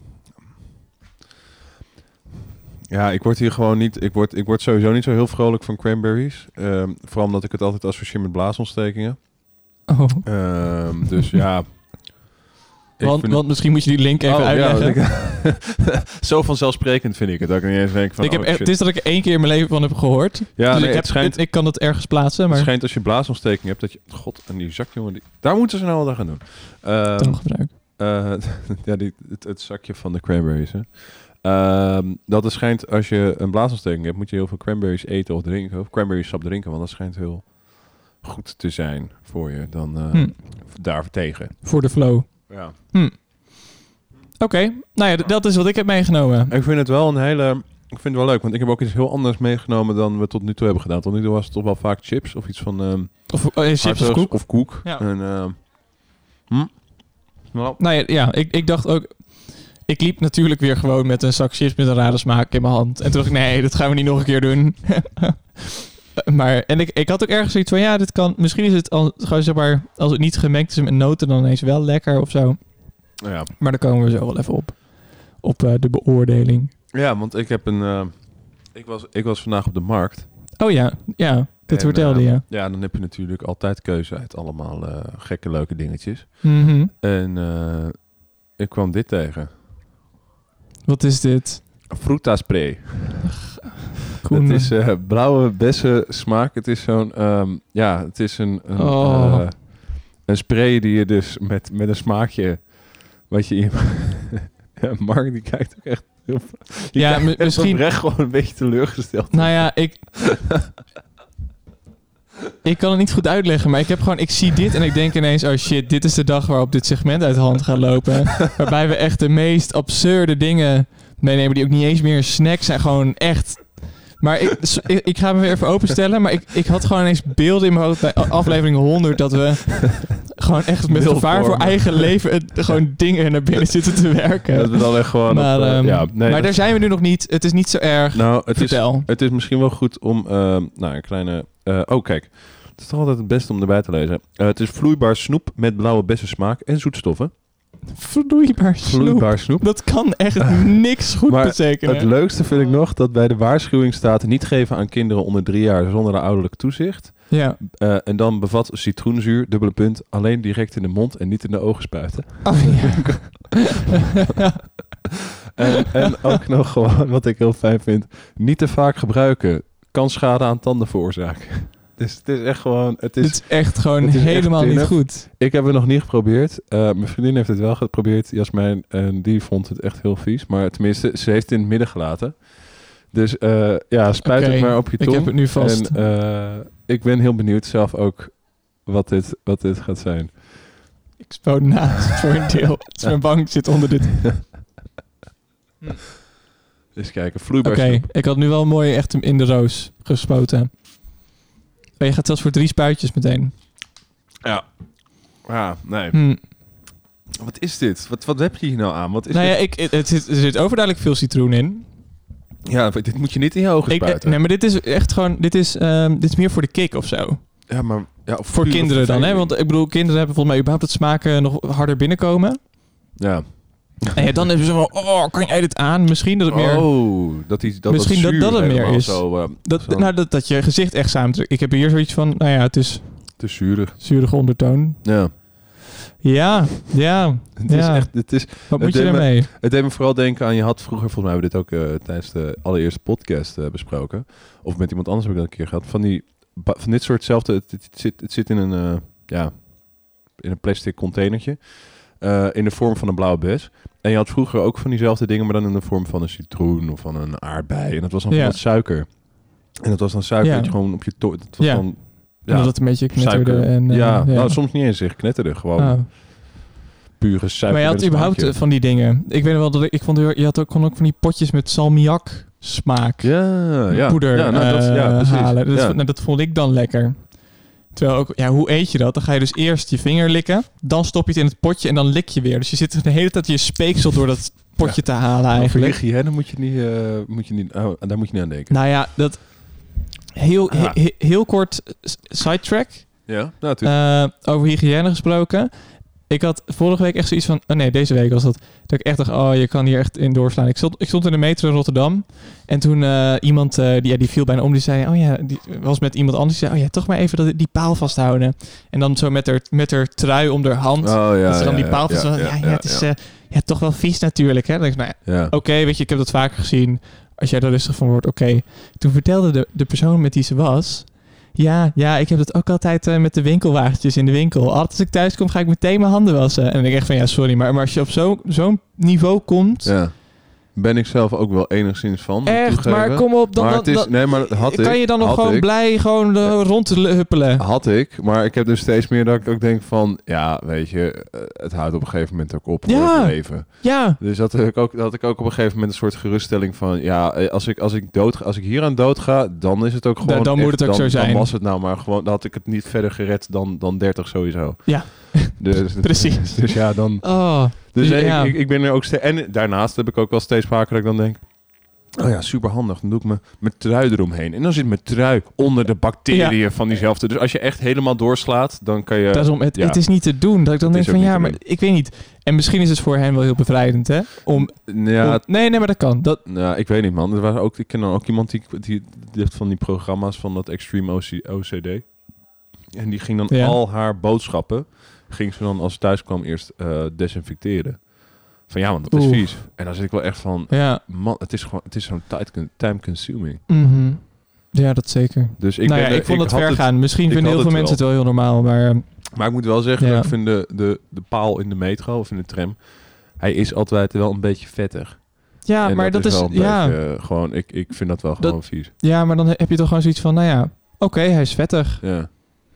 Ja, ik word hier gewoon niet... Ik word, ik word sowieso niet zo heel vrolijk van cranberries. Um, vooral omdat ik het altijd associeer met blaasontstekingen. Oh. Um, dus ja... ik Want, vind want misschien moet je die link even Oh, uitleggen. Ja, ik, zo vanzelfsprekend vind ik het. Dat ik niet eens denk van... ik heb oh, echt, shit. het is dat ik er één keer in mijn leven van heb gehoord. Ja, dus nee, ik, heb, het schijnt... het- ik kan het ergens plaatsen, Het maar schijnt als je blaasontsteking hebt dat je... God, en die zak, jongen, die, daar moeten ze nou wat aan gaan doen. Ehm, toongebruik. eh, ja, die, het, het zakje van de cranberries, hè. Ehm, dat het schijnt, als je een blaasontsteking hebt, moet je heel veel cranberries eten of drinken. Of cranberry sap drinken, want dat schijnt heel goed te zijn voor je. Dan uh, Hm. daar tegen. Voor de flow. Ja. Oké, okay. nou ja, d- dat is wat ik heb meegenomen. Ik vind het wel een hele... Ik vind het wel leuk, want ik heb ook iets heel anders meegenomen dan we tot nu toe hebben gedaan. Tot nu toe was het toch wel vaak chips of iets van... Um, Of uh, chips of koek. Of koek. Ja. En, uh, hm? Nou, Nou ja, ja ik, ik dacht ook... Ik liep natuurlijk weer gewoon met een zak chips met een rare smaak in mijn hand. En toen dacht ik, nee, dat gaan we niet nog een keer doen. maar, en ik, ik had ook ergens zoiets van, ja, dit kan... Misschien is het al, gewoon zeg maar, als het niet gemengd is met noten, dan ineens wel lekker of zo. ja. Maar daar komen we zo wel even op. Op uh, de beoordeling. Ja, want ik heb een... Uh, ik, was, ik was vandaag op de markt. Oh ja, ja, dit En, vertelde uh, je. Ja, dan heb je natuurlijk altijd keuze uit allemaal uh, gekke leuke dingetjes. Mhm. En uh, ik kwam dit tegen. Wat is dit? Fruta spray. Koen. Het is uh, blauwe bessen smaak. Het is zo'n... Um, ja, het is een... Een, Oh. uh, een spray die je dus met, met een smaakje... Wat je in... ja, Mark die kijkt ook echt... Heel, je Ja, kijkt m- echt misschien- oprecht gewoon een beetje teleurgesteld. Nou ja, ik... ik kan het niet goed uitleggen, maar ik heb gewoon... Ik zie dit en ik denk ineens... Oh shit, dit is de dag waarop dit segment uit de hand gaat lopen. Waarbij we echt de meest absurde dingen meenemen... die ook niet eens meer een snack zijn. Gewoon echt... Maar ik, s- ik, ik ga me weer even openstellen. Maar ik, ik had gewoon ineens beelden in mijn hoofd bij aflevering honderd... dat we gewoon echt met gevaar voor Milvormen. eigen leven... het, gewoon dingen naar binnen zitten te werken. Dat we dan echt gewoon... Maar, op, uh, ehm, ja, nee, maar dat- daar zijn we nu nog niet. Het is niet zo erg. Nou, het is, Vertel. het is misschien wel goed om... Uh, nou, een kleine... Uh, oh, kijk. Het is toch altijd het beste om erbij te lezen. Uh, het is vloeibaar snoep met blauwe bessensmaak en zoetstoffen. Vloeibaar snoep. Vloeibaar snoep. Dat kan echt niks goed Maar betekenen. Het leukste vind ik nog dat bij de waarschuwing staat... niet geven aan kinderen onder drie jaar zonder de ouderlijk toezicht. Ja. Uh, en dan bevat citroenzuur, dubbele punt... alleen direct in de mond en niet in de ogen spuiten. Oh, ja. En, en ook nog gewoon, wat ik heel fijn vind... niet te vaak gebruiken. Kan schade aan tanden veroorzaken. Dus het is echt gewoon... Het Dit is, is echt gewoon het is echt helemaal niet tinnef. goed. ik heb het nog niet geprobeerd. Uh, mijn vriendin heeft het wel geprobeerd, Jasmijn. En die vond het echt heel vies. Maar tenminste, ze heeft het in het midden gelaten. Dus uh, ja, spuit Oké, het maar op je ik tong. heb het nu vast. En uh, ik ben heel benieuwd zelf ook wat dit, wat dit gaat zijn. Ik spoot naast voor een deel. Dus mijn bank zit onder dit. Eens kijken, vloeibaar Oké, snoep. ik had nu wel mooi echt in de roos gespoten. Oh, je gaat zelfs voor drie spuitjes meteen. Ja. Ja, nee. Hm. Wat is dit? Wat, wat heb je hier nou aan? Wat is Nou ja, dit? ik, het, het zit, er zit overduidelijk veel citroen in. Ja, dit moet je niet in je ogen Ik, eh, spuiten. nee, maar dit is echt gewoon... Dit is, ehm, dit is meer voor de kick of zo. Ja, maar... Ja, of Voor pure kinderen dan, hè? verveling. Want ik bedoel, kinderen hebben volgens mij überhaupt het smaken nog harder binnenkomen. Ja. En ja, dan hebben ze van, oh, kan jij dit aan? Misschien dat het meer... Oh, dat die, dat Misschien dat zuur dat het meer helemaal is. Zo, uh, dat, zo nou, dat, dat je gezicht echt samentrukt. Ik heb hier zoiets van, nou ja, het is te zuurig. zurige ondertoon. Ja. Ja, ja. Het ja. is echt... Het, is, Wat moet het je deed me- ermee? het deed me vooral denken aan... Je had vroeger, volgens mij hebben we dit ook uh, tijdens de allereerste podcast uh, besproken. Of met iemand anders heb ik dat een keer gehad. Van, die, ba- van dit soortzelfde... Het, het, zit, het zit in een... Uh, ja, in een plastic containertje. Uh, in de vorm van een blauwe bes. En je had vroeger ook van diezelfde dingen... maar dan in de vorm van een citroen of van een aardbei. En dat was dan Ja. van dat suiker. En dat was dan suiker Ja. dat je gewoon op je... To- dat was Ja. dan... Ja, dat het een beetje knetterde. suiker. En, uh, ja, nou, soms niet eens echt knetterde. Gewoon Oh. pure suiker. Maar je had met een überhaupt smaakje. uh, van die dingen. Ik weet nog wel dat ik, ik vond heel- je had ook, kon ook van die potjes met salmiak smaak. Ja, ja. Poeder ja, nou, dat, ja, uh, precies. halen. Dat, ja. nou, dat vond ik dan lekker. Terwijl ook, ja, hoe eet je dat? Dan ga je dus eerst je vinger likken, dan stop je het in het potje en dan lik je weer. Dus je zit de hele tijd je speeksel door dat potje te halen Over eigenlijk. hygiëne moet je niet, uh, moet je niet oh, daar moet je niet aan denken. Nou ja, dat heel, Ja. he- he- heel kort s- sidetrack. Ja, nou, natuurlijk. Uh, over hygiëne gesproken. Ik had vorige week echt zoiets van... Oh nee, deze week was dat. Dat ik echt dacht, oh, je kan hier echt in doorslaan. Ik stond, ik stond in de metro in Rotterdam. En toen uh, iemand, uh, die, ja, die viel bijna om. Die zei, oh ja, die was met iemand anders. Die zei, oh ja, toch maar even dat, die paal vasthouden. En dan zo met haar, met haar trui om haar hand. Oh ja, dat ze dan ja, die paal ja, vasthouden. Ja, ja, ja, ja, het is ja. uh, ja, toch wel vies natuurlijk. Hè? Dan denk ik, nou ja, ja. oké, okay, weet je, ik heb dat vaker gezien. Als jij er rustig van wordt, oké. Okay. Toen vertelde de, de persoon met die ze was... Ja, ja, ik heb dat ook altijd uh, met de winkelwagentjes in de winkel. Altijd als ik thuis kom, ga ik meteen mijn handen wassen. En dan denk ik echt van, ja, sorry, maar, maar als je op zo, zo'n niveau komt... Ja. Ben ik zelf ook wel enigszins van. Echt, toegeven. maar kom op. Dan, maar dan, het is, dan, nee, maar had kan ik, je dan nog had gewoon ik, blij gewoon uh, rondhuppelen? Had ik, maar ik heb dus steeds meer dat ik ook denk van... Ja, weet je, uh, het houdt op een gegeven moment ook op Ja. voor het leven. Ja. Dus dat had ik ook, dat had ik ook op een gegeven moment een soort geruststelling van... Ja, als ik, als ik, dood, als ik hier aan dood ga, dan is het ook gewoon... Dan, dan echt, moet het ook dan, zo zijn. Dan was het nou maar gewoon... Dan had ik het niet verder gered dan, dan dertig sowieso. Ja, dus, precies. Dus ja, dan... Oh. Dus ja. ik, ik, ik ben er ook steeds... En daarnaast heb ik ook wel steeds vaker dat ik dan denk... Oh ja, super handig. Dan doe ik me mijn trui eromheen. En dan zit mijn trui onder de bacteriën Ja. van diezelfde. Dus als je echt helemaal doorslaat, dan kan je... Daarom, het, ja. het is niet te doen. Dat ik dan Het denk is van, ook ja, niet maar te ik weet niet. En misschien is het voor hen wel heel bevrijdend, hè? Om, Ja, om- nee, nee, maar dat kan. Dat, nou, ik weet niet, man. Er was ook, ik ken dan ook iemand die, die, die heeft van die programma's van dat Extreme O C D. En die ging dan Ja. al haar boodschappen... ging ze dan als ze thuis kwam eerst uh, desinfecteren. Van ja, man, dat is Oeh. vies. En dan zit ik wel echt van... Ja. Man, het is gewoon... Het is zo'n tijd- time consuming. Mhm. Ja, dat zeker. Dus ik, nou ben, ja, ik vond het had ver gaan. Misschien ik vinden had heel veel het mensen wel. het wel heel normaal, maar... uh, Maar ik moet wel zeggen, Ja. dat ik vind de, de, de paal in de metro of in de tram... Hij is altijd wel een beetje vettig. ja, En maar dat, is... wel een ja, beetje, uh, gewoon, ik, ik vind dat wel Dat- gewoon vies. ja, maar dan heb je toch gewoon zoiets van... Nou ja, oké, okay, hij is vettig. Ja.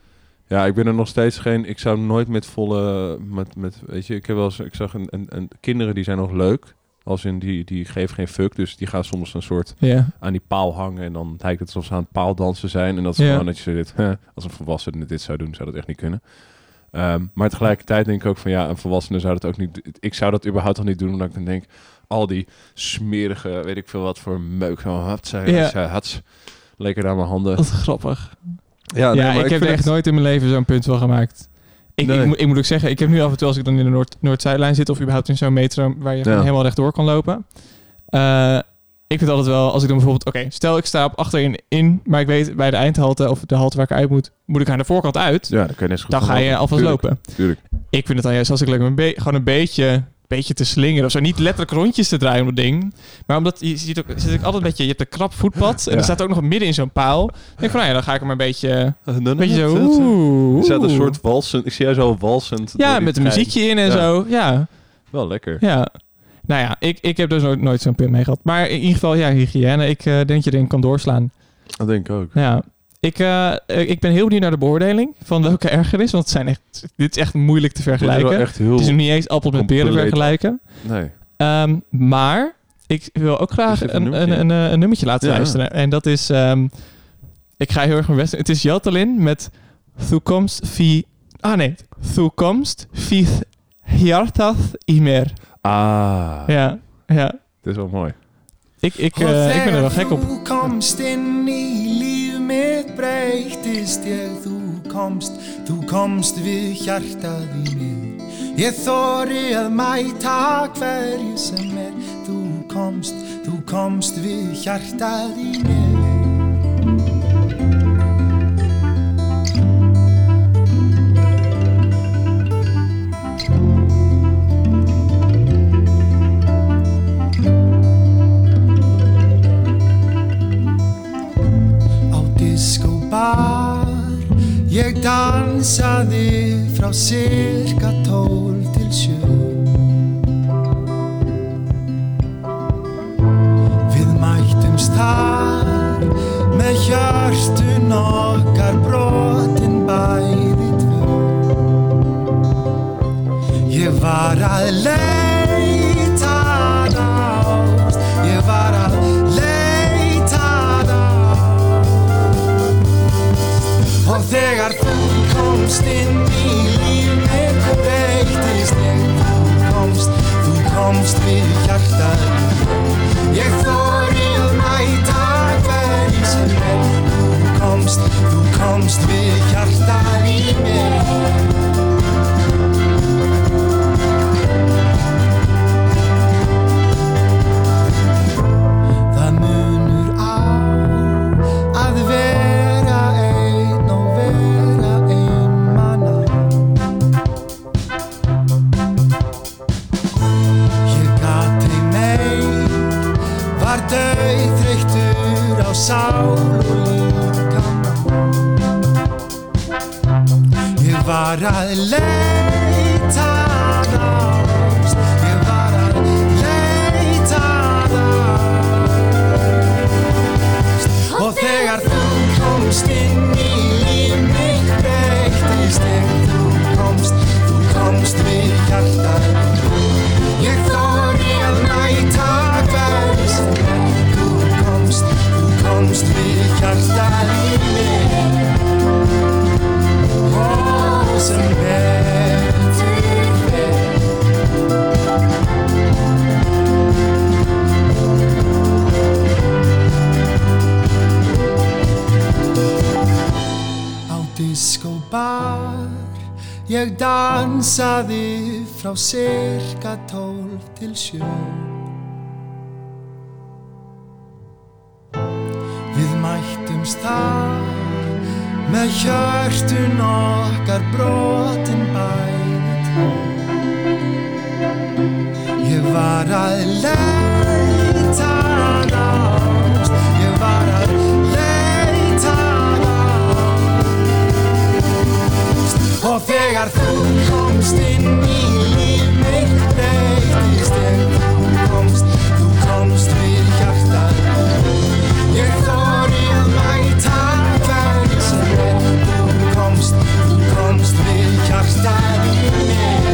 Ja, ik ben er nog steeds geen... Ik zou nooit met volle... Met, met, weet je, ik heb wel eens... Ik zag een, een, een... Kinderen die zijn nog leuk. Als in, die, die geven geen fuck. Dus die gaan soms een soort... Ja. aan die paal hangen. En dan lijkt het alsof ze aan het paaldansen zijn. En dat is Ja. gewoon dat je dit... Als een volwassene dit zou doen, zou dat echt niet kunnen. Um, maar tegelijkertijd denk ik ook van... Ja, een volwassene zou dat ook niet... Ik zou dat überhaupt al niet doen. Omdat ik dan denk... Al die smerige... Weet ik veel wat voor meuk. Oh, had zij, Ja. zij had lekker aan mijn handen. Wat grappig. Ja, nee, ja, maar ik heb er vind echt het- nooit in mijn leven zo'n punt van gemaakt. Ik, Nee. ik, moet- ik moet ook zeggen, ik heb nu af en toe als ik dan in de Noord, Noord-Zuidlijn zit... of überhaupt in zo'n metro waar je gewoon Ja. helemaal rechtdoor kan lopen... Uh, ik vind altijd wel, als ik dan bijvoorbeeld... Oké, stel ik sta op achterin in... maar ik weet bij de eindhalte of de halte waar ik uit moet... moet ik aan de voorkant uit... Ja, dan kan je net zo goed dan gaan ga je lopen. alvast Tuurlijk, lopen. Tuurlijk. Ik vind het dan juist als ik lekker een be- gewoon een beetje, beetje te slingeren of zo. Niet letterlijk rondjes te draaien op dat ding. Maar omdat je ziet ook, zit ik altijd een beetje... Je hebt een krap voetpad en Ja. er staat ook nog midden in zo'n paal. Ik denk van, nou ja, dan ga ik er maar een beetje... Een Een beetje zo... Oeh, Er staat een oeh. soort walsend... Ik zie jou zo walsend. door Ja, die met een trein. muziekje in en Ja. zo. Ja, Wel lekker. ja. Nou ja, ik, ik heb dus nooit, nooit zo'n punt mee gehad. Maar in ieder geval, ja, hygiëne. Ik uh, denk dat je erin kan doorslaan. Dat denk ik ook. Ja. Ik, uh, ik ben heel benieuwd naar de beoordeling van welke erger is. Want het zijn echt, dit is echt moeilijk te Dit is vergelijken. wel echt heel... Het is nog niet eens appels met peren compleet. vergelijken. Nee. Um, maar ik wil ook Er graag zit een een, nummertje een, een, een nummertje laten Ja. luisteren. En dat is... Um, ik ga heel erg mijn best doen. Het is Jaltalin met Toekomst vi... Ah nee. Toekomst vi hjartað í mér. Ah. Ja, ja. Dit is wel mooi. Ik, ik, uh, ik ben er wel gek op. Þú komst inn í líf mitt breyttist ég. Þú komst, þú komst við hjartað í mér. Ég þori að mæta hverju sem er. Þú komst, þú komst við hjartað í mér. Bar, ég dansaði frá cirka tólf til sjö. Við mættumst þar með hjörtun okkar brotin bæði tvö. Ég var að leita að ást, ég var að leita að og þegar þú komst inn í líf mitt breyttist ég. Þú komst, þú komst við hjartað. Ég þori að mæta hverju sem er. Þú komst, þú komst við hjartað í mér. Það munur á að vera einn og vera einmana. Ég gat ei meir, var dauðþreyttur á sál og líkama. Ég var að leita að ást, ég var að leita að ást. Og þegar þú komst inn í líf mitt breyttist ég. Þú komst, þú komst við hjartað. Ég þori að mæta hverju sem er. Þú komst, þú komst við hjartað í mér. Og sem betur fer. Á diskóbar ég dansaði frá cirka tólf til sjö. Við mættumst þar með hjörtun okkar brotin bæði tvö. Ég var að leita að ást, ég var að leita að ást. Og þegar þú komst inn í líf mitt breytist ég, þú komst, þú komst við hjartað. Ég þori að mæta hvernig sem er, þú komst, þú komst við hjartað í mér.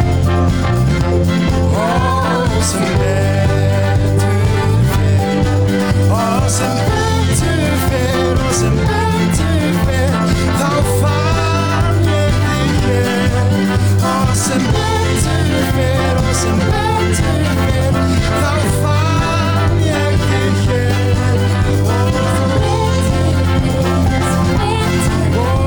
Og sem betur fer, og sem betur fer, og sem betur fer, þá fann ég þig hér. Og sem betur fer, og sem betur fer, þá fann ég þig hér. Og sem betur fer, sem betur fer,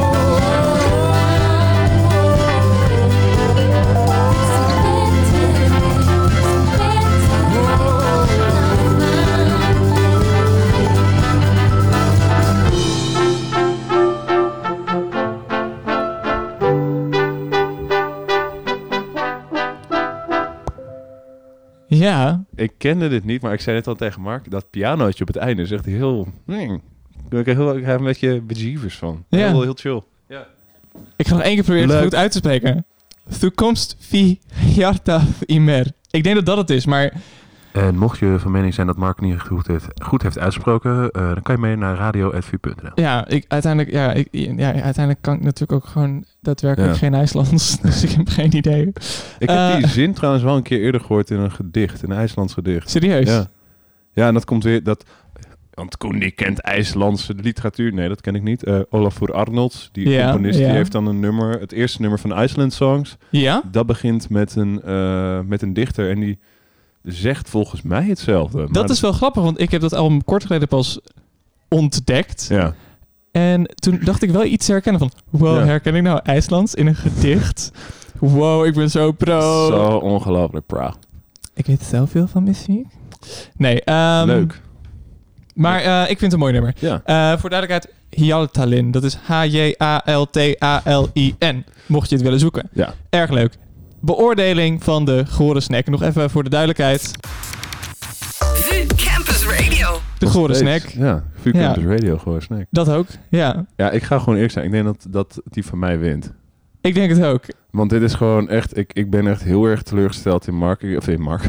Ja, Ik kende dit niet, maar ik zei net al tegen Mark. Dat pianootje op het einde is echt heel... Ik krijg heel- ik krijg een beetje bejeevers van. Ja. Heel, heel chill. ik ga nog één keer proberen het Leuk. goed uit te spreken. Du komst vi hjarta i mer. Ik denk dat dat het is, maar En mocht je van mening zijn dat Mark niet goed heeft, goed heeft uitgesproken, uh, dan kan je mee naar radio punt v punt n l. ja, ik, uiteindelijk, ja, ik, ja, uiteindelijk kan ik natuurlijk ook gewoon daadwerkelijk Ja. geen IJslands. Dus ik heb geen idee. Ik heb Eh. die zin trouwens wel een keer eerder gehoord in een gedicht, een IJslands gedicht. Serieus? Ja. Ja, en dat komt weer... Dat, want Koen die kent IJslandse literatuur. Nee, dat ken ik niet. Uh, Olafur Arnolds, die Ja, componist, ja. die heeft dan een nummer... Het eerste nummer van Iceland Songs. Ja? Dat begint met een, uh, met een dichter en die zegt volgens mij hetzelfde. Dat is wel grappig, want ik heb dat album kort geleden pas ontdekt. Ja. En toen dacht ik wel iets te herkennen van... Wow, Ja. herken ik nou IJslands in een gedicht? Wow, ik ben zo pro. Zo ongelooflijk pro. Ik weet zoveel van muziek. Nee, ehm, Leuk. Maar eh, ik vind het een mooi nummer. Ja. Eh, voor duidelijkheid, Hjaltalin. Dat is H J A L T A L I N. Mocht je het willen zoeken. Ja. Erg leuk. Beoordeling van de Gore Snack. Nog even voor de duidelijkheid. VU Campus Radio. De Nog Gore steeds. Snack. Ja, V U Campus Radio, gewoon snack. Dat ook, ja. Ja, ik ga gewoon eerlijk zijn. Ik denk dat, dat die van mij wint. Ik denk het ook. Want dit is gewoon echt... Ik, ik ben echt heel erg teleurgesteld in Mark. Of in Mark.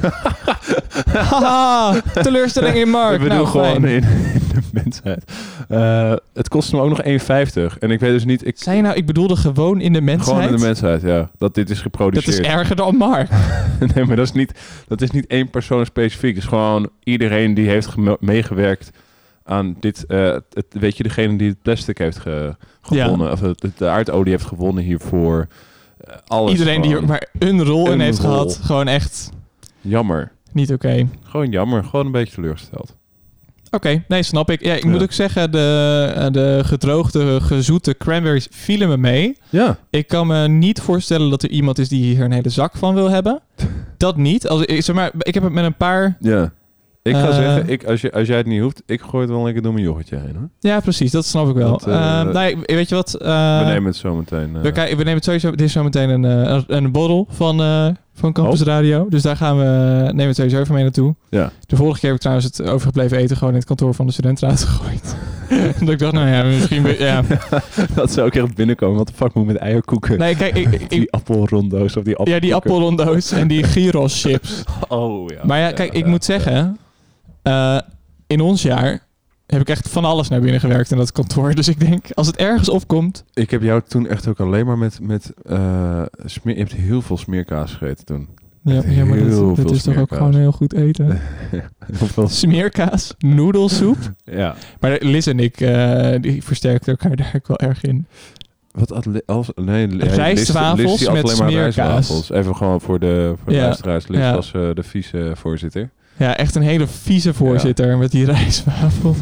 Haha, teleurstelling in Mark. Ik bedoel nou, gewoon fijn. in, in de mensheid. Uh, het kost me ook nog één vijftig. En ik weet dus niet... Ik, Zei je nou, ik bedoelde gewoon in de mensheid? gewoon in de mensheid, ja. Dat dit is Dat geproduceerd. is erger dan Mark. Nee, maar dat is niet, dat is niet één persoon specifiek. Het is gewoon iedereen die heeft geme- meegewerkt aan dit. Uh, het, weet je, degene die het plastic heeft ge- gewonnen. Ja. Of het, de aardolie heeft gewonnen hiervoor. Uh, alles Iedereen die er gewoon. maar een rol in Een heeft rol. gehad. Gewoon echt Jammer. niet oké. Gewoon jammer. Gewoon een beetje teleurgesteld. Oké, nee, snap ik. Ja, ik Ja. moet ook zeggen, de, eh, de gedroogde, gezoete cranberries vielen me mee. Ja. Ik kan me niet voorstellen dat er iemand is die hier een hele zak van wil hebben. Dat niet. Als, ik, zeg maar, ik heb het met een paar... Ja. Ik ga Eh. zeggen, ik, als, je, als jij het niet hoeft, ik gooi het wel lekker door mijn yoghurtje heen. Hoor. Ja, precies. Dat snap ik wel. Want, eh, Eh, nee, weet je wat? Eh, We nemen het zo meteen. Uh, we, kijken, we nemen het sowieso... Dit is zo meteen een, eh, een, een borrel van, eh, van Campus Oh. Radio. Dus daar gaan we, nemen we het sowieso even mee naartoe. ja. De vorige keer heb ik trouwens het overgebleven eten gewoon in het kantoor van de studentenraad gegooid. Dat ik dacht, nou ja, misschien... be- Ja. Dat zou ook echt binnenkomen. Wat de fuck moet met eierkoeken? Nee, kijk, ik, ik, die appelrondo's of die appelkoeken. ja, die appelrondo's en die gyros chips. Oh ja. Maar ja, Ja, kijk, ik ja, moet ja. zeggen... eh, in ons jaar heb ik echt van alles naar binnen gewerkt in dat kantoor. Dus ik denk, als het ergens opkomt... Ik heb jou toen echt ook alleen maar met... met uh, smeer, je hebt heel veel smeerkaas gegeten toen. Ja, Echt ja maar heel dat, dat veel is toch ook smeerkaas. gewoon heel goed eten. Heel veel... Smeerkaas, noedelsoep. Ja. Maar Liz en ik, uh, die versterkten elkaar daar ook wel erg in. Wat at Le- als, nee, Liz- Rijstwafels Liz, die at met alleen maar smeerkaas. rijstwafels. Even gewoon voor de, voor de Ja. luisteraars. Liz Ja. was uh, de vicevoorzitter. Ja, echt een hele vieze voorzitter met die rijstwafels.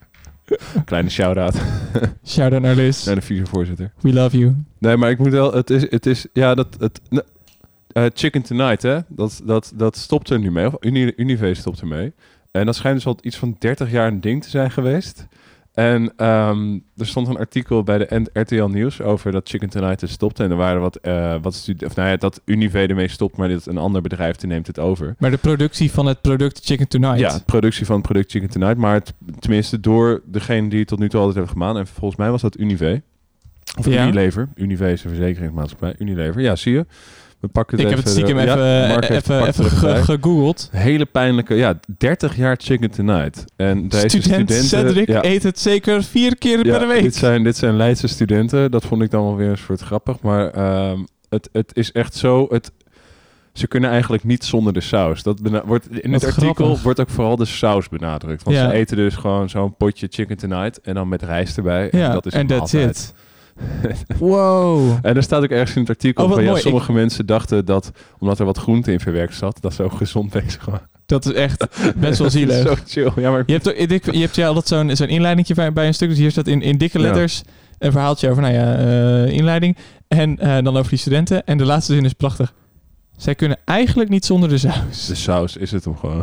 Kleine shout-out Shout-out naar Liz. naar de vicevoorzitter. We love you. Nee, maar ik moet wel... Het is... Het is ja, dat... Het, uh, Chicken Tonight, hè? Dat, dat, dat stopt er nu mee. Of Uni, Unive stopt er mee. En dat schijnt dus al iets van dertig jaar een ding te zijn geweest. En um, er stond een artikel bij de R T L Nieuws over dat Chicken Tonight is stopte. En er waren wat, uh, wat studi- of nou ja, dat Unive ermee stopt, maar dit een ander bedrijf die neemt het over. Maar de productie van het product Chicken Tonight. Ja, de productie van het product Chicken Tonight. Maar het, tenminste door degene die het tot nu toe altijd hebben gemaakt. En volgens mij was dat Unive. Of Ja. Unilever. Unive is een verzekeringsmaatschappij. Unilever. Ja, zie je. We pakken het Ik even. heb het stiekem de- even, ja, Mark eh, heeft even, het even pakt er ge- bij. gegoogeld. Hele pijnlijke, ja, dertig jaar Chicken Tonight. En deze Student studenten... Cedric ja, eet het zeker vier keer ja, per week. Dit zijn, dit zijn Leidse studenten. Dat vond ik dan wel weer een soort grappig. Maar um, het, het is echt zo... Het, ze kunnen eigenlijk niet zonder de saus. Dat bena- wordt, in Wat het artikel grappig. wordt ook vooral de saus benadrukt. Want Ja. ze eten dus gewoon zo'n potje Chicken Tonight. En dan met rijst erbij. Ja, en dat is en een that's maaltijd. it. Wow. En er staat ook ergens in het artikel Oh, wat van... Ja, mooi. sommige mensen dachten dat... Omdat er wat groente in verwerkt zat... Dat ze ook gezond bezig waren. Dat is echt best wel zielig. Zo chill. Ja, maar... Je hebt, ook, ik- je hebt ja altijd zo'n, zo'n inleidingje bij, bij een stuk. Dus hier staat in, in dikke Ja. letters een verhaaltje over, nou ja, eh, inleiding. En eh, dan over die studenten. En de laatste zin is prachtig. Zij kunnen eigenlijk niet zonder de saus. De saus is het hem gewoon.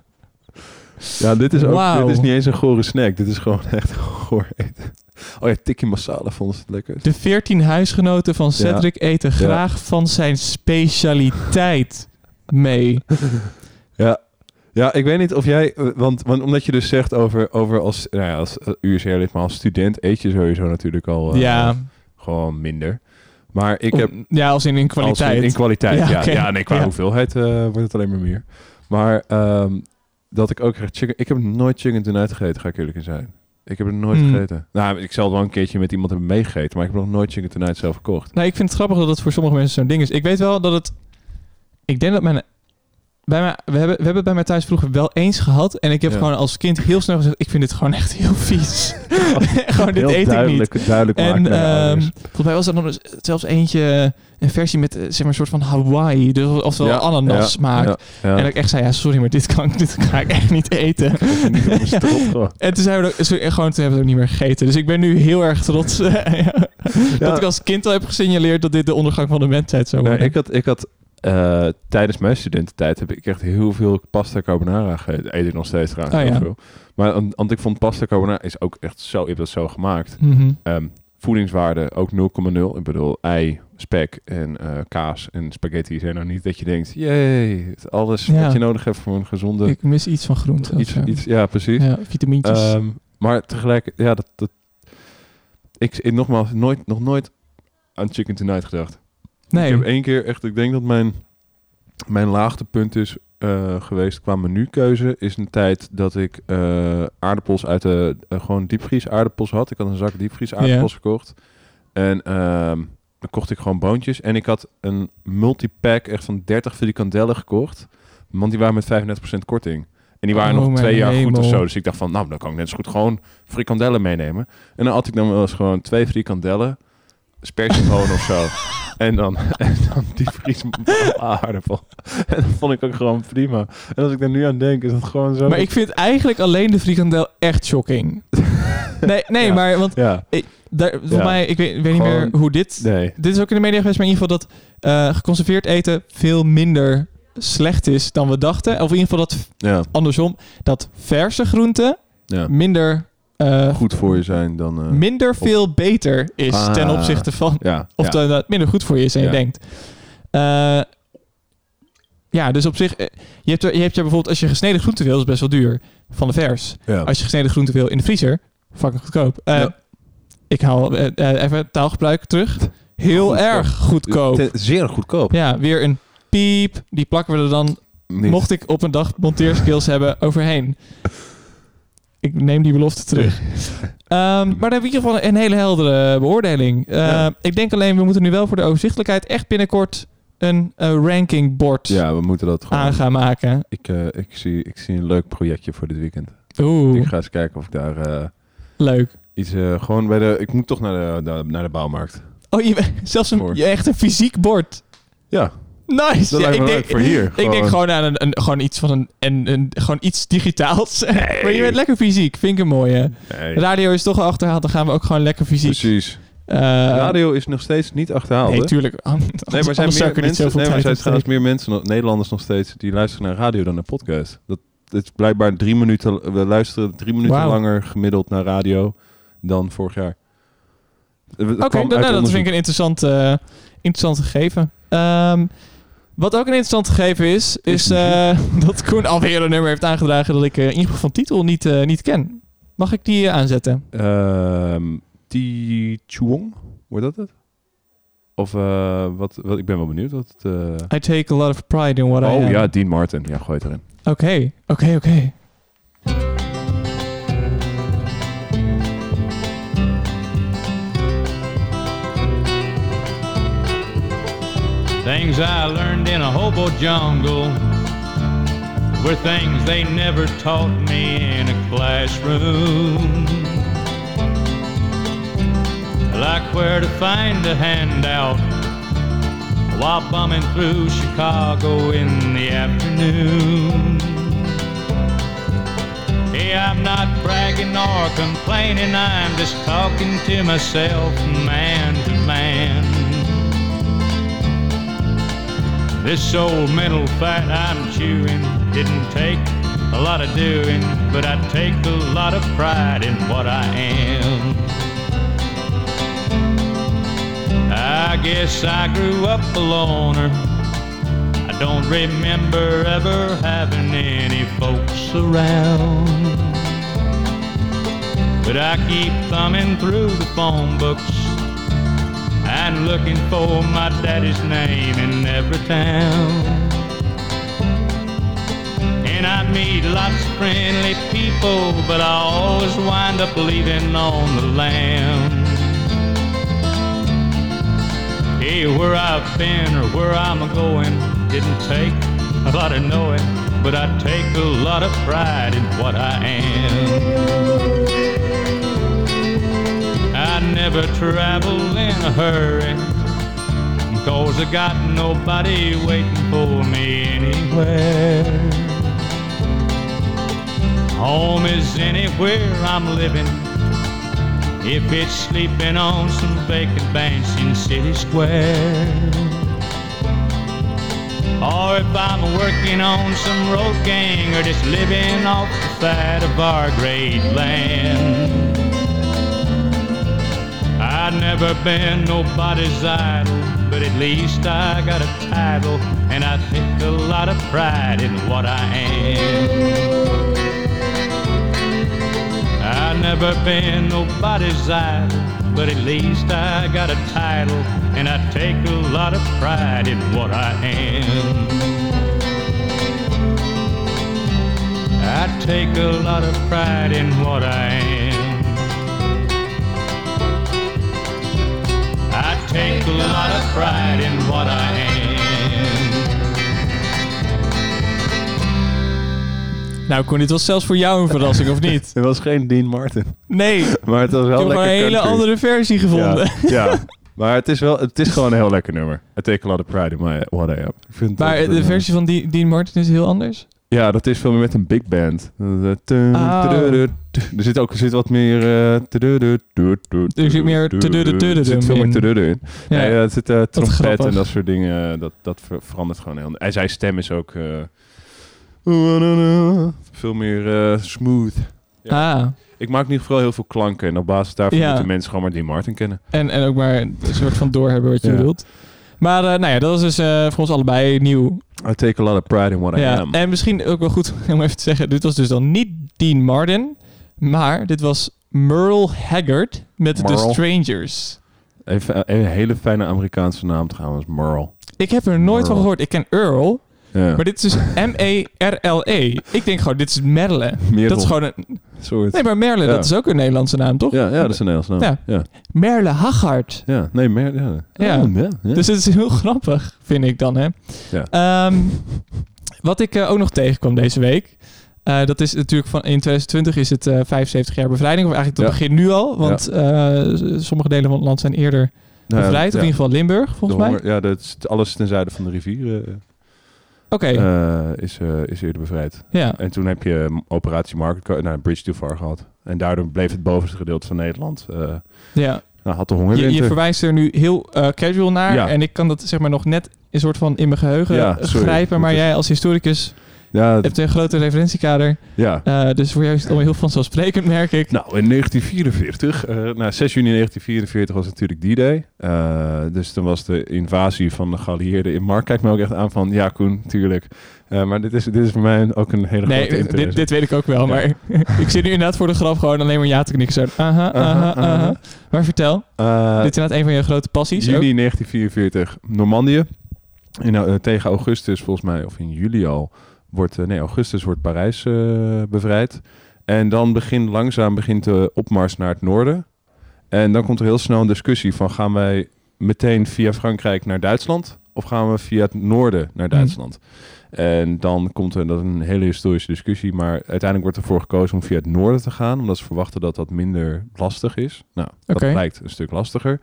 Ja, dit is ook Wauw. dit is niet eens een gore snack. Dit is gewoon echt goor eten. Oh ja, tikkie masala vonden ze het lekker. De veertien huisgenoten van Cedric eten graag van zijn specialiteit mee. Ja. Ja, ik weet niet of jij... eh, Want, want omdat je dus zegt over, over als, nou ja, als uh, U S R-lid, maar als student eet je sowieso natuurlijk al uh, ja. gewoon minder. Maar ik heb... Om- ja, als in, in kwaliteit. Als in, in kwaliteit, Ja, ja. oké. Ja, nee, qua Ja. hoeveelheid uh, wordt het alleen maar meer. Maar um, dat ik ook echt chicken... Ik heb nooit Chicken Tonight gegeten, ga ik eerlijk in zijn. Ik heb het nooit Hmm. gegeten. Nou, ik zal het wel een keertje met iemand hebben meegegeten, maar ik heb nog nooit Chicken Tonight zelf gekocht. Nou, ik vind het grappig dat het voor sommige mensen zo'n ding is. Ik weet wel dat het... Ik denk dat mijn... Bij mij, we, hebben, we hebben het bij mij thuis vroeger wel eens gehad. En ik heb Ja. gewoon als kind heel snel gezegd... Ik vind dit gewoon echt heel vies. gewoon, dit Heel eet duidelijk, ik niet. duidelijk maken En naar je ehm, ouders. volgens mij was er nog zelfs eentje... Een versie met, eh, zeg maar, een soort van Hawaii. Dus oftewel Ja, ananas ja, smaak. ja, ja. En dat ik echt zei... Ja, sorry, maar dit, kan, dit ga ik echt niet eten. Niet op mijn strot gewoon. En toen zijn we ook, sorry, gewoon, toen hebben we het ook niet meer gegeten. Dus ik ben nu heel erg trots ja, dat ik als kind al heb gesignaleerd dat dit de ondergang van de mensheid zou Nou, worden. ik had, ik had uh, tijdens mijn studententijd heb ik echt heel veel pasta carbonara gegeten. Eet ik nog steeds trouwens Oh, heel ja. veel. Maar um, want ik vond pasta carbonara is ook echt zo, je hebt dat zo gemaakt. Mhm. Um, voedingswaarde ook nul komma nul. Ik bedoel, ei, spek en uh, kaas en spaghetti zijn nou niet dat je denkt, jee, het alles Ja. wat je nodig hebt voor een gezonde... Ik mis iets van groente. iets, of zo. iets, ja, precies. Ja, vitamintjes. Um, maar tegelijk, ja, dat... dat ik, ik nogmaals, nooit, nog nooit aan Chicken Tonight gedacht. nee. Ik heb één keer echt, ik denk dat mijn, mijn laagtepunt is uh, geweest qua menukeuze, is een tijd dat ik uh, aardappels uit de, uh, gewoon diepvries aardappels had. Ik had een zak diepvries aardappels Ja. gekocht. En um, dan kocht ik gewoon boontjes. En ik had een multipack echt van dertig frikandellen gekocht. Want die waren met vijfendertig procent korting. En die waren Oh, nog mijn twee jaar goed of hemel. zo. Dus ik dacht van, nou, dan kan ik net zo goed gewoon frikandellen meenemen. En dan had ik dan wel eens gewoon twee frikandellen, spersiebonen of zo. En dan, en dan die vries aardappel. En dat vond ik ook gewoon prima. En als ik daar nu aan denk, is dat gewoon zo... Maar ik vind eigenlijk alleen de frikandel echt shocking. nee, nee Ja. maar want Ja, ik, daar, volgens Ja. mij, ik weet, ik weet niet Gewoon- meer hoe dit... nee. Dit is ook in de media geweest, maar in ieder geval dat eh, geconserveerd eten veel minder slecht is dan we dachten. Of in ieder geval dat Ja, andersom, dat verse groenten ja. minder, uh, Goed voor je zijn dan... Uh, minder veel beter is Ah. ten opzichte van... ja, Of ja. dat het minder goed voor je is dan Ja. je denkt. Uh, ja, dus op zich... eh, Je hebt, er, je hebt er bijvoorbeeld... Als je gesneden groente wil, is het best wel duur. Van de vers. Ja. Als je gesneden groente wil in de vriezer, fucking goedkoop. Uh, Ja. Ik haal uh, uh, even taalgebruik terug. Heel Goedkoop. erg goedkoop. Te- Zeer goedkoop. Ja, weer een piep. Die plakken we er dan, Niet. mocht ik op een dag monteerskills hebben, overheen. Ik neem die belofte terug. um, maar dan hebben we in ieder geval een hele heldere beoordeling. Uh, Ja. Ik denk alleen, we moeten nu wel voor de overzichtelijkheid echt binnenkort een uh, rankingbord Ja, we moeten dat gewoon... aan gaan maken. Ik, uh, ik, zie, ik zie een leuk projectje voor dit weekend. Oeh, Ik ga eens kijken of ik daar uh, leuk. iets... Uh, gewoon bij de... Ik moet toch naar de, de, naar de bouwmarkt. Oh, je, zelfs een, Voor. je echt een fysiek bord. Ja, Nice. dat Ja, lijkt me ik leuk denk, voor hier. Ik denk gewoon aan een, een, gewoon iets van een, een, een gewoon iets digitaals. Maar je bent lekker fysiek. Vind ik een mooie. Nee, Radio is toch al achterhaald. Dan gaan we ook gewoon lekker fysiek. precies. Uh, Radio is nog steeds niet achterhaald, Nee, hè? tuurlijk. Anders, Nee, maar zijn anders zou meer ik er niet mensen, zoveel nee, maar tijd zijn in trouwens steken. meer mensen, nog- Nederlanders nog steeds, die luisteren naar radio dan naar podcast. Dat het is blijkbaar drie minuten... We luisteren drie minuten Wauw. langer gemiddeld naar radio dan vorig jaar. Het Oké, kwam okay, uit dat onderzoek. vind ik een interessant, uh, interessant gegeven. Um, wat ook een interessant gegeven is, is uh, dat Koen alweer een nummer heeft aangedragen dat ik uh, in ieder geval van titel niet, uh, niet ken. Mag ik die uh, aanzetten? Uh, die Chuong, wordt dat het? Of uh, wat, wat? Ik ben wel benieuwd wat het... Uh... I take a lot of pride in what oh, I am. Oh ja, Dean Martin. Ja, gooi het erin. Oké, oké, oké. Things I learned in a hobo jungle were things they never taught me in a classroom. Like where to find a handout while bumming through Chicago in the afternoon. Hey, I'm not bragging or complaining, I'm just talking to myself man to man. This old mental fat I'm chewing didn't take a lot of doing, but I take a lot of pride in what I am. I guess I grew up a loner. I don't remember ever having any folks around. But I keep thumbing through the phone books and looking for my daddy's name in every town. And I meet lots of friendly people, but I always wind up leaving on the lam. Hey, where I've been or where I'm going didn't take a lot of knowing, but I take a lot of pride in what I am. I never travel in a hurry, 'cause I got nobody waiting for me anywhere. Home is anywhere I'm living, if it's sleeping on some vacant bench in City Square, or if I'm working on some road gang, or just living off the fat of our great land. I've never been nobody's idol, but at least I got a title, and I take a lot of pride in what I am. I've never been nobody's idol, but at least I got a title, and I take a lot of pride in what I am. I take a lot of pride in what I am. I take a lot of pride in what I am. Nou Koen, dit was zelfs voor jou een verrassing, of niet? Het was geen Dean Martin. Nee. Maar het was wel ik heb lekker een hele country. andere versie gevonden. Ja, ja. Maar het is, wel, het is gewoon een heel lekker nummer. I take a lot of pride in my, what I am. Ik vind Maar dat, de uh, versie van Die- Dean Martin is heel anders? Ja, dat is veel meer met een big band. Oh. Er zit ook er zit wat meer... uh, Er zit meer Er zit veel meer in. tududdu in. Ja. Nee, er zit uh, trompet grappig. en dat soort dingen. Dat, dat ver- verandert gewoon heel... En zijn stem is ook... Uh, veel meer uh, smooth. Ja. Ah, Ik maak in ieder geval heel veel klanken. En op basis daarvan Ja. moeten mensen gewoon maar Dean Martin kennen. en, en ook maar een soort van doorhebben wat je Ja. bedoelt. Maar uh, nou ja, dat was dus uh, voor ons allebei nieuw. I take a lot of pride in what I Ja. am. En misschien ook wel goed om even te zeggen, dit was dus dan niet Dean Martin, maar dit was Merle Haggard met The Merle. Strangers. Even, een hele fijne Amerikaanse naam trouwens. Merle. Ik heb er nooit Merle. van gehoord. Ik ken Earl, Ja. maar dit is dus M E R L E. Ik denk gewoon, dit is Merle. Merel. Dat is gewoon een... Soort. Nee, maar Merle, Ja. dat is ook een Nederlandse naam, toch? Ja, ja, dat is een Nederlands naam. Ja. Ja. Merle Haggard. Ja, nee, meer. Ja. Ja. Oh, ja, ja. Dus het is heel grappig, vind ik dan, hè. Ja. Ehm, wat ik uh, ook nog tegenkwam deze week. Uh, dat is natuurlijk van in twintig twintig is het uh, vijfenzeventig jaar bevrijding. Of eigenlijk dat Ja. begint nu al. Want uh, sommige delen van het land zijn eerder Nou ja, bevrijd. Of ja. in ieder geval Limburg, De volgens mij. honger- Ja, dat is alles ten zuiden van de rivier uh, Oké, uh, is, uh, is eerder bevrijd. ja. En toen heb je um, operatie Market Co- nou, Bridge Too Far gehad. En daardoor bleef het bovenste gedeelte van Nederland. Uh, ja. nou, had de Je, hongerwinter. je verwijst er nu heel uh, casual naar. Ja. En ik kan dat zeg maar nog net een soort van in mijn geheugen Ja, uh, sorry. grijpen. Maar Dat is- jij als historicus Ja, Je het- hebt een grote referentiekader. ja. Uh, dus voor jou is het allemaal heel vanzelfsprekend, merk ik. Nou, in negentien vierenveertig, uh, nou, zes juni negentien vierenveertig was natuurlijk D-Day. Uh, dus toen was de invasie van de geallieerden in Mark. Kijk me ook echt aan van, ja Koen, tuurlijk. Uh, maar dit is, dit is voor mij ook een hele Nee, grote dit, interesse. dit, dit weet ik ook wel, Ja. maar ik zit nu inderdaad voor de grap gewoon alleen maar ja te knikken. Zo, aha, aha, Aha, aha. Maar vertel, Uh, dit is inderdaad een van je grote passies ook. juni negentien vierenveertig, Normandië. In, uh, tegen augustus, volgens mij, of in juli al, wordt, uh, nee, augustus wordt Parijs uh, bevrijd. En dan begint langzaam begint de opmars naar het noorden. En dan komt er heel snel een discussie van, gaan wij meteen via Frankrijk naar Duitsland? Of gaan we via het noorden naar Duitsland? Mm. En dan komt er, dat is een hele historische discussie, maar uiteindelijk wordt ervoor gekozen om via het noorden te gaan, omdat ze verwachten dat dat minder lastig is. Nou, dat Oké. blijkt een stuk lastiger.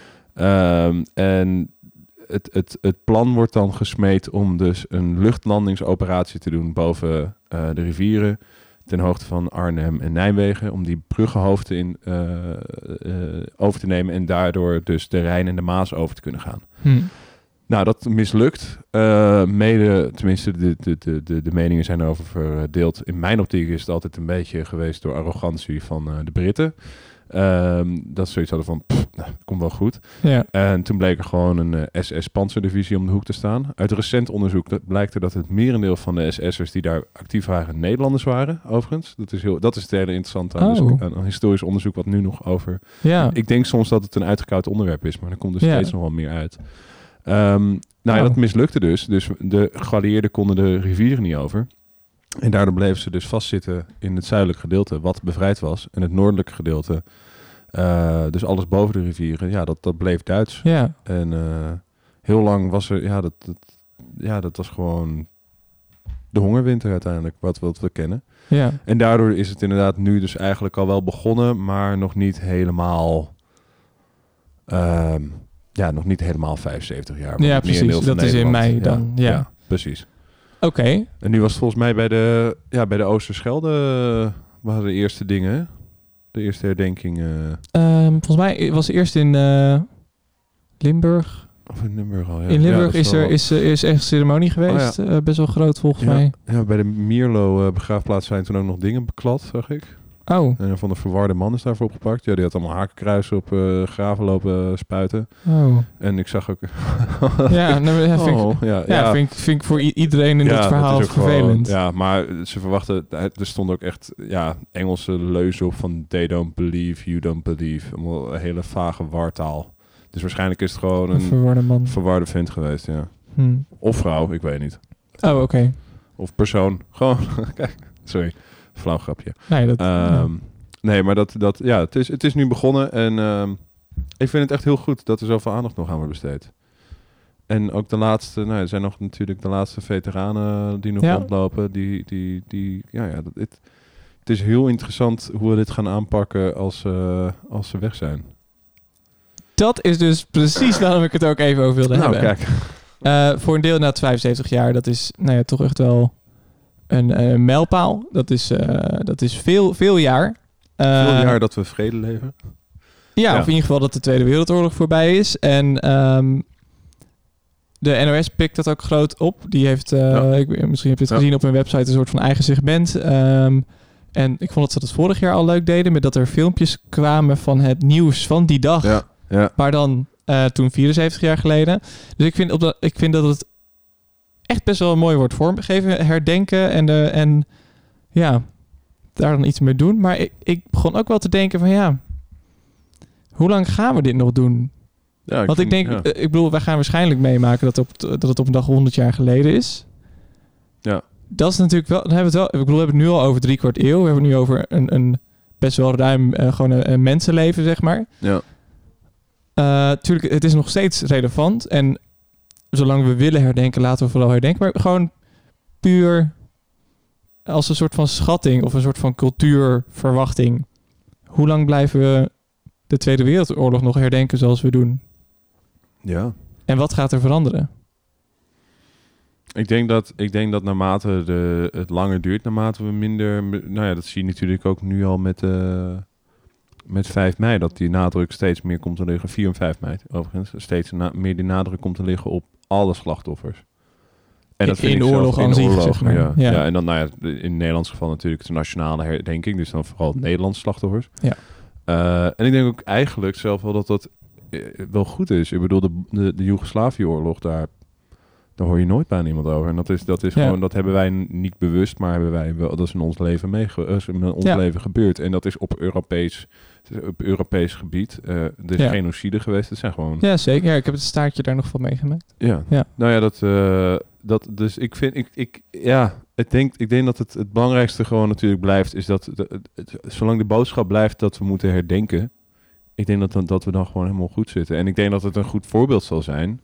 Um, en het, het, het plan wordt dan gesmeed om dus een luchtlandingsoperatie te doen boven uh, de rivieren, ten hoogte van Arnhem en Nijmegen, om die bruggenhoofden in, uh, uh, over te nemen en daardoor dus de Rijn en de Maas over te kunnen gaan. Hm. Nou, dat mislukt. Uh, mede, tenminste, de, de, de, de, de meningen zijn erover verdeeld. In mijn optiek is het altijd een beetje geweest door arrogantie van uh, de Britten. Um, dat ze zoiets hadden van, pff, nou, komt wel goed. Ja. En toen bleek er gewoon een uh, S S-panzerdivisie om de hoek te staan. Uit recent onderzoek dat blijkt er dat het merendeel van de S S'ers die daar actief waren, Nederlanders waren, overigens. Dat is, heel, dat is het hele interessante aan, Oh. dus, aan een historisch onderzoek wat nu nog over... Ja. Ik denk soms dat het een uitgekoud onderwerp is, maar er komt dus Ja. steeds nog wel meer uit. Um, nou ja, Oh. dat mislukte dus. Dus de geallieerden konden de rivieren niet over. En daardoor bleven ze dus vastzitten in het zuidelijk gedeelte, wat bevrijd was. En het noordelijke gedeelte, uh, dus alles boven de rivieren, ja, dat, dat bleef Duits. Ja. En uh, heel lang was er, ja dat, dat, ja, dat was gewoon de hongerwinter uiteindelijk, wat, wat we kennen. Ja. En daardoor is het inderdaad nu dus eigenlijk al wel begonnen, maar nog niet helemaal... Um, Ja, nog niet helemaal vijfenzeventig jaar. Ja, precies. Dat is in mei dan. Ja, ja precies. Oké. Okay. En nu was het volgens mij bij de, ja, bij de Oosterschelde waren de eerste dingen. De eerste herdenkingen. Um, volgens mij was het eerst in uh, Limburg. Of in Limburg al, ja. In Limburg ja, is, is er is, is echt een ceremonie geweest. Oh, ja. uh, best wel groot volgens ja. mij. Ja, bij de Mierlo uh, begraafplaats zijn toen ook nog dingen beklad, zag ik. Oh. En een van de verwarde man is daarvoor opgepakt. Ja, die had allemaal hakenkruisen op uh, graven lopen spuiten. Oh. En ik zag ook... ja, nou, ja, vind oh, ik, ja, ja, ja. Vind, ik, vind ik voor i- iedereen in ja, dat verhaal dat vervelend. Gewoon, ja, maar ze verwachten... Er stond ook echt ja, Engelse leuzen op van... They don't believe, you don't believe. Allemaal een hele vage wartaal. Dus waarschijnlijk is het gewoon een, een verwarde man. verwarde vent geweest, ja. Hmm. Of vrouw, ik weet niet. Oh, oké. Okay. Of persoon. Gewoon, kijk, sorry. Flauw grapje. Nee, dat... Um, ja. Nee, maar dat, dat, ja, het, is, het is nu begonnen en um, ik vind het echt heel goed dat er zoveel aandacht nog aan wordt besteed. En ook de laatste, nou, er zijn nog natuurlijk de laatste veteranen die nog ja. rondlopen. Die, die, die, ja, ja, dat, het, het is heel interessant hoe we dit gaan aanpakken als, uh, als ze weg zijn. Dat is dus precies waarom ik het ook even over wilde nou, hebben. Kijk. Uh, voor een deel na het vijfenzeventig jaar, dat is nou ja, toch echt wel een uh, mijlpaal. Dat is, uh, dat is veel, veel jaar. Uh, Veel jaar dat we vrede leven. Ja, ja, of in ieder geval dat de Tweede Wereldoorlog voorbij is. En um, de N O S pikt dat ook groot op. Die heeft, uh, ja. ik, misschien heb je het ja. gezien op hun website, een soort van eigen segment. Um, en ik vond dat ze dat vorig jaar al leuk deden, met dat er filmpjes kwamen van het nieuws van die dag. Ja. Ja. Maar dan uh, toen vierenzeventig jaar geleden. Dus ik vind, op dat, ik vind dat het echt best wel mooi wordt vormgegeven. Herdenken en, de, en ja... daar dan iets mee doen. Maar ik, ik begon ook wel te denken van ja, hoe lang gaan we dit nog doen? Ja, ik Want vind, ik denk, ja. uh, ik bedoel, wij gaan waarschijnlijk meemaken dat, op, dat het op een dag honderd jaar geleden is. Ja. Dat is natuurlijk wel, dan hebben we het wel, ik bedoel, we hebben het nu al over drie kwart eeuw. We hebben het nu over een, een best wel ruim, uh, gewoon een, een mensenleven, zeg maar. Ja. Uh, tuurlijk, het is nog steeds relevant. En zolang we willen herdenken, laten we vooral herdenken. Maar gewoon puur als een soort van schatting of een soort van cultuurverwachting. Hoe lang blijven we de Tweede Wereldoorlog nog herdenken zoals we doen? Ja. En wat gaat er veranderen? Ik denk dat, ik denk dat naarmate de, het langer duurt, naarmate we minder... Nou ja, dat zie je natuurlijk ook nu al met, uh, met vijf mei. Dat die nadruk steeds meer komt te liggen. vier en vijf mei overigens. Steeds na, meer die nadruk komt te liggen op alle slachtoffers. En dat In- vind in ik zelf- oorlog in aan zich, oorlog, zeg maar. Ja. Ja. Ja, en dan nou ja, in het Nederlands geval natuurlijk de nationale herdenking. Dus dan vooral Nederlandse slachtoffers. Ja. Uh, en ik denk ook eigenlijk zelf wel dat dat eh, wel goed is. Ik bedoel, de, de, de Joegoslavië-oorlog, daar, daar hoor je nooit bij iemand over. En dat is, dat is Ja. gewoon, dat hebben wij niet bewust, maar hebben wij wel, dat is in ons leven meege, uh, is in ons Ja. leven gebeurd. En dat is op Europees, op Europees gebied. Uh, er is Ja. genocide geweest. Het zijn gewoon. Ja, zeker. Ja, ik heb het staartje daar nog van meegemaakt. Ja. Ja. Nou ja, dat, uh, dat dus ik vind, ik, ik, ja, ik denk, ik denk dat het, het belangrijkste gewoon natuurlijk blijft, is dat, dat het, het, zolang de boodschap blijft dat we moeten herdenken, ik denk dat, dan, dat we dan gewoon helemaal goed zitten. En ik denk dat het een goed voorbeeld zal zijn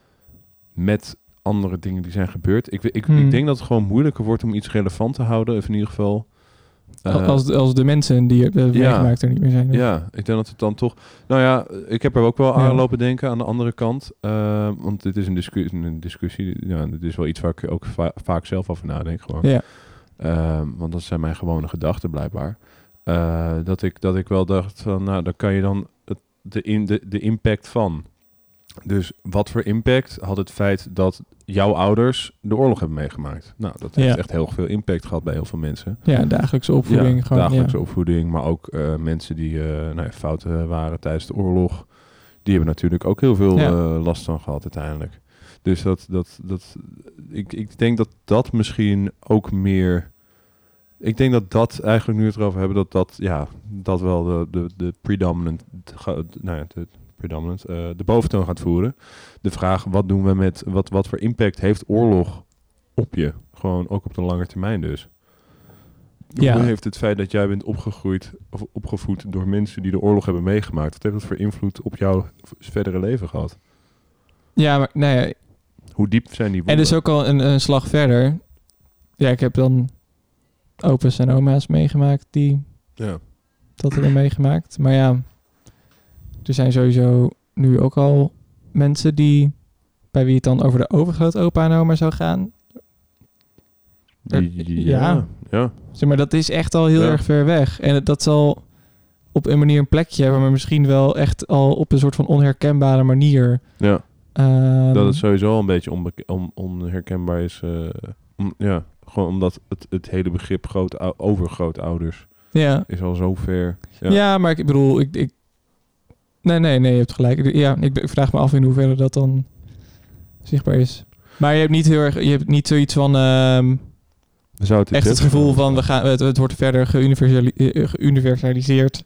met andere dingen die zijn gebeurd. Ik, ik, Hmm. ik denk dat het gewoon moeilijker wordt om iets relevant te houden, of in ieder geval. uh, als, de, als de mensen die het hebben ja. meegemaakt er niet meer zijn. Ja, ik denk dat het dan toch... Nou ja, ik heb er ook wel aan Ja. lopen denken aan de andere kant. Uh, want dit is een, discu- een discussie. Ja, dit is wel iets waar ik ook va- vaak zelf over nadenk. Gewoon. Ja. Uh, want dat zijn mijn gewone gedachten blijkbaar. Uh, dat, ik, dat ik wel dacht van... Nou, dan kan je dan het, de, in, de, de impact van... Dus wat voor impact had het feit dat jouw ouders de oorlog hebben meegemaakt? Nou, dat heeft Ja. echt heel veel impact gehad bij heel veel mensen. Ja, dagelijkse opvoeding. Ja, gewoon, dagelijkse ja. opvoeding, maar ook uh, mensen die uh, nou ja, fouten waren tijdens de oorlog. Die hebben natuurlijk ook heel veel Ja. uh, last van gehad uiteindelijk. Dus dat, dat, dat, ik, ik denk dat dat misschien ook meer... Ik denk dat dat eigenlijk, nu we het erover hebben, dat dat, ja, dat wel de, de, de predominant, nou ja, de predominant, uh, de boventoon gaat voeren. De vraag, wat doen we met, wat, wat voor impact heeft oorlog op je? Gewoon ook op de lange termijn dus. Ja. Hoe heeft het feit dat jij bent opgegroeid of opgevoed door mensen die de oorlog hebben meegemaakt, wat heeft dat voor invloed op jouw verdere leven gehad? Ja, maar nou ja, Hoe diep zijn die wonden? en dus ook al een, een slag verder. Ja, ik heb dan opa's en oma's meegemaakt die Ja. dat hebben meegemaakt. Maar ja, er zijn sowieso nu ook al mensen die, bij wie het dan over de overgrootopa en oma zou gaan. Die- Ja. ja. ja. Zeg maar, dat is echt al heel Ja. erg ver weg. En dat zal op een manier een plekje hebben, maar misschien wel echt al op een soort van onherkenbare manier. Ja. Ehm, Dat het sowieso al een beetje onbeke- on- onherkenbaar is. uh, om, ja, gewoon omdat het, het hele begrip groot, overgrootouders ja. is al zo ver. Ja. Ja. maar ik bedoel, ik, ik... Nee, nee, nee, je hebt gelijk. Ik- Ja, ik, ik vraag me af in hoeverre dat dan zichtbaar is. Maar je hebt niet heel erg, je hebt niet zoiets van ehm, We zouden echt het gevoel van we gaan, het, het wordt verder geuniversali- eh, geuniversaliseerd.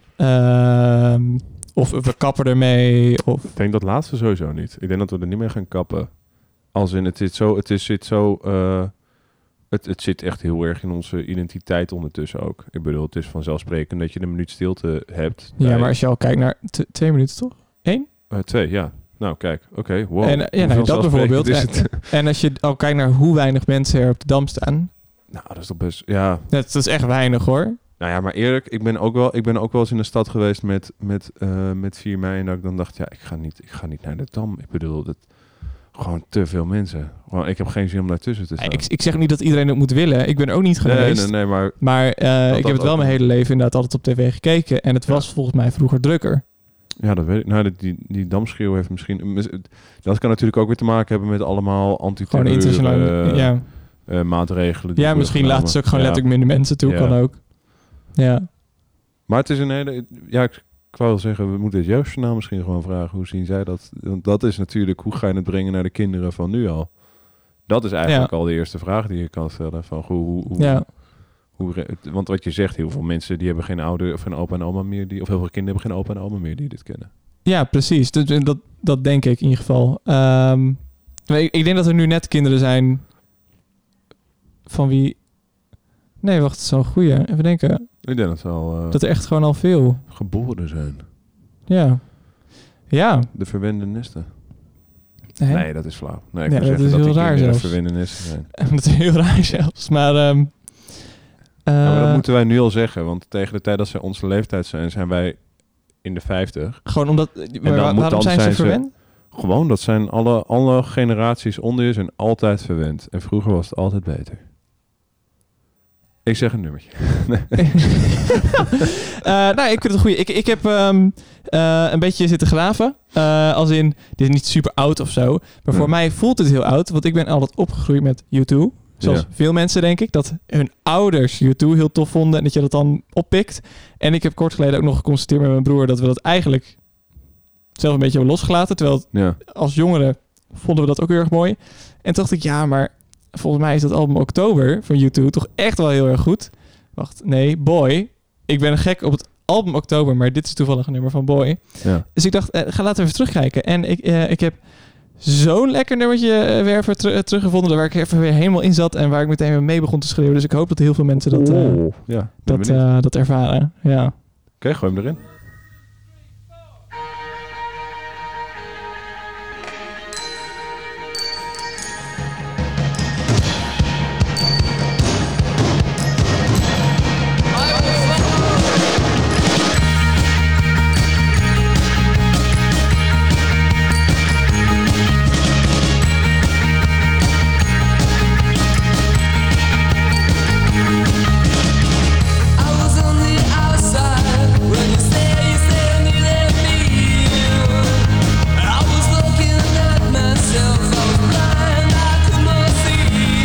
Ehm, of we kappen ermee. Of Ik denk dat laatste sowieso niet. Ik denk dat we er niet mee gaan kappen. Als in, het zit zo... Het is, zit zo uh, het, het zit echt heel erg in onze identiteit ondertussen ook. Ik bedoel, het is vanzelfsprekend dat je een minuut stilte hebt. ja, bij- maar als je al kijkt naar t- twee minuten toch? Eén? Uh, twee, ja. Nou, kijk. Oké, okay, wow. En, uh, ja, Hoe nou, dat vanzelfsprekend bijvoorbeeld. is En, het? en als je al kijkt naar hoe weinig mensen er op de Dam staan. Nou, dat is toch best... Ja. Dat, dat is echt weinig hoor. Nou ja, maar eerlijk, ik ben ook wel, ik ben ook wel eens in de stad geweest met, met, uh, met vier mei. En dat ik dan dacht, ja, ik ga niet, ik ga niet naar de Dam. Ik bedoel, dat gewoon te veel mensen. Gewoon, ik heb geen zin om daartussen te staan. Ik, ik zeg niet dat iedereen het moet willen. Ik ben ook niet nee, geweest. nee, nee, maar... Maar uh, ik dat heb het wel ook mijn niet. hele leven inderdaad altijd op tv gekeken. En het Ja. was volgens mij vroeger drukker. Ja, dat weet ik. Nou, die, die damschreeuw heeft misschien... Dat kan natuurlijk ook weer te maken hebben met allemaal Gewoon anti-terreur internationaal. uh, ja, uh, maatregelen. die ja worden misschien genomen. laten ze ook gewoon Ja. letterlijk minder mensen toe. Ja. Kan ook. Ja. Maar het is een hele... Ja, ik, ik wou wel zeggen, we moeten het jeugdjournaal misschien gewoon vragen. Hoe zien zij dat? Want dat is natuurlijk, hoe ga je het brengen naar de kinderen van nu al? Dat is eigenlijk Ja. al de eerste vraag die je kan stellen. Van, hoe, hoe, hoe, Ja. hoe, re- want wat je zegt, heel veel mensen die hebben geen ouder of geen opa en oma meer. Die, of heel veel kinderen hebben geen opa en oma meer die dit kennen. Ja, precies. Dus, dat, dat denk ik in ieder geval. Um, ik, ik denk dat er nu net kinderen zijn van wie... Nee, wacht, het is wel een goeie. Even denken. Ik denk dat ze al uh, Dat er echt gewoon al veel... geboren zijn. Ja. Ja. De verwende nesten. Hè? Nee, dat is flauw. Nee, ik Ja, wil dat zeggen is dat heel die raar kinderen zelfs. verwende nesten zijn. Dat is heel raar zelfs. Maar... Um, uh, Ja, maar dat moeten wij nu al zeggen, want tegen de tijd dat zij onze leeftijd zijn, zijn wij in de vijftig. Gewoon omdat... Maar dan waar- moet waarom dan zijn ze zijn ze- verwend? Gewoon, dat zijn alle, alle generaties onder je zijn altijd verwend. En vroeger was het altijd beter. Ik zeg een nummertje. uh, nou, ik vind het een goeie. Ik, ik heb um, uh, een beetje zitten graven. Uh, als in, dit is niet super oud of zo. Maar voor Ja. mij voelt het heel oud. Want ik ben altijd opgegroeid met U twee. Zoals Ja. veel mensen, denk ik. Dat hun ouders U twee heel tof vonden. En dat je dat dan oppikt. En ik heb kort geleden ook nog geconstateerd met mijn broer... dat we dat eigenlijk zelf een beetje hebben losgelaten. Terwijl het, Ja. als jongeren vonden we dat ook heel erg mooi. En toen dacht ik, ja, maar... volgens mij is dat album Oktober van U twee toch echt wel heel erg goed. Wacht, nee, Boy. Ik ben gek op het album Oktober, maar dit is toevallig een nummer van Boy. Ja. Dus ik dacht, eh, ga laten we even terugkijken. En ik, eh, ik heb zo'n lekker nummertje eh, weer even ter- teruggevonden, waar ik even weer helemaal in zat en waar ik meteen weer mee begon te schreeuwen. Dus ik hoop dat heel veel mensen dat, eh, Oh, ja. ben dat, benieuwd. eh, dat ervaren. Ja. Oké, okay, gooi hem erin. I was on the outside when you say you say you let me in. I was looking at myself, I was blind, I could not see.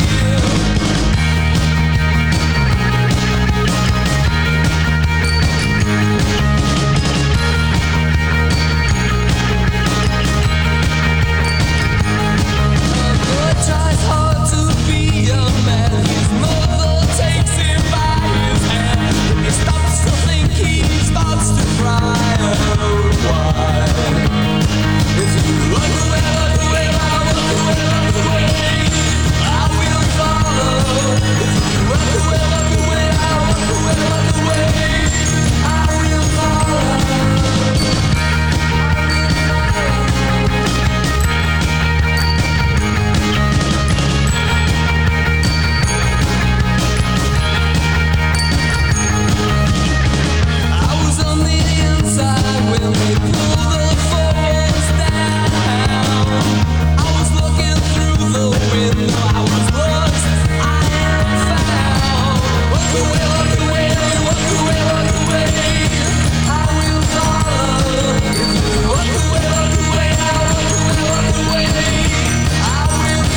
A boy tries hard to be a man, his mother takes him by his hand. When he stops to think, he starts to cry. Oh, why? If you look away, look away, I look away, look away, I will follow. If you look away, look away, I look away, look away, I will follow. I was on the inside when they pulled the force down. I was looking through the window, I was lost, I am found. Walk away, walk away, walk away, walk away, I will follow. If you walk away, walk away, I walk away, walk away, I will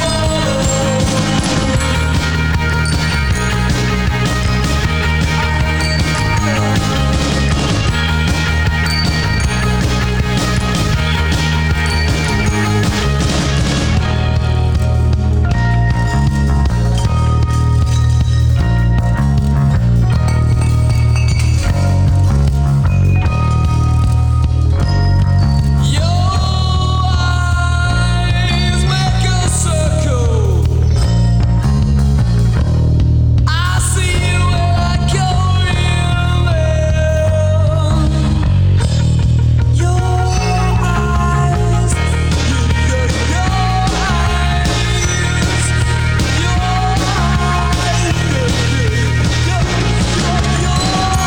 Your eyes make a circle. I see you where I go in there. Your eyes, your, your eyes, your eyes, your, your, your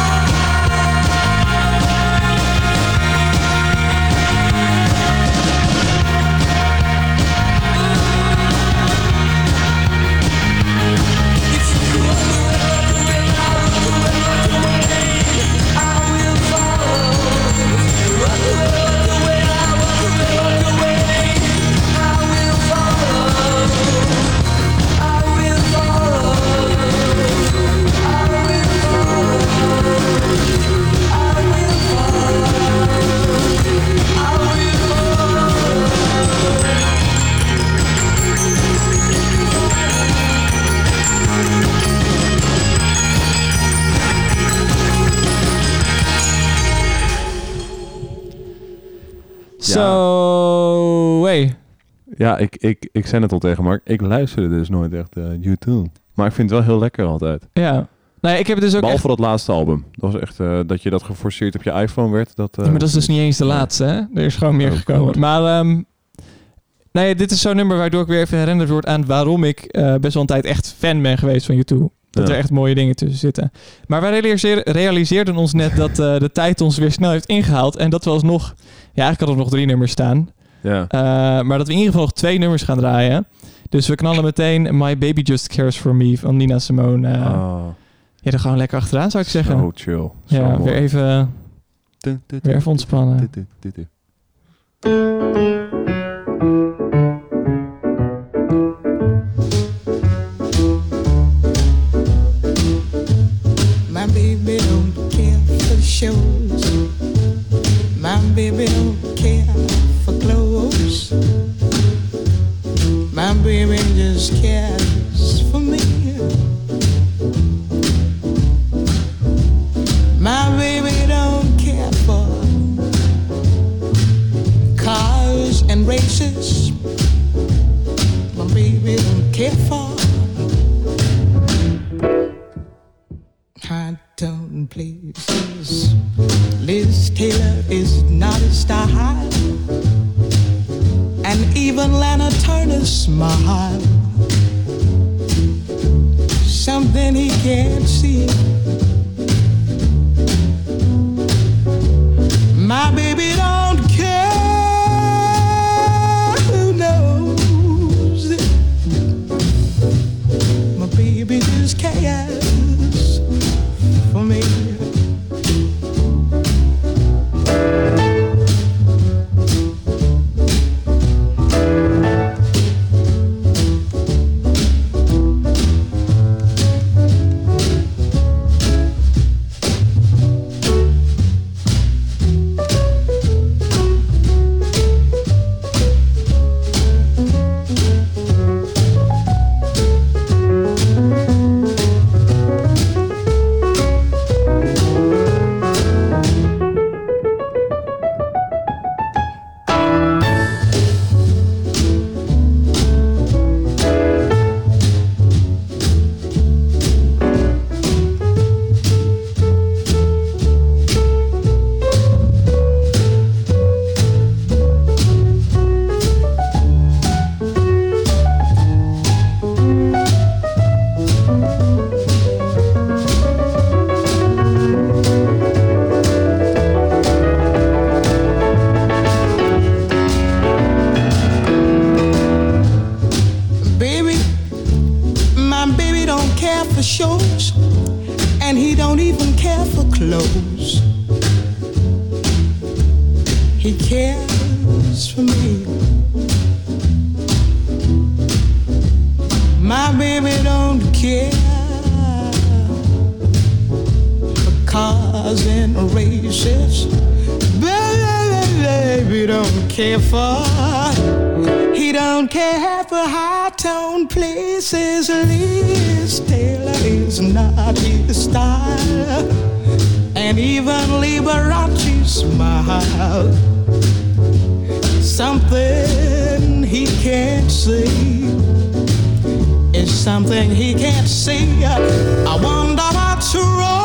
Zo, hey. Ja, ik, ik, ik zei het al tegen Mark. Ik luisterde dus nooit echt uh, U twee. Maar ik vind het wel heel lekker altijd. Ja. Nou ja, ik heb het dus ook Behalve echt... dat laatste album. Dat was echt uh, dat je dat geforceerd op je iPhone werd. Dat, uh, Ja, maar dat is dus niet eens de laatste, hè? Er is gewoon meer Oh, gekomen. God. Maar um, nou ja, dit is zo'n nummer waardoor ik weer even herinnerd word aan waarom ik uh, best wel een tijd echt fan ben geweest van U twee. Dat Ja. er echt mooie dingen tussen zitten. Maar wij realiseer, realiseerden ons net dat uh, de tijd ons weer snel heeft ingehaald. En dat we alsnog... Ja, eigenlijk hadden we nog drie nummers staan. Ja. Uh, maar dat we in ieder geval nog twee nummers gaan draaien. Dus we knallen meteen My Baby Just Cares For Me van Nina Simone uh, Oh. Ja, dan gaan we lekker achteraan, zou ik zeggen. Zo chill. Zo ja, mooi. weer even, weer even ontspannen. My baby don't care for shows. My baby don't care for clothes. My baby just cares for me. My baby don't care for cars and races. My baby don't care for high tone places. Liz Taylor is not a star, and even Lana Turner's smile, something he can't see. My baby don't care, who knows it? My baby just cares for me. Shows, and he don't even care for clothes. He cares for me. My baby don't care for cars and races. Baby don't care for. He don't care for high-tone places. Liz Taylor is not his style, and even Liberace smile. Something he can't see is something he can't see. I wonder what's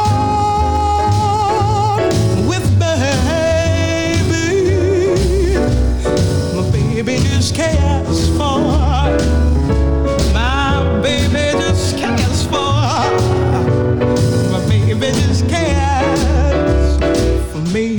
wrong with baby. My baby just cares for. My baby just cares for. My baby just cares for me.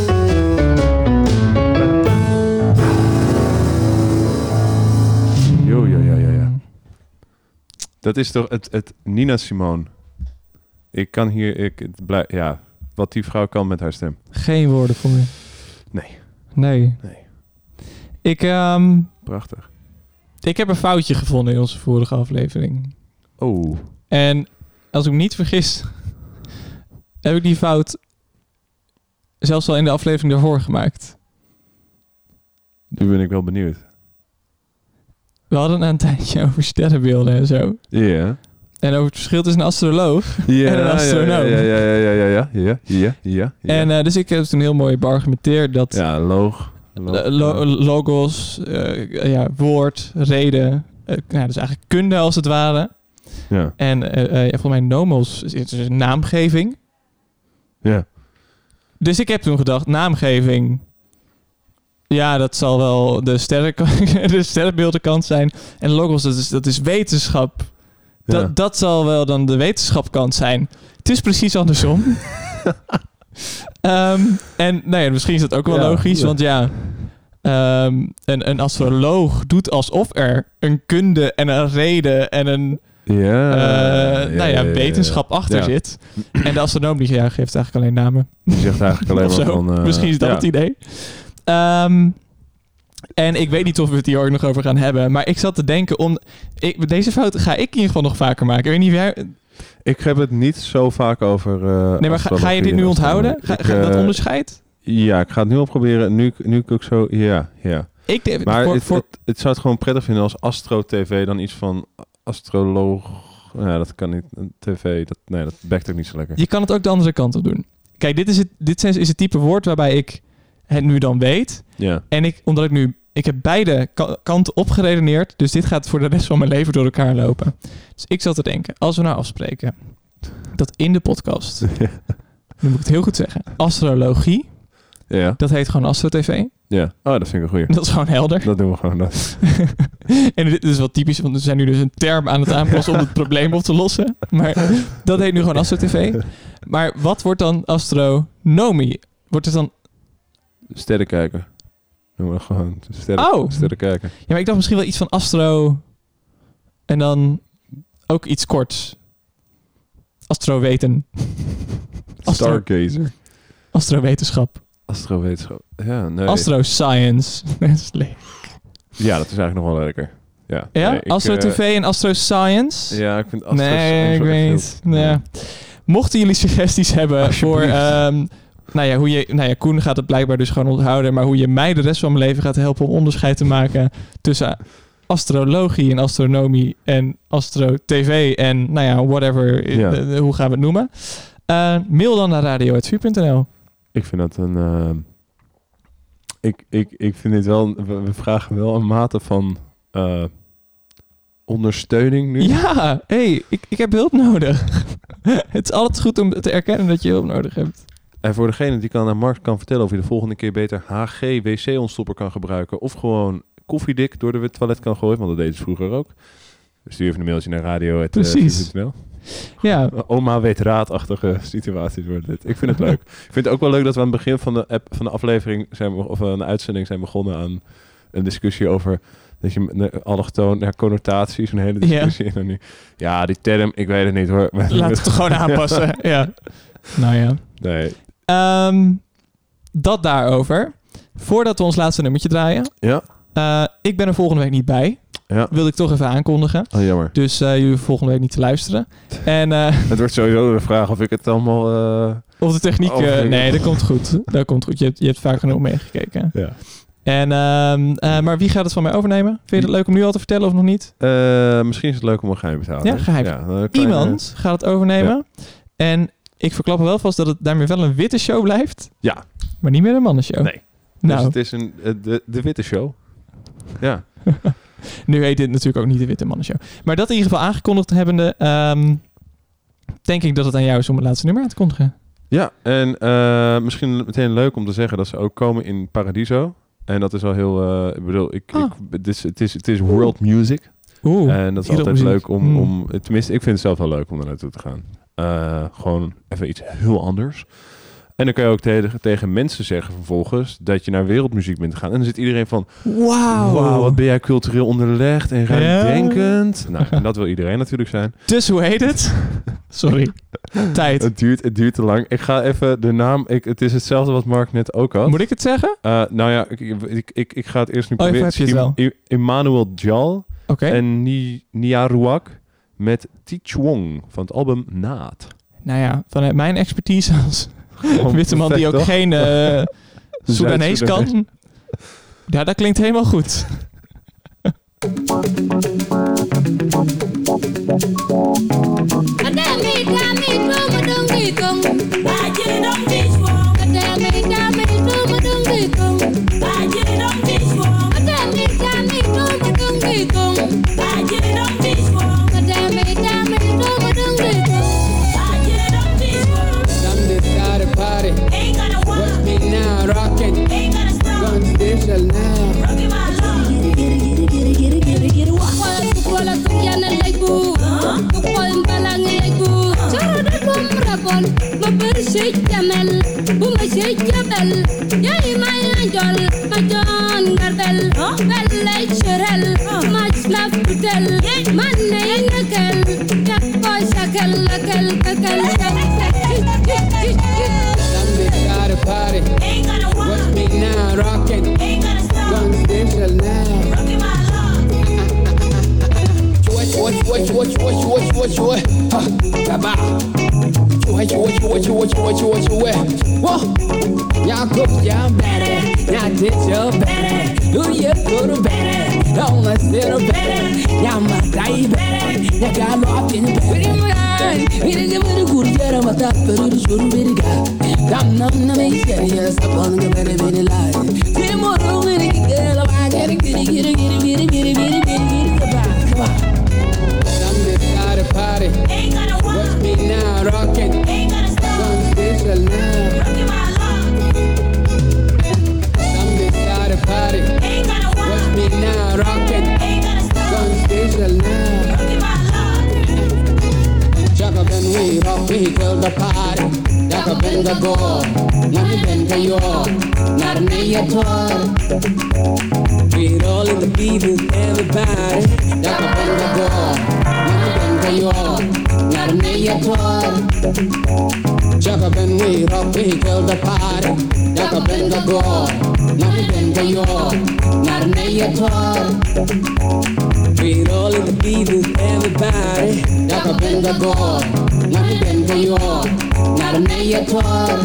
Jo, ja, ja, ja, ja. Dat is toch het, het Nina Simone. Ik kan hier, ik, het blij, ja, wat die vrouw kan met haar stem. Geen woorden voor me. Nee. Nee. Nee. Ik, um, Prachtig. ik heb een foutje gevonden in onze vorige aflevering. Oh. En als ik me niet vergis, heb ik die fout zelfs al in de aflevering daarvoor gemaakt. Nu ben ik wel benieuwd. We hadden een tijdje over sterrenbeelden en zo. Ja. Yeah. En over het verschil tussen een astroloog Ja, en een astronoom. Ja, ja, ja, ja, ja, ja, ja, ja, ja, ja. En uh, dus ik heb toen heel mooi beargumenteerd dat ja, loog. loog uh, lo- logos, uh, ja, woord, reden, uh, nou, dus eigenlijk kunde als het ware. Ja. En uh, uh, ja, volgens mij nomos is, is een naamgeving. Ja. Dus ik heb toen gedacht, naamgeving, ja, dat zal wel de, sterren, de sterrenbeeldenkant zijn. En logos, dat is, dat is wetenschap. Dat, Ja. dat zal wel dan de wetenschapkant zijn. Het is precies andersom. um, en nou ja, misschien is dat ook wel Ja, logisch, ja. want ja, um, een, een astroloog doet alsof er een kunde en een reden en een Ja. Uh, nou ja, wetenschap achter ja. zit. En de astronoom die ja, geeft eigenlijk alleen namen. Die zegt eigenlijk alleen maar van... Uh, Misschien is dat ja. het idee. Um, en ik weet niet of we het hier ook nog over gaan hebben. Maar ik zat te denken om... Ik, deze fout ga ik in ieder geval nog vaker maken. Ik weet niet wie jij... Ik heb het niet zo vaak over... Uh, nee, maar ga, ga je dit nu onthouden? Ga, ik, ga, uh, dat onderscheid? Ja, ik ga het nu al proberen. Nu, nu ik ook zo... Ja, ja. Ik de, maar voor, het, voor... Het, het zou het gewoon prettig vinden als Astro-tv dan iets van astroloog... Ja, dat kan niet. Een tv, dat, nee, dat bekt ook niet zo lekker. Je kan het ook de andere kant op doen. Kijk, dit is het, dit is het type woord waarbij ik het nu dan weet. Ja. En ik, omdat ik nu... Ik heb beide ka- kanten opgeredeneerd. Dus dit gaat voor de rest van mijn leven door elkaar lopen. Dus ik zat te denken, als we nou afspreken... dat in de podcast... Ja. Nu moet ik het heel goed zeggen. Astrologie. Ja. Dat heet gewoon Astro T V. Ja. Oh, dat vind ik een goeie. Dat is gewoon helder. Dat doen we gewoon. Dat. En dit is wel typisch, want we zijn nu dus een term aan het aanpassen om het probleem op te lossen. Maar dat heet nu gewoon Astro T V. Maar wat wordt dan astronomie? Wordt het dan... Sterrenkijker. Noemen we gewoon sterren, Oh. sterrenkijker. Ja, maar ik dacht misschien wel iets van astro... En dan ook iets korts. Astroweten. Astro- Stargazer. Astrowetenschap. Astrowetenschap. Ja, nee. Astroscience. Dat is leuk. Ja, dat is eigenlijk nog wel lekker. Ja, Ja? nee, ik, Astro T V uh, en Astroscience? Ja, ik vind Astro... Nee, ik weet niet. Nee. Mochten jullie suggesties hebben voor... Um, nou ja, hoe je, nou ja, Koen gaat het blijkbaar dus gewoon onthouden, maar hoe je mij de rest van mijn leven gaat helpen om onderscheid te maken tussen astrologie en astronomie en astro-T V en nou ja, whatever, Ja. de, de, hoe gaan we het noemen? Uh, mail dan naar radio punt vuur punt n l. Ik vind dat een... Uh, ik, ik, ik vind dit wel... We, we vragen wel een mate van uh, ondersteuning nu. Ja, hey, ik, ik heb hulp nodig. Het is altijd goed om te erkennen dat je hulp nodig hebt. En voor degene die kan naar Mark kan vertellen of je de volgende keer beter H G W C-ontstopper kan gebruiken. Of gewoon koffiedik door de toilet kan gooien. Want dat deden ze vroeger ook. Stuur even een mailtje naar radio punt n l. Ja. Oma weet raadachtige situaties worden dit. Ik vind het leuk. Ik vind het ook wel leuk dat we aan het begin van de, app, van de aflevering zijn we, of aan de uitzending zijn begonnen aan een discussie over dat je allochtoon naar connotaties, een hele discussie. Ja. En dan nu, ja, die term, ik weet het niet hoor. Laat het gewoon aanpassen. Ja. ja. Nou ja. Nee. Um, dat daarover. Voordat we ons laatste nummertje draaien. Ja. Uh, ik ben er volgende week niet bij. Ja. Wil ik toch even aankondigen. Oh, jammer. Dus uh, jullie volgende week niet te luisteren. En, uh, het wordt sowieso de vraag of ik het allemaal... Uh, of de techniek... Uh, nee, dat komt goed. Dat komt goed. Je hebt, je hebt vaak genoeg meegekeken. Ja. En, uh, uh, maar wie gaat het van mij overnemen? Vind je het leuk om nu al te vertellen of nog niet? Uh, misschien is het leuk om een geheim te houden. Ja, geheim. Ja, kleine... Iemand gaat het overnemen. Ja. En ik verklap wel vast dat het daarmee wel een witte show blijft. Ja. Maar niet meer een mannenshow. Nee. Nou. Dus het is een, de, de witte show. Ja. Nu heet dit natuurlijk ook niet de Witte Mannenshow. Maar dat in ieder geval aangekondigd hebbende... Um, denk ik dat het aan jou is om het laatste nummer aan te kondigen. Ja, en uh, misschien meteen leuk om te zeggen dat ze ook komen in Paradiso. En dat is wel heel... Uh, ik bedoel, ik, oh. ik, het, is, het, is, het is world music. Oeh, en dat is altijd muziek. leuk om, mm. om... Tenminste, ik vind het zelf wel leuk om er naartoe te gaan. Uh, gewoon even iets heel anders. En dan kan je ook tegen, tegen mensen zeggen vervolgens dat je naar wereldmuziek bent gegaan. En dan zit iedereen van... Wauw, wow, wat ben jij cultureel onderlegd en ruimdenkend. Ja. Nou, en dat wil iedereen natuurlijk zijn. Dus hoe heet het? Sorry. Tijd. Het duurt, het duurt te lang. Ik ga even de naam... Ik, het is hetzelfde wat Mark net ook had. Moet ik het zeggen? Uh, nou ja, ik, ik, ik, ik ga het eerst nu oh, proberen. Heb je het wel. I, Emmanuel Jal okay. en Ni, Niaruak met Tichuong van het album Naad. Nou ja, vanuit mijn expertise als witte man die ook toch? geen uh, Soedanees kan. Ja, dat klinkt helemaal goed. Jamel, bu ma sey jabel, yaay may Majol, Majon, Gardel, Belle, Cherel, much love to tell. Money in the kel, Jackboy, Shakel, Lakel, Kakel, Somebody got a party. Ain't gonna work. Watch me now, rockin'. Ain't gonna stop. Gonna special now. Rockin' my love. Watch, watch, watch, watch, watch, watch, watch, watch. Huh, baba. Watch, watch, watch, watch, watch, watch, watch. Whoa. Y'all cook, y'all better. Y'all did your better. Do you go to better? Don't let's little better. Y'all my die better. Y'all got locked in better. We didn't give it a good year. I'm a top, but it shouldn't be the guy. Damn, no, no, me serious. I'm gonna get better, better life. Say more, I'm gonna get girl. I'm gonna get it, get it, get it, get it, get it, get it, get it, get it. Come on. Somebody got a party. Ain't gonna work. Watch me now, rockin'. Ain't gonna stop. Gonna special now. Rockin' my love. Somebody got a party. Ain't gonna work. Watch me now, rockin'. Ain't gonna stop. Gonna special now. Rockin' my love. Jack up and we rock, we kill the party. Jack up in the go. Money bend to you. Not me at all. We roll in the beat with everybody. Jack up in the go. Money bend to you. Not me at all. Jack up and we rock, we kill the party. Jack up in the go. Money bend to you. Not me at all. We roll in the beat with everybody. Jack up in the go. Money bend to you. Not me at all.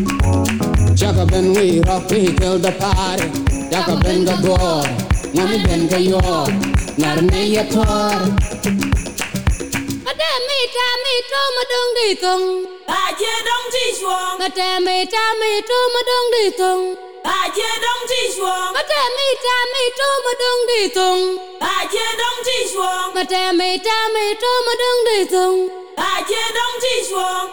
Jack up and we rock, we kill the party. Jack up in the go. Money bend to you. Not me at all. Madame, Tammy, Toma, Dung, Di Tung. Bà chia đông chi chuông. Madame, Tammy, Toma, Dung, Di Tung. Bà chia đông chi chuông. Madame, Tammy, Toma, Dung, Di Tung. Bà chia đông chi chuông. Madame, Tammy, Toma, Dung, Di Tung. Bà chia đông chi chuông.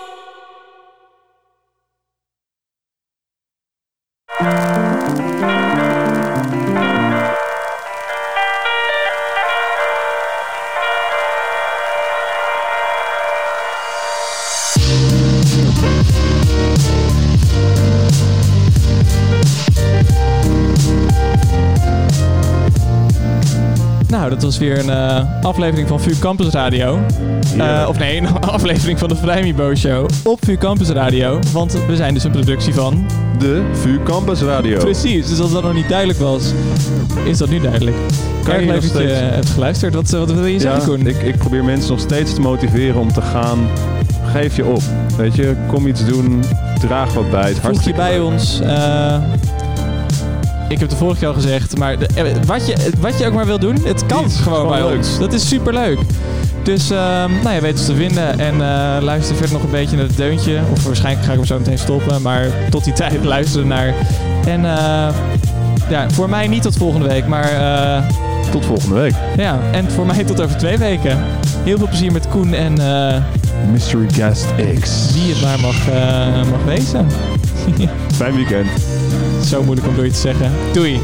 Nou, dat was weer een uh, aflevering van V U Campus Radio. Ja. Uh, of nee, een aflevering van de Vrijmibo Show op V U Campus Radio. Want we zijn dus een productie van... De V U Campus Radio. Precies, dus als dat nog niet duidelijk was, is dat nu duidelijk. Kan Erg je leuk nog dat je steeds- uh, hebt geluisterd. Wat, wat wil je zeggen, Ja, Koen? ik, ik probeer mensen nog steeds te motiveren om te gaan. Geef je op. Weet je, kom iets doen. Draag wat bij. Het is Voeg je hartstikke bij leuk. ons. Uh, ik heb de vorige keer al gezegd, maar de, eh, wat, je, wat je ook maar wil doen, het kan Iets, gewoon gewoon bij leuk. ons. Dat is super leuk. Dus uh, nou, je weet ons te vinden en uh, luister verder nog een beetje naar het deuntje. Of waarschijnlijk ga ik hem zo meteen stoppen, maar tot die tijd luisteren naar. En uh, ja, voor mij niet tot volgende week, maar uh, Tot volgende week. ja, en voor mij tot over twee weken. Heel veel plezier met Koen en uh, Mystery Guest X. wie het maar mag, uh, mag wezen. Fijn weekend. Zo moeilijk om door je te zeggen. Doei.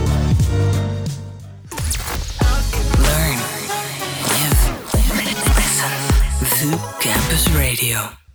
Learn, live, listen. V U Campus Radio.